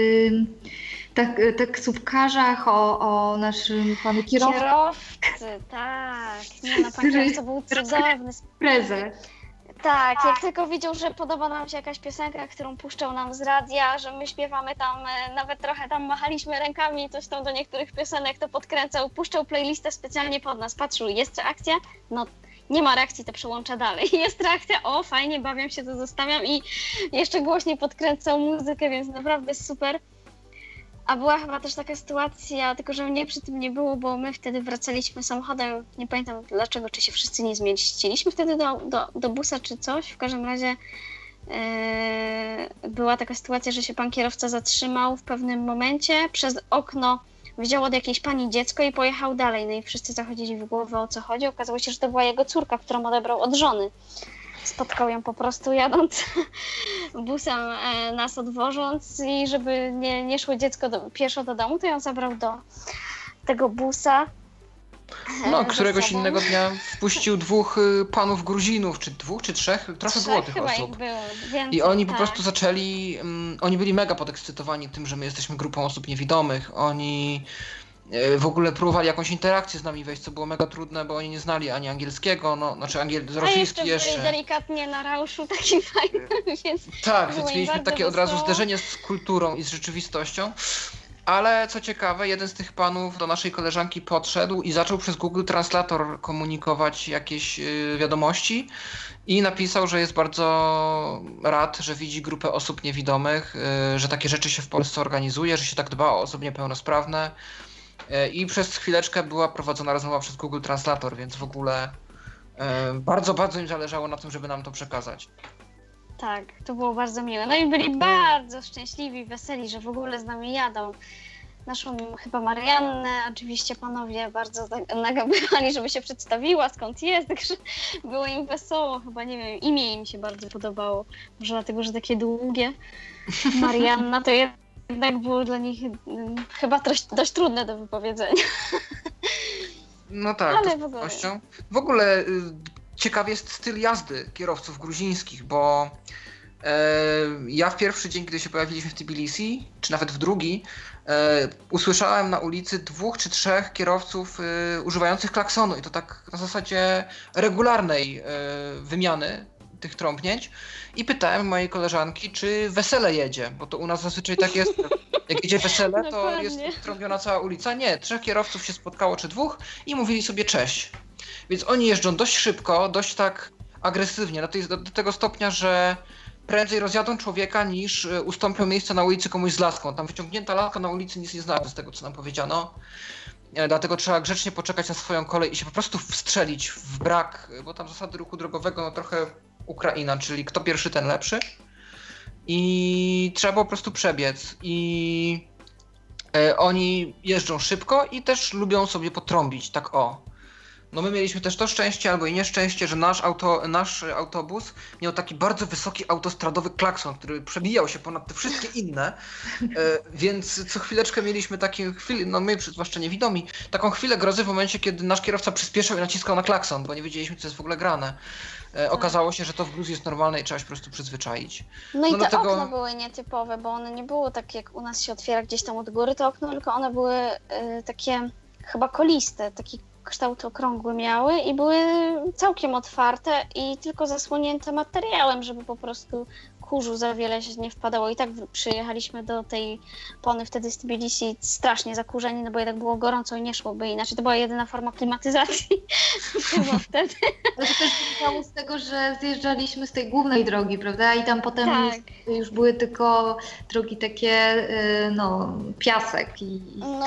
taksówkarzach, o naszym panu kierowcy. Kierowcy, tak. Nie, no, pan kierowca był cudowny. Prezes. Tak, jak tylko widział, że podoba nam się jakaś piosenka, którą puszczał nam z radia, że my śpiewamy tam, nawet trochę tam machaliśmy rękami, coś tam do niektórych piosenek to podkręcał, puszczał playlistę specjalnie pod nas, patrzył, jest reakcja? No nie ma reakcji, to przełącza dalej. Jest reakcja, o fajnie, bawię się, to zostawiam i jeszcze głośniej podkręcał muzykę, więc naprawdę super. A była chyba też taka sytuacja, tylko że mnie przy tym nie było, bo my wtedy wracaliśmy samochodem, nie pamiętam dlaczego, czy się wszyscy nie zmieściliśmy wtedy do busa czy coś, w każdym razie była taka sytuacja, że się pan kierowca zatrzymał w pewnym momencie, przez okno wziął od jakiejś pani dziecko i pojechał dalej, no i wszyscy zachodzili w głowę, o co chodzi, okazało się, że to była jego córka, którą odebrał od żony. spotkał ją po prostu jadąc busem, nas odwożąc i żeby nie szło dziecko pieszo do domu, to ją zabrał do tego busa. No, któregoś innego dnia wpuścił 2 panów Gruzinów, czy 2, czy 3, trochę było tych chyba osób. ich było więcej, I oni po tak. prostu zaczęli, oni byli mega podekscytowani tym, że my jesteśmy grupą osób niewidomych. Oni w ogóle próbowali jakąś interakcję z nami wejść, co było mega trudne, bo oni nie znali ani angielskiego, rosyjski jeszcze. Byli delikatnie na rauszu, taki fajny, więc tak, było więc im mieliśmy bardzo takie od razu wesoło. zderzenie z kulturą i z rzeczywistością. Ale co ciekawe, jeden z tych panów do naszej koleżanki podszedł i zaczął przez Google Translator komunikować jakieś wiadomości i napisał, że jest bardzo rad, że widzi grupę osób niewidomych, że takie rzeczy się w Polsce organizuje, że się tak dba o osoby niepełnosprawne i przez chwileczkę była prowadzona rozmowa przez Google Translator, więc w ogóle bardzo, bardzo im zależało na tym, żeby nam to przekazać. Tak, to było bardzo miłe. No i byli bardzo szczęśliwi, weseli, że w ogóle z nami jadą. Naszą chyba Mariannę, oczywiście panowie bardzo nagabywali, żeby się przedstawiła, skąd jest, także było im wesoło. Chyba, nie wiem, imię im się bardzo podobało. Może dlatego, że takie długie. Marianna to jednak było dla nich chyba dość trudne do wypowiedzenia. No tak, ale to z pewnością. W ogóle ciekawy jest styl jazdy kierowców gruzińskich, bo ja w pierwszy dzień, kiedy się pojawiliśmy w Tbilisi, czy nawet w drugi, usłyszałem na ulicy 2 czy 3 kierowców używających klaksonu i to tak na zasadzie regularnej wymiany tych trąbnięć i pytałem mojej koleżanki, czy wesele jedzie, bo to u nas zazwyczaj tak jest, jak jedzie wesele, to jest trąbiona cała ulica. Nie, 3 kierowców się spotkało, czy 2 i mówili sobie cześć. Więc oni jeżdżą dość szybko, dość tak agresywnie, do tego stopnia, że prędzej rozjadą człowieka niż ustąpią miejsca na ulicy komuś z laską. Tam wyciągnięta laska na ulicy nic nie znaczy z tego, co nam powiedziano. Dlatego trzeba grzecznie poczekać na swoją kolej i się po prostu wstrzelić w brak, bo tam zasady ruchu drogowego no trochę Ukraina, czyli kto pierwszy, ten lepszy. I trzeba po prostu przebiec. I oni jeżdżą szybko i też lubią sobie potrąbić, tak o. No my mieliśmy też to szczęście albo i nieszczęście, że nasz autobus miał taki bardzo wysoki autostradowy klakson, który przebijał się ponad te wszystkie inne, więc co chwileczkę mieliśmy takie chwile, no my zwłaszcza niewidomi, taką chwilę grozy w momencie, kiedy nasz kierowca przyspieszał i naciskał na klakson, bo nie wiedzieliśmy, co jest w ogóle grane. Okazało się, że to w Gruzji jest normalne i trzeba się po prostu przyzwyczaić. No i te okna były nietypowe, bo one nie były tak, jak u nas się otwiera gdzieś tam od góry to okno, tylko one były takie chyba koliste, taki kształt okrągły miały i były całkiem otwarte i tylko zasłonięte materiałem, żeby po prostu kurzu za wiele się nie wpadało. I tak przyjechaliśmy do tej Pony wtedy z Tbilisi strasznie zakurzeni, no bo jednak było gorąco i nie szłoby inaczej. To była jedyna forma klimatyzacji chyba wtedy. Ale to też wynikało z tego, że zjeżdżaliśmy z tej głównej drogi, prawda? I tam potem tak. już były tylko drogi takie, no, piasek. No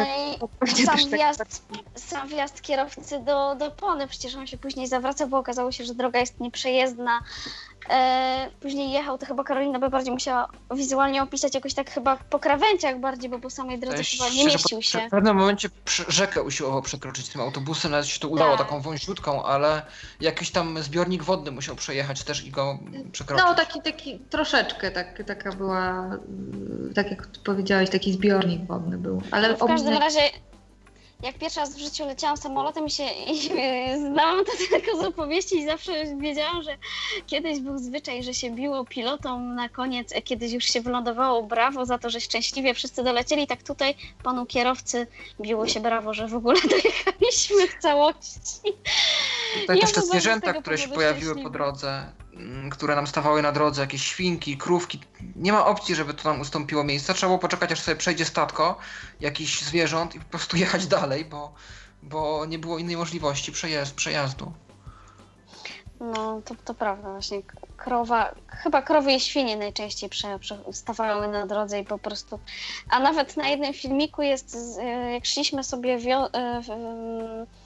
sam wjazd kierowcy do Pony, przecież on się później zawraca, bo okazało się, że droga jest nieprzejezdna. Później jechał, to chyba Karolina by bardziej musiała wizualnie opisać jakoś tak chyba po krawędziach bardziej, bo po samej drodze chyba nie mieścił się. W pewnym momencie rzekę usiłował przekroczyć tym autobusem, nawet się to udało taką wąziutką, ale jakiś tam zbiornik wodny musiał przejechać też i go przekroczyć. No taki troszeczkę, taka była, tak jak powiedziałeś, taki zbiornik wodny był. Ale w każdym razie jak pierwszy raz w życiu leciałam samolotem i znałam to tylko z opowieści i zawsze wiedziałam, że kiedyś był zwyczaj, że się biło pilotom na koniec, kiedyś już się wylądowało brawo za to, że szczęśliwie wszyscy dolecieli, tak tutaj panu kierowcy biło się brawo, że w ogóle dojechaliśmy w całości. Tutaj też te zwierzęta, które się pojawiły po drodze, które nam stawały na drodze, jakieś świnki, krówki. Nie ma opcji, żeby to nam ustąpiło miejsca. Trzeba było poczekać, aż sobie przejdzie statko jakichś zwierząt i po prostu jechać dalej, bo nie było innej możliwości przejazdu. No, to prawda, właśnie chyba krowy i świnie najczęściej stawały na drodze i po prostu, a nawet na jednym filmiku jest, jak szliśmy sobie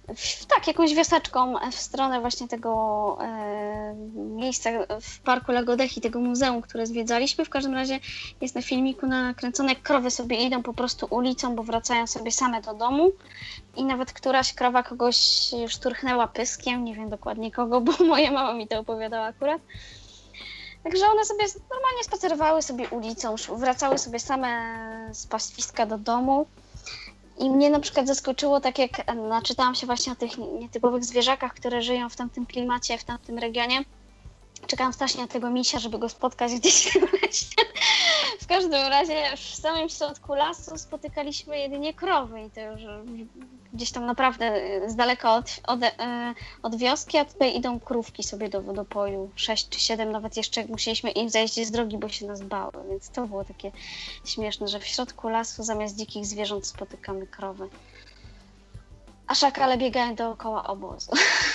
jakąś wioseczką w stronę właśnie tego miejsca w parku Lagodech i tego muzeum, które zwiedzaliśmy. W każdym razie jest na filmiku nakręcone, jak krowy sobie idą po prostu ulicą, bo wracają sobie same do domu i nawet któraś krowa kogoś szturchnęła pyskiem, nie wiem dokładnie kogo, bo moja mama mi to opowiadała akurat. Także one sobie normalnie spacerowały sobie ulicą, wracały sobie same z pastwiska do domu. I mnie na przykład zaskoczyło, tak jak naczytałam się właśnie o tych nietypowych zwierzakach, które żyją w tamtym klimacie, w tamtym regionie. Czekałam strasznie na tego misia, żeby go spotkać gdzieś w tym lesie. W każdym razie w samym środku lasu spotykaliśmy jedynie krowy i to już gdzieś tam naprawdę z daleka od wioski, a tutaj idą krówki sobie do wodopoju, 6 czy 7, nawet jeszcze musieliśmy im zejść z drogi, bo się nas bały, więc to było takie śmieszne, że w środku lasu zamiast dzikich zwierząt spotykamy krowy. A szakale biegają dookoła obozu.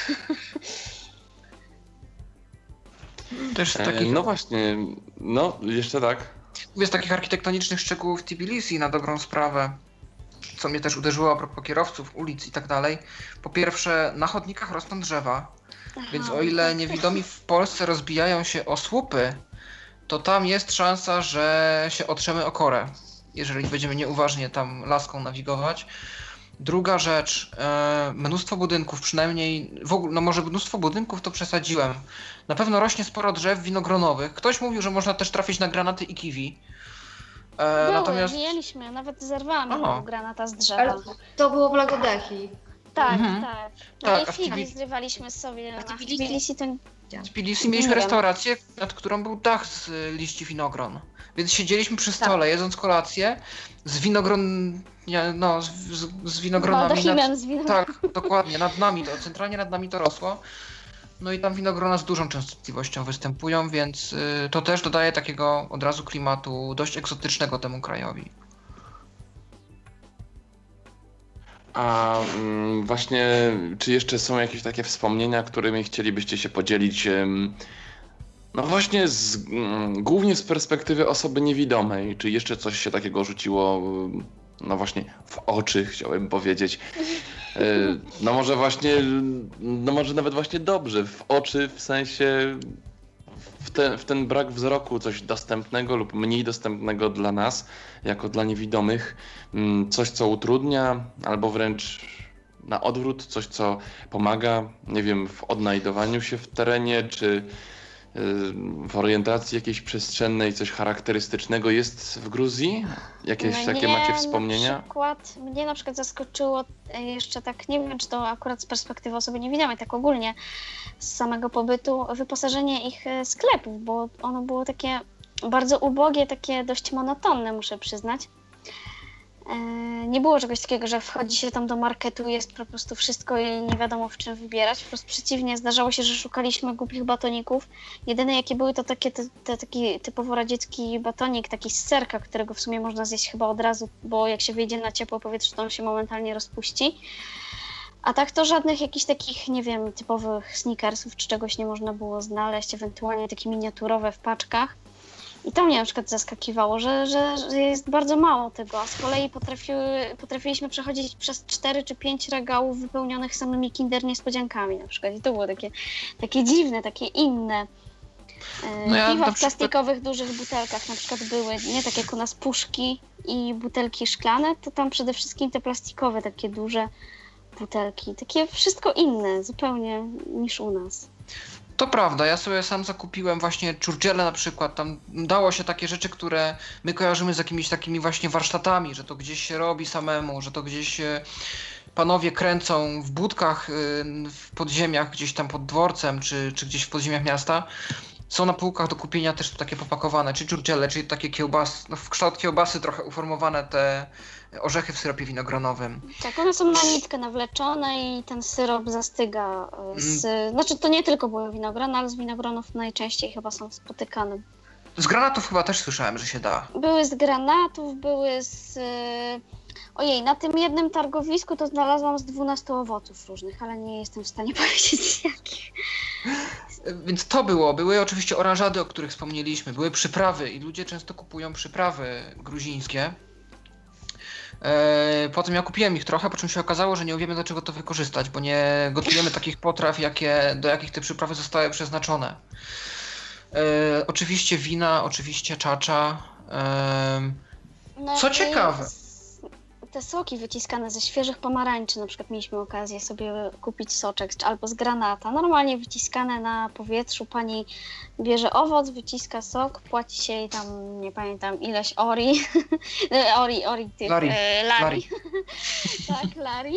Też takich... No właśnie, jeszcze tak. Mówię z takich architektonicznych szczegółów Tbilisi na dobrą sprawę, co mnie też uderzyło a propos kierowców, ulic i tak dalej. Po pierwsze, na chodnikach rosną drzewa, więc o ile niewidomi w Polsce rozbijają się o słupy, to tam jest szansa, że się otrzemy o korę, jeżeli będziemy nieuważnie tam laską nawigować. Druga rzecz, mnóstwo budynków, przynajmniej, w ogóle, no może mnóstwo budynków to przesadziłem. Na pewno rośnie sporo drzew winogronowych. Ktoś mówił, że można też trafić na granaty i kiwi. Natomiast mieliśmy, nawet zerwałam jednego granata z drzewa. Ale to było w Lagodehi. Tak. Tak, No i figi zrywaliśmy sobie. W Tbilisi to... W Tbilisi mieliśmy restaurację, nad którą był dach z liści winogron. Więc siedzieliśmy przy stole, jedząc kolację z winogronami. Baldachimem z winogron. Tak, dokładnie, nad nami to, centralnie nad nami to rosło. No i tam winogrona z dużą częstotliwością występują, więc to też dodaje takiego od razu klimatu dość egzotycznego temu krajowi. A właśnie, czy jeszcze są jakieś takie wspomnienia, którymi chcielibyście się podzielić? No właśnie, głównie z perspektywy osoby niewidomej. Czy jeszcze coś się takiego rzuciło, no właśnie, w oczy, chciałem powiedzieć. No może właśnie, no może nawet właśnie dobrze, w oczy, w sensie w ten brak wzroku, coś dostępnego lub mniej dostępnego dla nas, jako dla niewidomych, coś co utrudnia, albo wręcz na odwrót, coś co pomaga, nie wiem, w odnajdowaniu się w terenie, czy w orientacji jakiejś przestrzennej, coś charakterystycznego jest w Gruzji? Jakieś takie macie wspomnienia? Mnie na przykład zaskoczyło jeszcze tak, nie wiem czy to akurat z perspektywy osoby niewidomej, tak ogólnie z samego pobytu, wyposażenie ich sklepów, bo ono było takie bardzo ubogie, takie dość monotonne, muszę przyznać. Nie było czegoś takiego, że wchodzi się tam do marketu, jest po prostu wszystko i nie wiadomo w czym wybierać. Wprost przeciwnie, zdarzało się, że szukaliśmy głupich batoników. Jedyne jakie były to taki typowo radziecki batonik, taki z serka, którego w sumie można zjeść chyba od razu, bo jak się wyjdzie na ciepłe powietrze, to on się momentalnie rozpuści. A tak to żadnych jakichś takich, nie wiem, typowych sneakersów czy czegoś nie można było znaleźć, ewentualnie takie miniaturowe w paczkach. I to mnie na przykład zaskakiwało, że jest bardzo mało tego, a z kolei potrafiliśmy przechodzić przez 4 czy 5 regałów wypełnionych samymi Kinder niespodziankami na przykład. I to było takie dziwne, takie inne. Piwa w plastikowych dużych butelkach na przykład były, nie tak jak u nas puszki i butelki szklane, to tam przede wszystkim te plastikowe takie duże butelki, takie wszystko inne zupełnie niż u nas. To prawda, ja sobie sam zakupiłem właśnie czurdziele na przykład, tam dało się takie rzeczy, które my kojarzymy z jakimiś takimi właśnie warsztatami, że to gdzieś się robi samemu, że to gdzieś panowie kręcą w budkach w podziemiach, gdzieś tam pod dworcem, czy gdzieś w podziemiach miasta. Są na półkach do kupienia też takie popakowane, czy czurdziele, czyli takie kiełbasy, no w kształt kiełbasy trochę uformowane te orzechy w syropie winogronowym. Tak, one są na nitkę nawleczone i ten syrop zastyga. Znaczy to nie tylko były winogrona, ale z winogronów najczęściej chyba są spotykane. Z granatów chyba też słyszałem, że się da. Były z granatów, były z... Ojej, na tym jednym targowisku to znalazłam z 12 owoców różnych, ale nie jestem w stanie powiedzieć z jakich. Więc to były oczywiście oranżady, o których wspomnieliśmy, były przyprawy i ludzie często kupują przyprawy gruzińskie. Potem ja kupiłem ich trochę, po czym się okazało, że nie wiemy do czego to wykorzystać, bo nie gotujemy takich potraw, do jakich te przyprawy zostały przeznaczone. Oczywiście wina, oczywiście czacza. Co ciekawe. Te soki wyciskane ze świeżych pomarańczy, na przykład mieliśmy okazję sobie kupić soczek albo z granata, normalnie wyciskane na powietrzu. Pani bierze owoc, wyciska sok, płaci się jej tam, nie pamiętam ileś ori, lari. Tak, lari.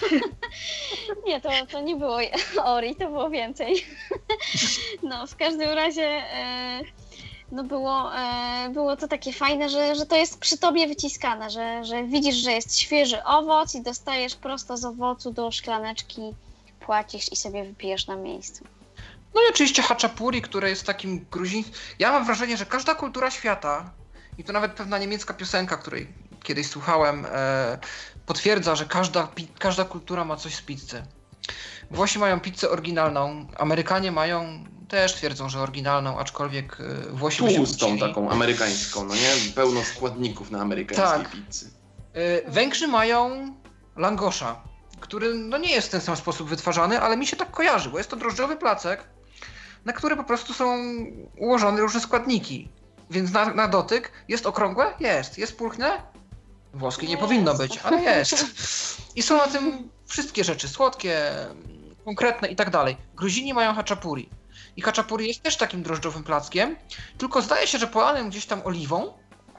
Nie, to nie było ori, to było więcej. No, w każdym razie... No było to takie fajne, że to jest przy tobie wyciskane, że widzisz, że jest świeży owoc i dostajesz prosto z owocu do szklaneczki, płacisz i sobie wypijesz na miejscu. No i oczywiście haczapuri, które jest takim gruzińskim... Ja mam wrażenie, że każda kultura świata, i to nawet pewna niemiecka piosenka, której kiedyś słuchałem, potwierdza, że każda kultura ma coś z pizzy. Włosi mają pizzę oryginalną, Amerykanie też twierdzą, że oryginalną, aczkolwiek Włosi by się tłustą taką amerykańską, no nie? Pełno składników na amerykańskiej pizzy. Węgrzy mają langosza, który no nie jest w ten sam sposób wytwarzany, ale mi się tak kojarzy, bo jest to drożdżowy placek, na który po prostu są ułożone różne składniki. Więc na dotyk jest okrągłe? Jest. Jest pulchne? Włoskie nie powinno być, ale jest. I są na tym wszystkie rzeczy, słodkie, konkretne i tak dalej. Gruzini mają haczapuri. I haczapuri jest też takim drożdżowym plackiem, tylko zdaje się, że polanym gdzieś tam oliwą.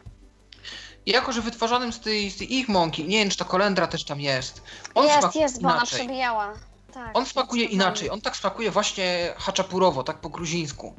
I jako, że wytwarzanym z tej ich mąki, nie wiem, czy to kolendra też tam jest. Jest, bo ona przebijała. Tak, on smakuje inaczej, on tak smakuje właśnie haczapurowo, tak po gruzińsku.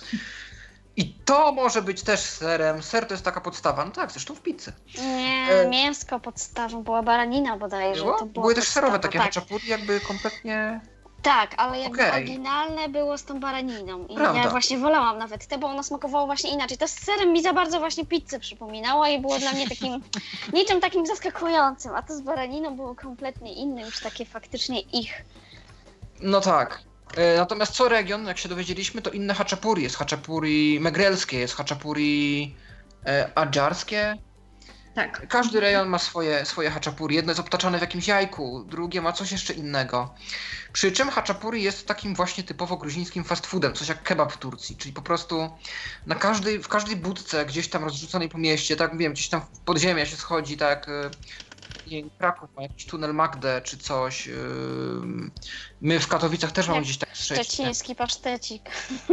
I to może być też serem. Ser to jest taka podstawa, no tak, zresztą w pizzy. Nie, mięsko podstawą, była baranina bodajże. Były też serowe takie haczapuri, jakby kompletnie... Tak, ale jakby oryginalne było z tą baraniną. I ja właśnie wolałam nawet te, bo ono smakowało właśnie inaczej. To z serem mi za bardzo właśnie pizzę przypominało i było dla mnie takim niczym takim zaskakującym, a to z baraniną było kompletnie inne, już takie faktycznie ich. No tak. Natomiast co region, jak się dowiedzieliśmy, to inne haczapuri. Jest haczapuri megrelskie, jest haczapuri adżarskie. Tak. Każdy rejon ma swoje haczapuri. Jedno jest obtaczane w jakimś jajku, drugie ma coś jeszcze innego. Przy czym haczapuri jest takim właśnie typowo gruzińskim fast foodem, coś jak kebab w Turcji, czyli po prostu w każdej budce gdzieś tam rozrzuconej po mieście, tak wiem, gdzieś tam w podziemia się schodzi, tak Kraków ma jakiś tunel Magdę czy coś. My w Katowicach też mamy gdzieś tak szczeciński pasztecik.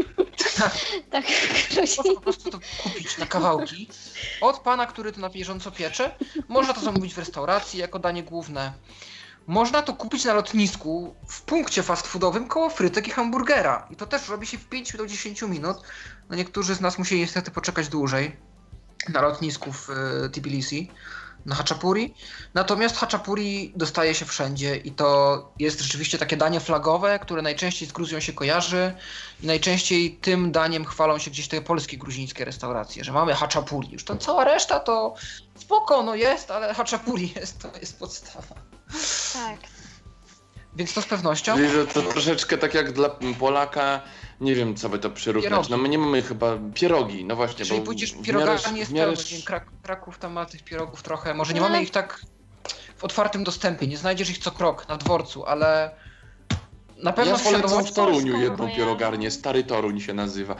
Tak. Można po prostu to kupić na kawałki od pana, który to na bieżąco piecze. Można to zamówić w restauracji jako danie główne. Można to kupić na lotnisku w punkcie fast foodowym koło frytek i hamburgera. I to też robi się w 5 do 10 minut. No niektórzy z nas musieli niestety poczekać dłużej na lotnisku w Tbilisi na haczapuri. Natomiast haczapuri dostaje się wszędzie i to jest rzeczywiście takie danie flagowe, które najczęściej z Gruzją się kojarzy i najczęściej tym daniem chwalą się gdzieś te polskie gruzińskie restauracje, że mamy haczapuri. Już to cała reszta to spoko, no jest, ale haczapuri to jest podstawa. Tak. Więc to z pewnością. Czyli, że to troszeczkę tak jak dla Polaka, nie wiem co by to przyrównać, pierogi. No my nie mamy chyba pierogi, no właśnie. Czyli pójdziesz pierogami jest pełno, Kraków tam ma tych pierogów trochę, może nie mamy ich tak w otwartym dostępie, nie znajdziesz ich co krok na dworcu, ale na pewno ja polecam w Toruniu jedną pierogarnię, Stary Toruń się nazywa.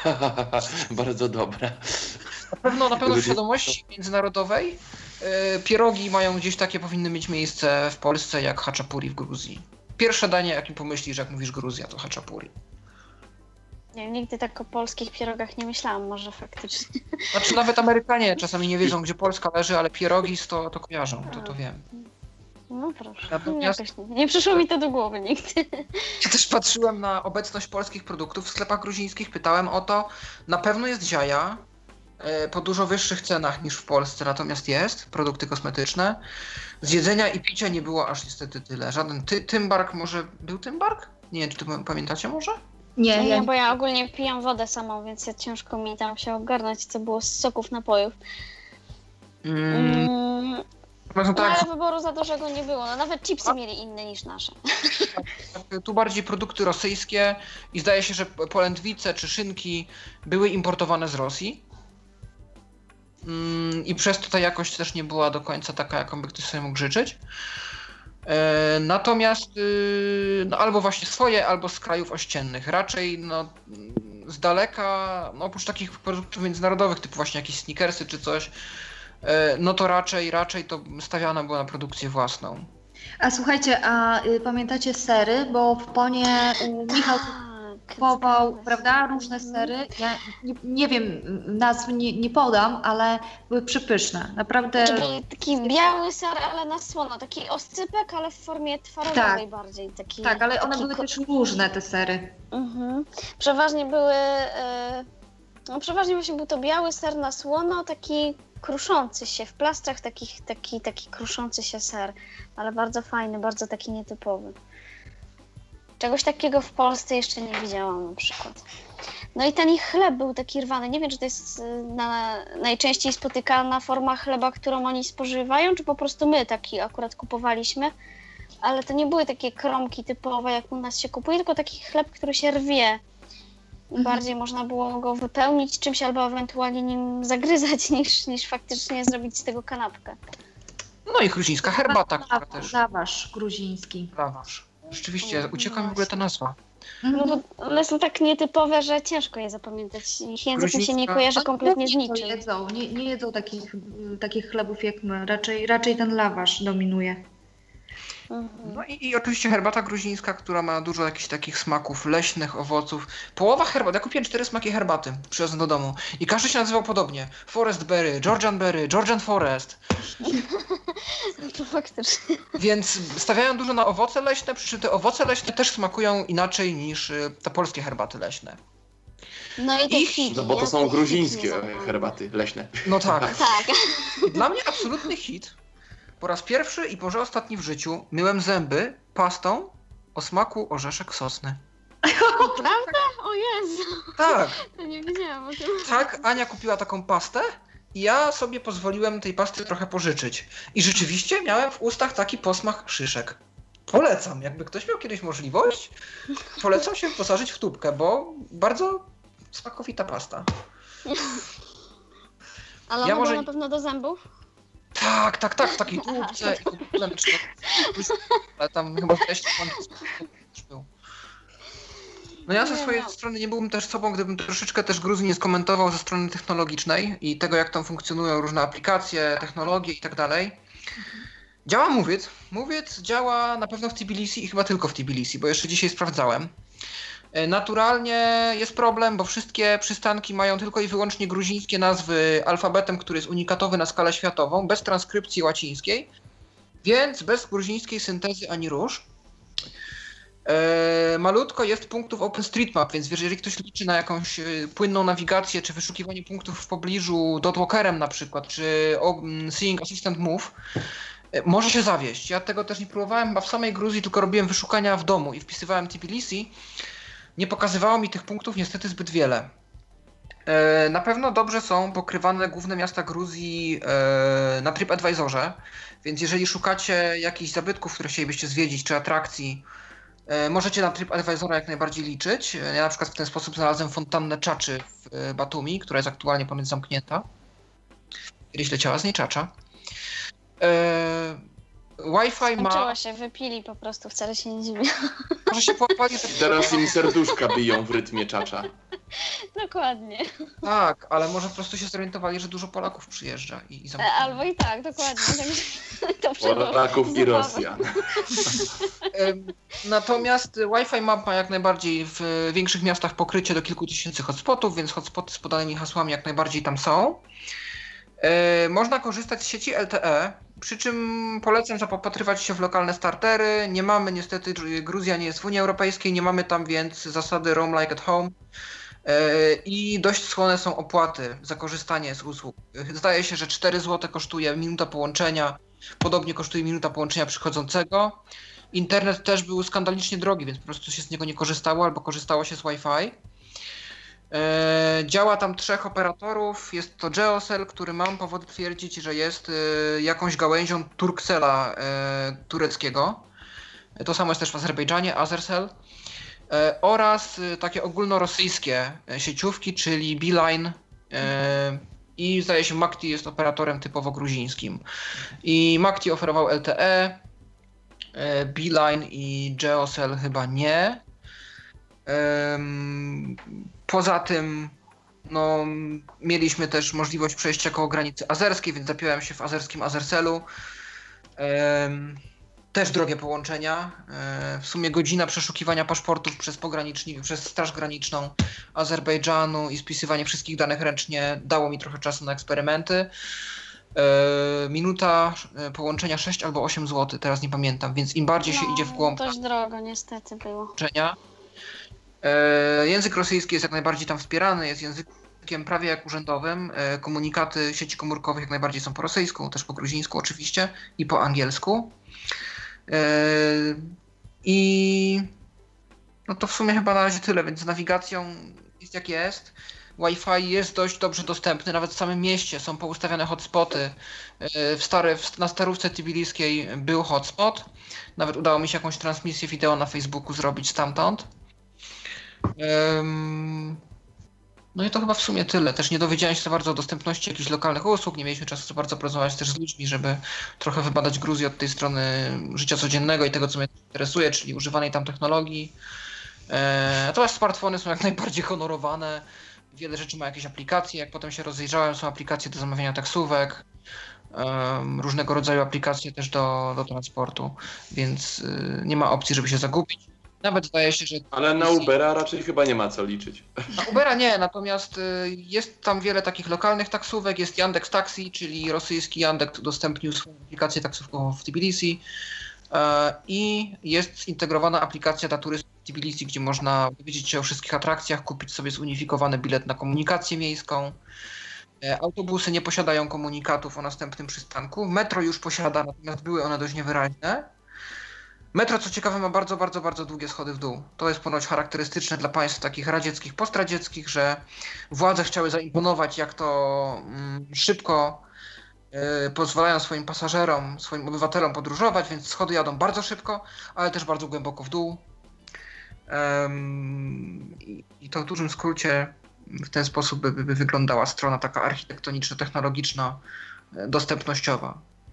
Bardzo dobra. Na pewno w świadomości międzynarodowej pierogi mają gdzieś takie, powinny mieć miejsce w Polsce jak haczapuri w Gruzji. Pierwsze danie, jakim pomyślisz, jak mówisz Gruzja, to haczapuri. Nie, nigdy tak o polskich pierogach nie myślałam, może faktycznie. Znaczy nawet Amerykanie czasami nie wiedzą, gdzie Polska leży, ale pierogi to kojarzą, to wiem. No proszę, nie przyszło mi to do głowy nigdy. Ja też patrzyłem na obecność polskich produktów w sklepach gruzińskich, pytałem o to. Na pewno jest dziaja, po dużo wyższych cenach niż w Polsce, natomiast jest, produkty kosmetyczne. Z jedzenia i picia nie było aż niestety tyle. Żaden Tymbark może... Był Tymbark? Nie wiem, czy pamiętacie może? Nie, bo ja ogólnie pijam wodę samą, więc ciężko mi tam się ogarnąć, co było z soków, napojów. Ale wyboru za dużego nie było. No, nawet chipsy mieli inne niż nasze. Tak, tu bardziej produkty rosyjskie i zdaje się, że polędwice czy szynki były importowane z Rosji. i przez to ta jakość też nie była do końca taka, jaką by ktoś sobie mógł życzyć. Natomiast albo właśnie swoje, albo z krajów ościennych. Raczej z daleka, oprócz takich produktów międzynarodowych, typu właśnie jakieś Snickersy czy coś, no to raczej to stawiane było na produkcję własną. A słuchajcie, pamiętacie sery? Bo w Ponie Michał kupował, prawda, różne sery. Ja nie wiem, nazw nie podam, ale były przepyszne. Naprawdę. Taki biały ser, ale na słono. Taki oscypek, ale w formie twarogowej bardziej. Tak, ale one były też różne, te sery. Przeważnie były... przeważnie właśnie był to biały ser na słono, taki kruszący się, w plastrach taki kruszący się ser. Ale bardzo fajny, bardzo taki nietypowy. Czegoś takiego w Polsce jeszcze nie widziałam na przykład. No i ten ich chleb był taki rwany. Nie wiem, czy to jest najczęściej spotykana forma chleba, którą oni spożywają, czy po prostu my taki akurat kupowaliśmy. Ale to nie były takie kromki typowe, jak u nas się kupuje, tylko taki chleb, który się rwie. I bardziej można było go wypełnić czymś albo ewentualnie nim zagryzać, niż faktycznie zrobić z tego kanapkę. No i gruzińska herbata, która też... Lawasz gruziński. Lawasz. Rzeczywiście, ucieka mi w ogóle ta nazwa. No bo one są tak nietypowe, że ciężko je zapamiętać. Ich język mi się nie kojarzy kompletnie z niczym. Nie jedzą takich chlebów jak my. Raczej ten lawasz dominuje. No i oczywiście herbata gruzińska, która ma dużo jakichś takich smaków leśnych, owoców. Połowa herbaty, ja kupiłem 4 smaki herbaty, przywiozłem do domu i każdy się nazywał podobnie. Forest Berry, Georgian Forest. To faktycznie. Więc stawiają dużo na owoce leśne, przy czym te owoce leśne też smakują inaczej niż te polskie herbaty leśne. No i te figi. No bo to są gruzińskie herbaty leśne. No tak. Tak. Dla mnie absolutny hit. Po raz pierwszy i może ostatni w życiu myłem zęby pastą o smaku orzeszek sosny. Prawda? O Jezu. Tak. To nie wiedziałam o tym. Tak, Ania kupiła taką pastę i ja sobie pozwoliłem tej pasty trochę pożyczyć. I rzeczywiście miałem w ustach taki posmak szyszek. Polecam, jakby ktoś miał kiedyś możliwość, polecam się wyposażyć w tubkę, bo bardzo smakowita pasta. Ale ona była na pewno do zębów? Tak, w takiej tubce i w ogóle, ale tam chyba też był. No ja ze swojej strony nie byłbym też sobą, gdybym troszeczkę też Gruzji nie skomentował ze strony technologicznej i tego, jak tam funkcjonują różne aplikacje, technologie i tak dalej. Działa Move It działa na pewno w Tbilisi i chyba tylko w Tbilisi, bo jeszcze dzisiaj sprawdzałem. Naturalnie jest problem, bo wszystkie przystanki mają tylko i wyłącznie gruzińskie nazwy alfabetem, który jest unikatowy na skalę światową, bez transkrypcji łacińskiej, więc bez gruzińskiej syntezy ani róż. Malutko jest punktów OpenStreetMap, więc jeżeli ktoś liczy na jakąś płynną nawigację, czy wyszukiwanie punktów w pobliżu dotwalkerem na przykład, czy Seeing Assistant Move, może się zawieść. Ja tego też nie próbowałem chyba w samej Gruzji, tylko robiłem wyszukania w domu i wpisywałem Tbilisi. Nie pokazywało mi tych punktów niestety zbyt wiele. Na pewno dobrze są pokrywane główne miasta Gruzji na TripAdvisorze, więc jeżeli szukacie jakichś zabytków, które chcielibyście zwiedzić, czy atrakcji, możecie na TripAdvisora jak najbardziej liczyć. Ja na przykład w ten sposób znalazłem fontannę Czaczy w Batumi, która jest aktualnie ponoć zamknięta. Kiedyś leciała z niej czacza. Wi-Fi ma... Skończyła się, wypili po prostu, wcale się nie dziwię. Może się połapali... Teraz im serduszka biją w rytmie czacza. Dokładnie. Tak, ale może po prostu się zorientowali, że dużo Polaków przyjeżdża i Albo i tak, dokładnie. Polaków i Rosjan. Natomiast Wi-Fi ma jak najbardziej w większych miastach pokrycie do kilku tysięcy hotspotów, więc hotspoty z podanymi hasłami jak najbardziej tam są. Można korzystać z sieci LTE, przy czym polecam zapopatrywać się w lokalne startery. Nie mamy niestety, Gruzja nie jest w Unii Europejskiej, nie mamy tam więc zasady Roam Like at Home i dość słone są opłaty za korzystanie z usług. Zdaje się, że 4 zł kosztuje minuta połączenia, podobnie kosztuje minuta połączenia przychodzącego. Internet też był skandalicznie drogi, więc po prostu się z niego nie korzystało albo korzystało się z Wi-Fi. Działa tam 3 operatorów, jest to Geocell, który mam powody twierdzić, że jest jakąś gałęzią Turkcella tureckiego. To samo jest też w Azerbejdżanie, Azercell. Oraz takie ogólnorosyjskie sieciówki, czyli Beeline i zdaje się Makti jest operatorem typowo gruzińskim. I Makti oferował LTE, Beeline i Geocell chyba nie. Poza tym no, mieliśmy też możliwość przejścia koło granicy azerskiej, więc zapiąłem się w azerskim Azercellu. Też drogie połączenia. W sumie godzina przeszukiwania paszportów przez Straż Graniczną Azerbejdżanu i spisywanie wszystkich danych ręcznie dało mi trochę czasu na eksperymenty. Minuta połączenia 6 albo 8 zł, teraz nie pamiętam, więc im bardziej się idzie w głąb dość drogo niestety było. połączenia. Język rosyjski jest jak najbardziej tam wspierany, jest językiem prawie jak urzędowym. Komunikaty sieci komórkowych jak najbardziej są po rosyjsku, też po gruzińsku oczywiście i po angielsku. I no to w sumie chyba na razie tyle, więc z nawigacją jest jak jest. Wi-Fi jest dość dobrze dostępny, nawet w samym mieście są poustawiane hotspoty. Na starówce tbiliskiej był hotspot. Nawet udało mi się jakąś transmisję wideo na Facebooku zrobić stamtąd. No i to chyba w sumie tyle. Też nie dowiedziałem się za bardzo o dostępności jakichś lokalnych usług, nie mieliśmy czasu za bardzo porozmawiać też z ludźmi, żeby trochę wybadać Gruzję od tej strony życia codziennego i tego, co mnie interesuje, czyli używanej tam technologii. Natomiast smartfony są jak najbardziej honorowane. Wiele rzeczy ma jakieś aplikacje, jak potem się rozejrzałem, są aplikacje do zamawiania taksówek, różnego rodzaju aplikacje też do transportu, więc nie ma opcji, żeby się zagubić. Nawet zdaje się, że... Ale na Ubera raczej chyba nie ma co liczyć. Na Ubera nie, natomiast jest tam wiele takich lokalnych taksówek, jest Yandex Taxi, czyli rosyjski Yandex udostępnił swoją aplikację taksówkową w Tbilisi i jest zintegrowana aplikacja dla turystów w Tbilisi, gdzie można dowiedzieć się o wszystkich atrakcjach, kupić sobie zunifikowany bilet na komunikację miejską. Autobusy nie posiadają komunikatów o następnym przystanku. Metro już posiada, natomiast były one dość niewyraźne. Metro, co ciekawe, ma bardzo, bardzo, bardzo długie schody w dół. To jest ponoć charakterystyczne dla państw takich radzieckich, postradzieckich, że władze chciały zaimponować, jak to szybko pozwalają swoim pasażerom, swoim obywatelom podróżować, więc schody jadą bardzo szybko, ale też bardzo głęboko w dół. I to w dużym skrócie w ten sposób by wyglądała strona taka architektoniczno-technologiczna, dostępnościowa.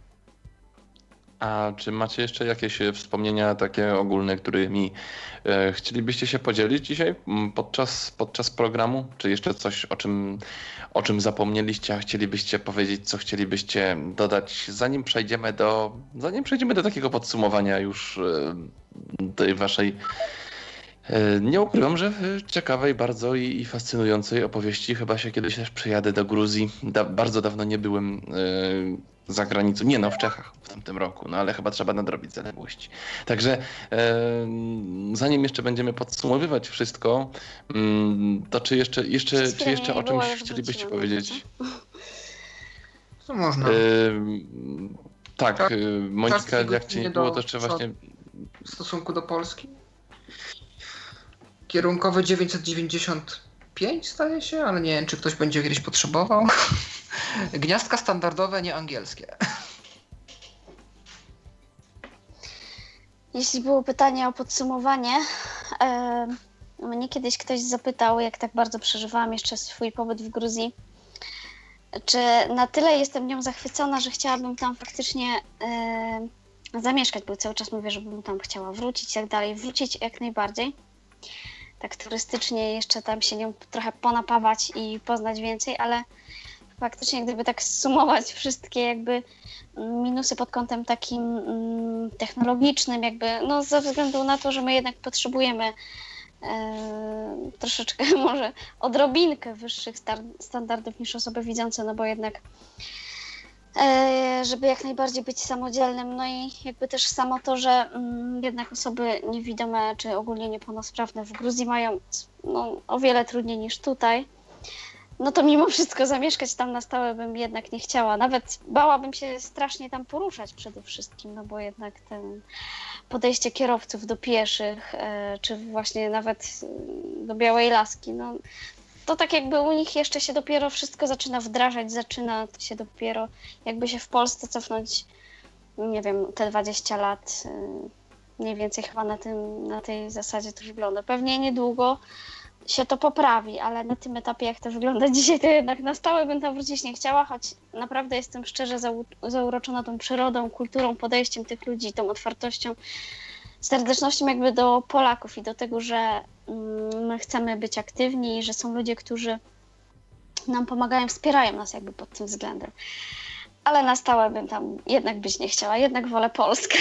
A czy macie jeszcze jakieś wspomnienia takie ogólne, którymi chcielibyście się podzielić dzisiaj podczas programu? Czy jeszcze coś, o czym zapomnieliście, a chcielibyście powiedzieć, co chcielibyście dodać, zanim przejdziemy do takiego podsumowania już tej waszej, nie ukrywam, że ciekawej bardzo i fascynującej opowieści. Chyba się kiedyś też przyjadę do Gruzji. Bardzo dawno nie byłem za granicą. Nie no, w Czechach w tamtym roku, no ale chyba trzeba nadrobić zaległości. Także zanim jeszcze będziemy podsumowywać wszystko, to czy jeszcze o czymś chcielibyście powiedzieć? Co można? Tak, Monika, jak cię nie było, to jeszcze właśnie... W stosunku do Polski? Kierunkowe 995 staje się, ale nie wiem, czy ktoś będzie kiedyś potrzebował. Gniazdka standardowe, nie angielskie. Jeśli było pytanie o podsumowanie, mnie kiedyś ktoś zapytał, jak tak bardzo przeżywałam jeszcze swój pobyt w Gruzji, czy na tyle jestem nią zachwycona, że chciałabym tam faktycznie zamieszkać, bo cały czas mówię, żebym tam chciała wrócić i tak dalej. Wrócić jak najbardziej. Tak turystycznie jeszcze tam się nią trochę ponapawać i poznać więcej, ale faktycznie gdyby tak zsumować wszystkie jakby minusy pod kątem takim technologicznym, jakby no ze względu na to, że my jednak potrzebujemy troszeczkę może odrobinkę wyższych standardów niż osoby widzące, no bo jednak żeby jak najbardziej być samodzielnym, no i jakby też samo to, że jednak osoby niewidome czy ogólnie niepełnosprawne w Gruzji mają no, o wiele trudniej niż tutaj, no to mimo wszystko zamieszkać tam na stałe bym jednak nie chciała. Nawet bałabym się strasznie tam poruszać przede wszystkim, no bo jednak ten podejście kierowców do pieszych, czy właśnie nawet do Białej Laski, no to tak jakby u nich jeszcze się dopiero wszystko zaczyna wdrażać, zaczyna się dopiero jakby się w Polsce cofnąć, nie wiem, te 20 lat, mniej więcej chyba na tej zasadzie to wygląda. Pewnie niedługo się to poprawi, ale na tym etapie, jak to wygląda dzisiaj, to jednak na stałe bym tam wrócić nie chciała, choć naprawdę jestem szczerze zauroczona tą przyrodą, kulturą, podejściem tych ludzi, tą otwartością, serdecznością jakby do Polaków i do tego, że my chcemy być aktywni i że są ludzie, którzy nam pomagają, wspierają nas jakby pod tym względem. Ale na stałe bym tam jednak być nie chciała, jednak wolę Polskę.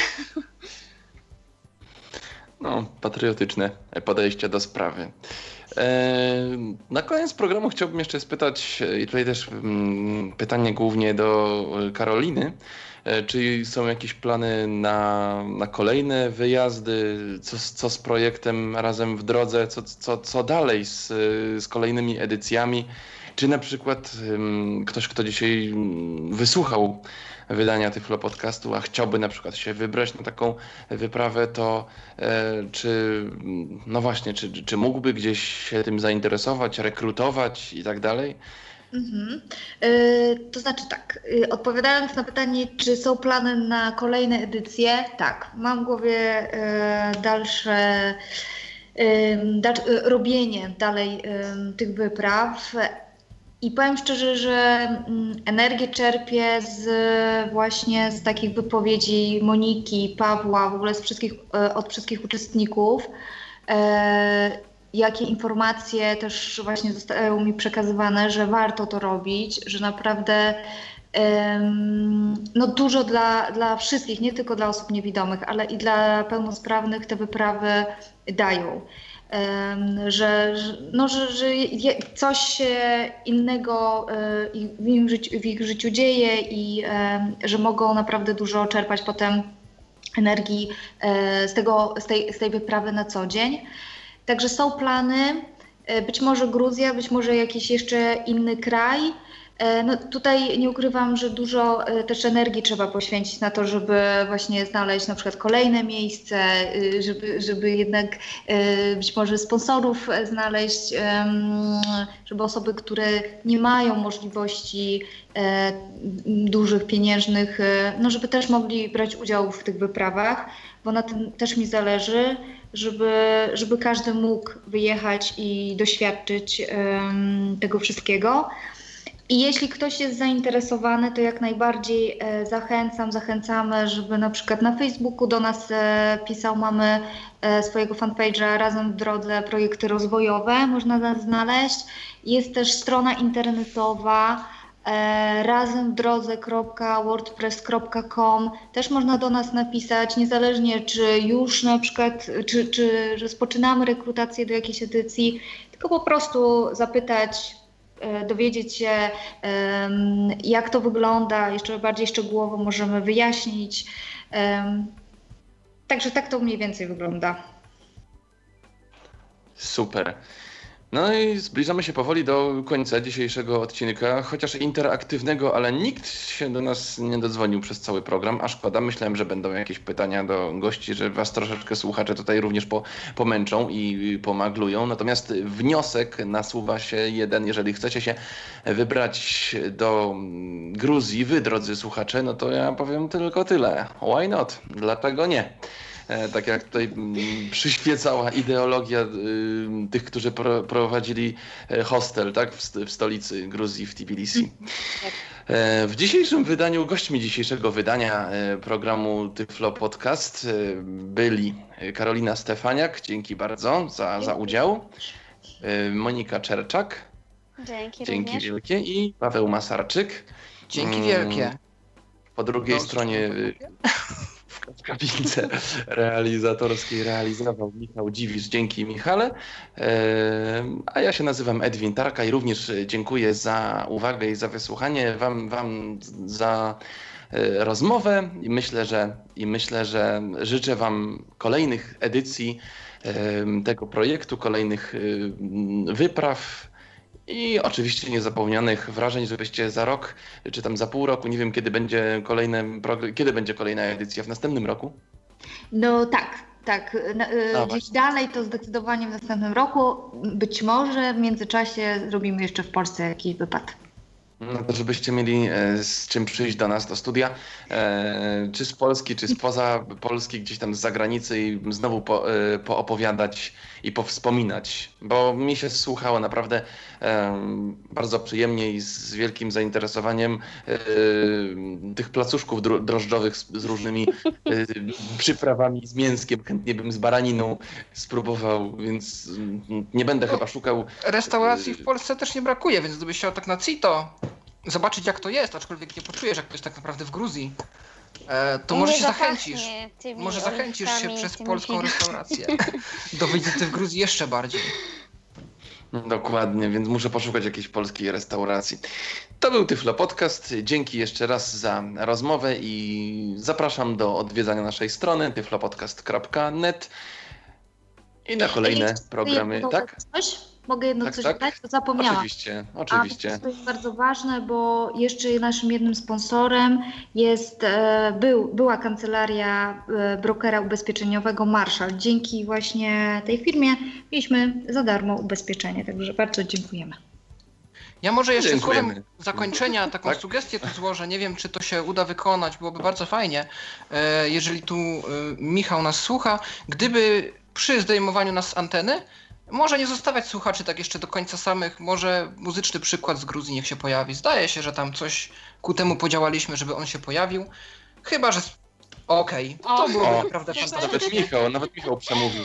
No, patriotyczne podejście do sprawy. Na koniec programu chciałbym jeszcze spytać, i tutaj też pytanie głównie do Karoliny, czy są jakieś plany na kolejne wyjazdy, co z projektem Razem w Drodze, co dalej z kolejnymi edycjami? Czy na przykład ktoś, kto dzisiaj wysłuchał wydania Tyflo Podcastu, a chciałby na przykład się wybrać na taką wyprawę, to czy mógłby gdzieś się tym zainteresować, rekrutować i tak dalej? To znaczy tak, odpowiadając na pytanie, czy są plany na kolejne edycje, tak, mam w głowie dalsze robienie dalej tych wypraw. I powiem szczerze, że energię czerpię właśnie z takich wypowiedzi Moniki, Pawła, w ogóle od wszystkich uczestników. Jakie informacje też właśnie zostały mi przekazywane, że warto to robić, że naprawdę dużo dla wszystkich, nie tylko dla osób niewidomych, ale i dla pełnosprawnych te wyprawy dają. Że coś się innego w ich życiu dzieje i że mogą naprawdę dużo czerpać potem energii z tej wyprawy na co dzień. Także są plany, być może Gruzja, być może jakiś jeszcze inny kraj. No tutaj nie ukrywam, że dużo też energii trzeba poświęcić na to, żeby właśnie znaleźć na przykład kolejne miejsce, żeby jednak być może sponsorów znaleźć, żeby osoby, które nie mają możliwości dużych, pieniężnych, no żeby też mogli brać udział w tych wyprawach, bo na tym też mi zależy, żeby każdy mógł wyjechać i doświadczyć tego wszystkiego. I jeśli ktoś jest zainteresowany, to jak najbardziej zachęcamy, żeby na przykład na Facebooku do nas pisał. Mamy swojego fanpage'a Razem w Drodze, projekty rozwojowe, można nas znaleźć. Jest też strona internetowa razemwdrodze.wordpress.com. Też można do nas napisać, niezależnie czy już na przykład, czy rozpoczynamy rekrutację do jakiejś edycji, tylko po prostu zapytać, dowiedzieć się, jak to wygląda, jeszcze bardziej szczegółowo możemy wyjaśnić. Także tak to mniej więcej wygląda. Super. No i zbliżamy się powoli do końca dzisiejszego odcinka, chociaż interaktywnego, ale nikt się do nas nie dodzwonił przez cały program, a szkoda. Myślałem, że będą jakieś pytania do gości, że was troszeczkę słuchacze tutaj również pomęczą i pomaglują. Natomiast wniosek nasuwa się jeden: jeżeli chcecie się wybrać do Gruzji, wy drodzy słuchacze, no to ja powiem tylko tyle. Why not? Dlaczego nie? Tak jak tutaj przyświecała ideologia tych, którzy prowadzili hostel, tak, w stolicy Gruzji, w Tbilisi. W dzisiejszym wydaniu, gośćmi dzisiejszego wydania programu Tyflo Podcast byli Karolina Stefaniak, dzięki bardzo za udział, Monika Czerczak, dzięki wielkie, i Paweł Masarczyk. Dzięki wielkie. Po drugiej stronie w kabince realizatorskiej realizował Michał Dziwisz. Dzięki, Michale. A ja się nazywam Edwin Tarka i również dziękuję za uwagę i za wysłuchanie, wam za rozmowę i myślę, że życzę wam kolejnych edycji tego projektu, kolejnych wypraw i oczywiście niezapomnianych wrażeń, żebyście za rok, czy tam za pół roku, nie wiem kiedy będzie kolejna edycja, w następnym roku? No tak. Gdzieś dalej to zdecydowanie w następnym roku. Być może w międzyczasie zrobimy jeszcze w Polsce jakiś wypad. No to żebyście mieli z czym przyjść do nas do studia, czy z Polski, czy spoza Polski, gdzieś tam z zagranicy i znowu poopowiadać i powspominać, bo mi się słuchało naprawdę bardzo przyjemnie i z wielkim zainteresowaniem tych placuszków drożdżowych z różnymi przyprawami, z mięskiem, chętnie bym z baraniną spróbował, więc nie będę chyba szukał. Restauracji w Polsce też nie brakuje, więc gdybyś chciał tak na CITO zobaczyć jak to jest, aczkolwiek nie poczujesz jak to jest tak naprawdę w Gruzji, to może się zachęcisz. Może zachęcisz się przez polską restaurację do wizyty w Gruzji jeszcze bardziej. Dokładnie, więc muszę poszukać jakiejś polskiej restauracji. To był Tyflo Podcast. Dzięki jeszcze raz za rozmowę i zapraszam do odwiedzania naszej strony tyflopodcast.net i na kolejne programy. Tak? Mogę jedno coś dodać? To zapomniałam. Oczywiście. A to jest bardzo ważne, bo jeszcze naszym jednym sponsorem była kancelaria brokera ubezpieczeniowego Marshall. Dzięki właśnie tej firmie mieliśmy za darmo ubezpieczenie, także bardzo dziękujemy. Ja może jeszcze słowem zakończenia taką sugestię tu złożę. Nie wiem, czy to się uda wykonać, byłoby bardzo fajnie, jeżeli tu Michał nas słucha. Gdyby przy zdejmowaniu nas z anteny może nie zostawiać słuchaczy tak jeszcze do końca samych, może muzyczny przykład z Gruzji niech się pojawi. Zdaje się, że tam coś ku temu podziałaliśmy, żeby on się pojawił. Chyba, że to byłoby naprawdę fantastyczne. Nawet Michał przemówił.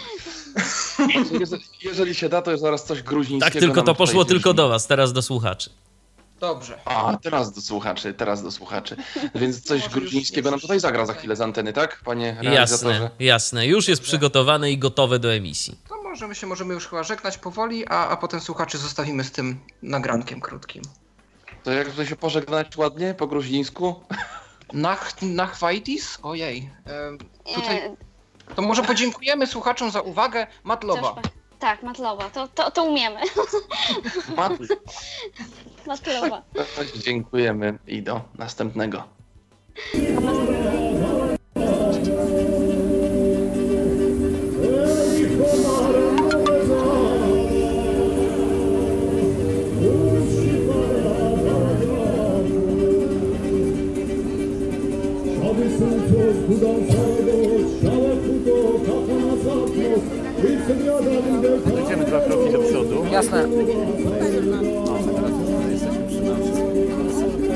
Jeżeli się da, to zaraz coś gruzińskiego. Tak, tylko to poszło tylko do was, teraz do słuchaczy. Dobrze. Teraz do słuchaczy. Więc coś gruzińskiego nam tutaj zagra za chwilę z anteny, tak, panie realizatorze? Jasne. Już jest przygotowane i gotowe do emisji. To możemy już chyba żegnać powoli, a potem słuchaczy zostawimy z tym nagrankiem krótkim. To jak tutaj się pożegnać ładnie po gruzińsku? Nachwaitis? Ojej. Tutaj... To może podziękujemy słuchaczom za uwagę. Matloba. Tak, Matloba. To umiemy. Matloba. Dziękujemy i do następnego. Idziemy 2 kroki do przodu. Jasne. Jesteśmy przy nas.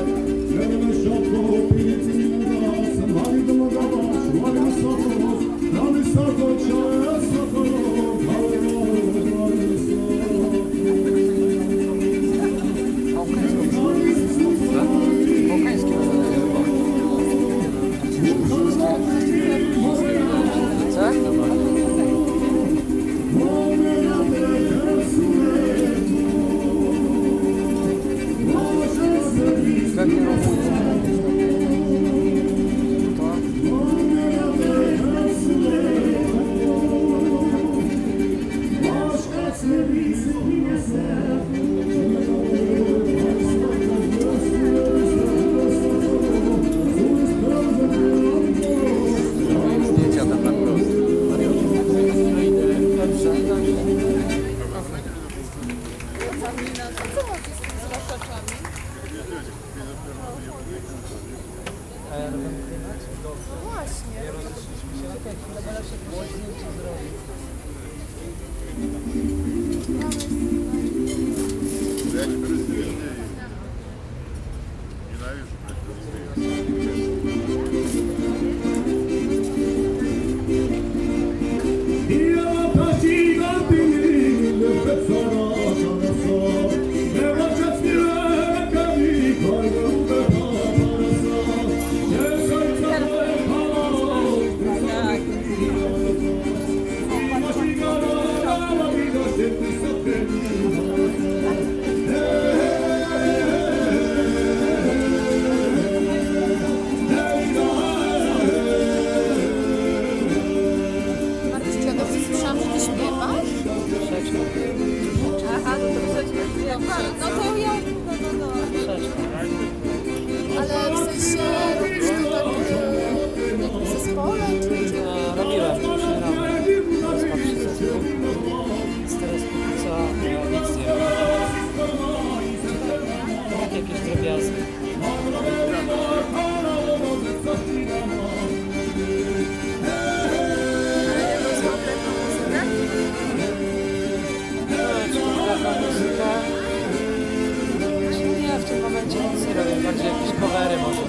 w tym momencie nic nie robię, bardziej jakieś covery może.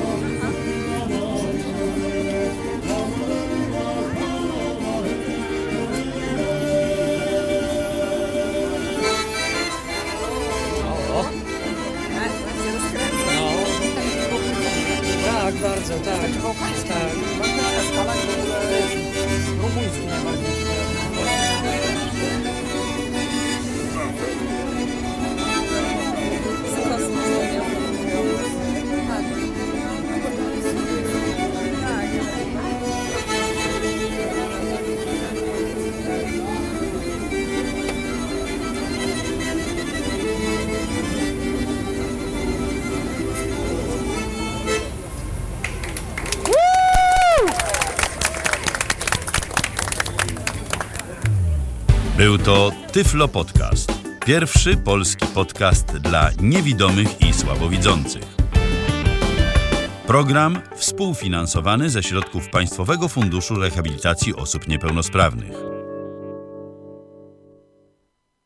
Tak, bardzo, tak. Tak. Rumuński najbardziej. Był to Tyflo Podcast. Pierwszy polski podcast dla niewidomych i słabowidzących. Program współfinansowany ze środków Państwowego Funduszu Rehabilitacji Osób Niepełnosprawnych.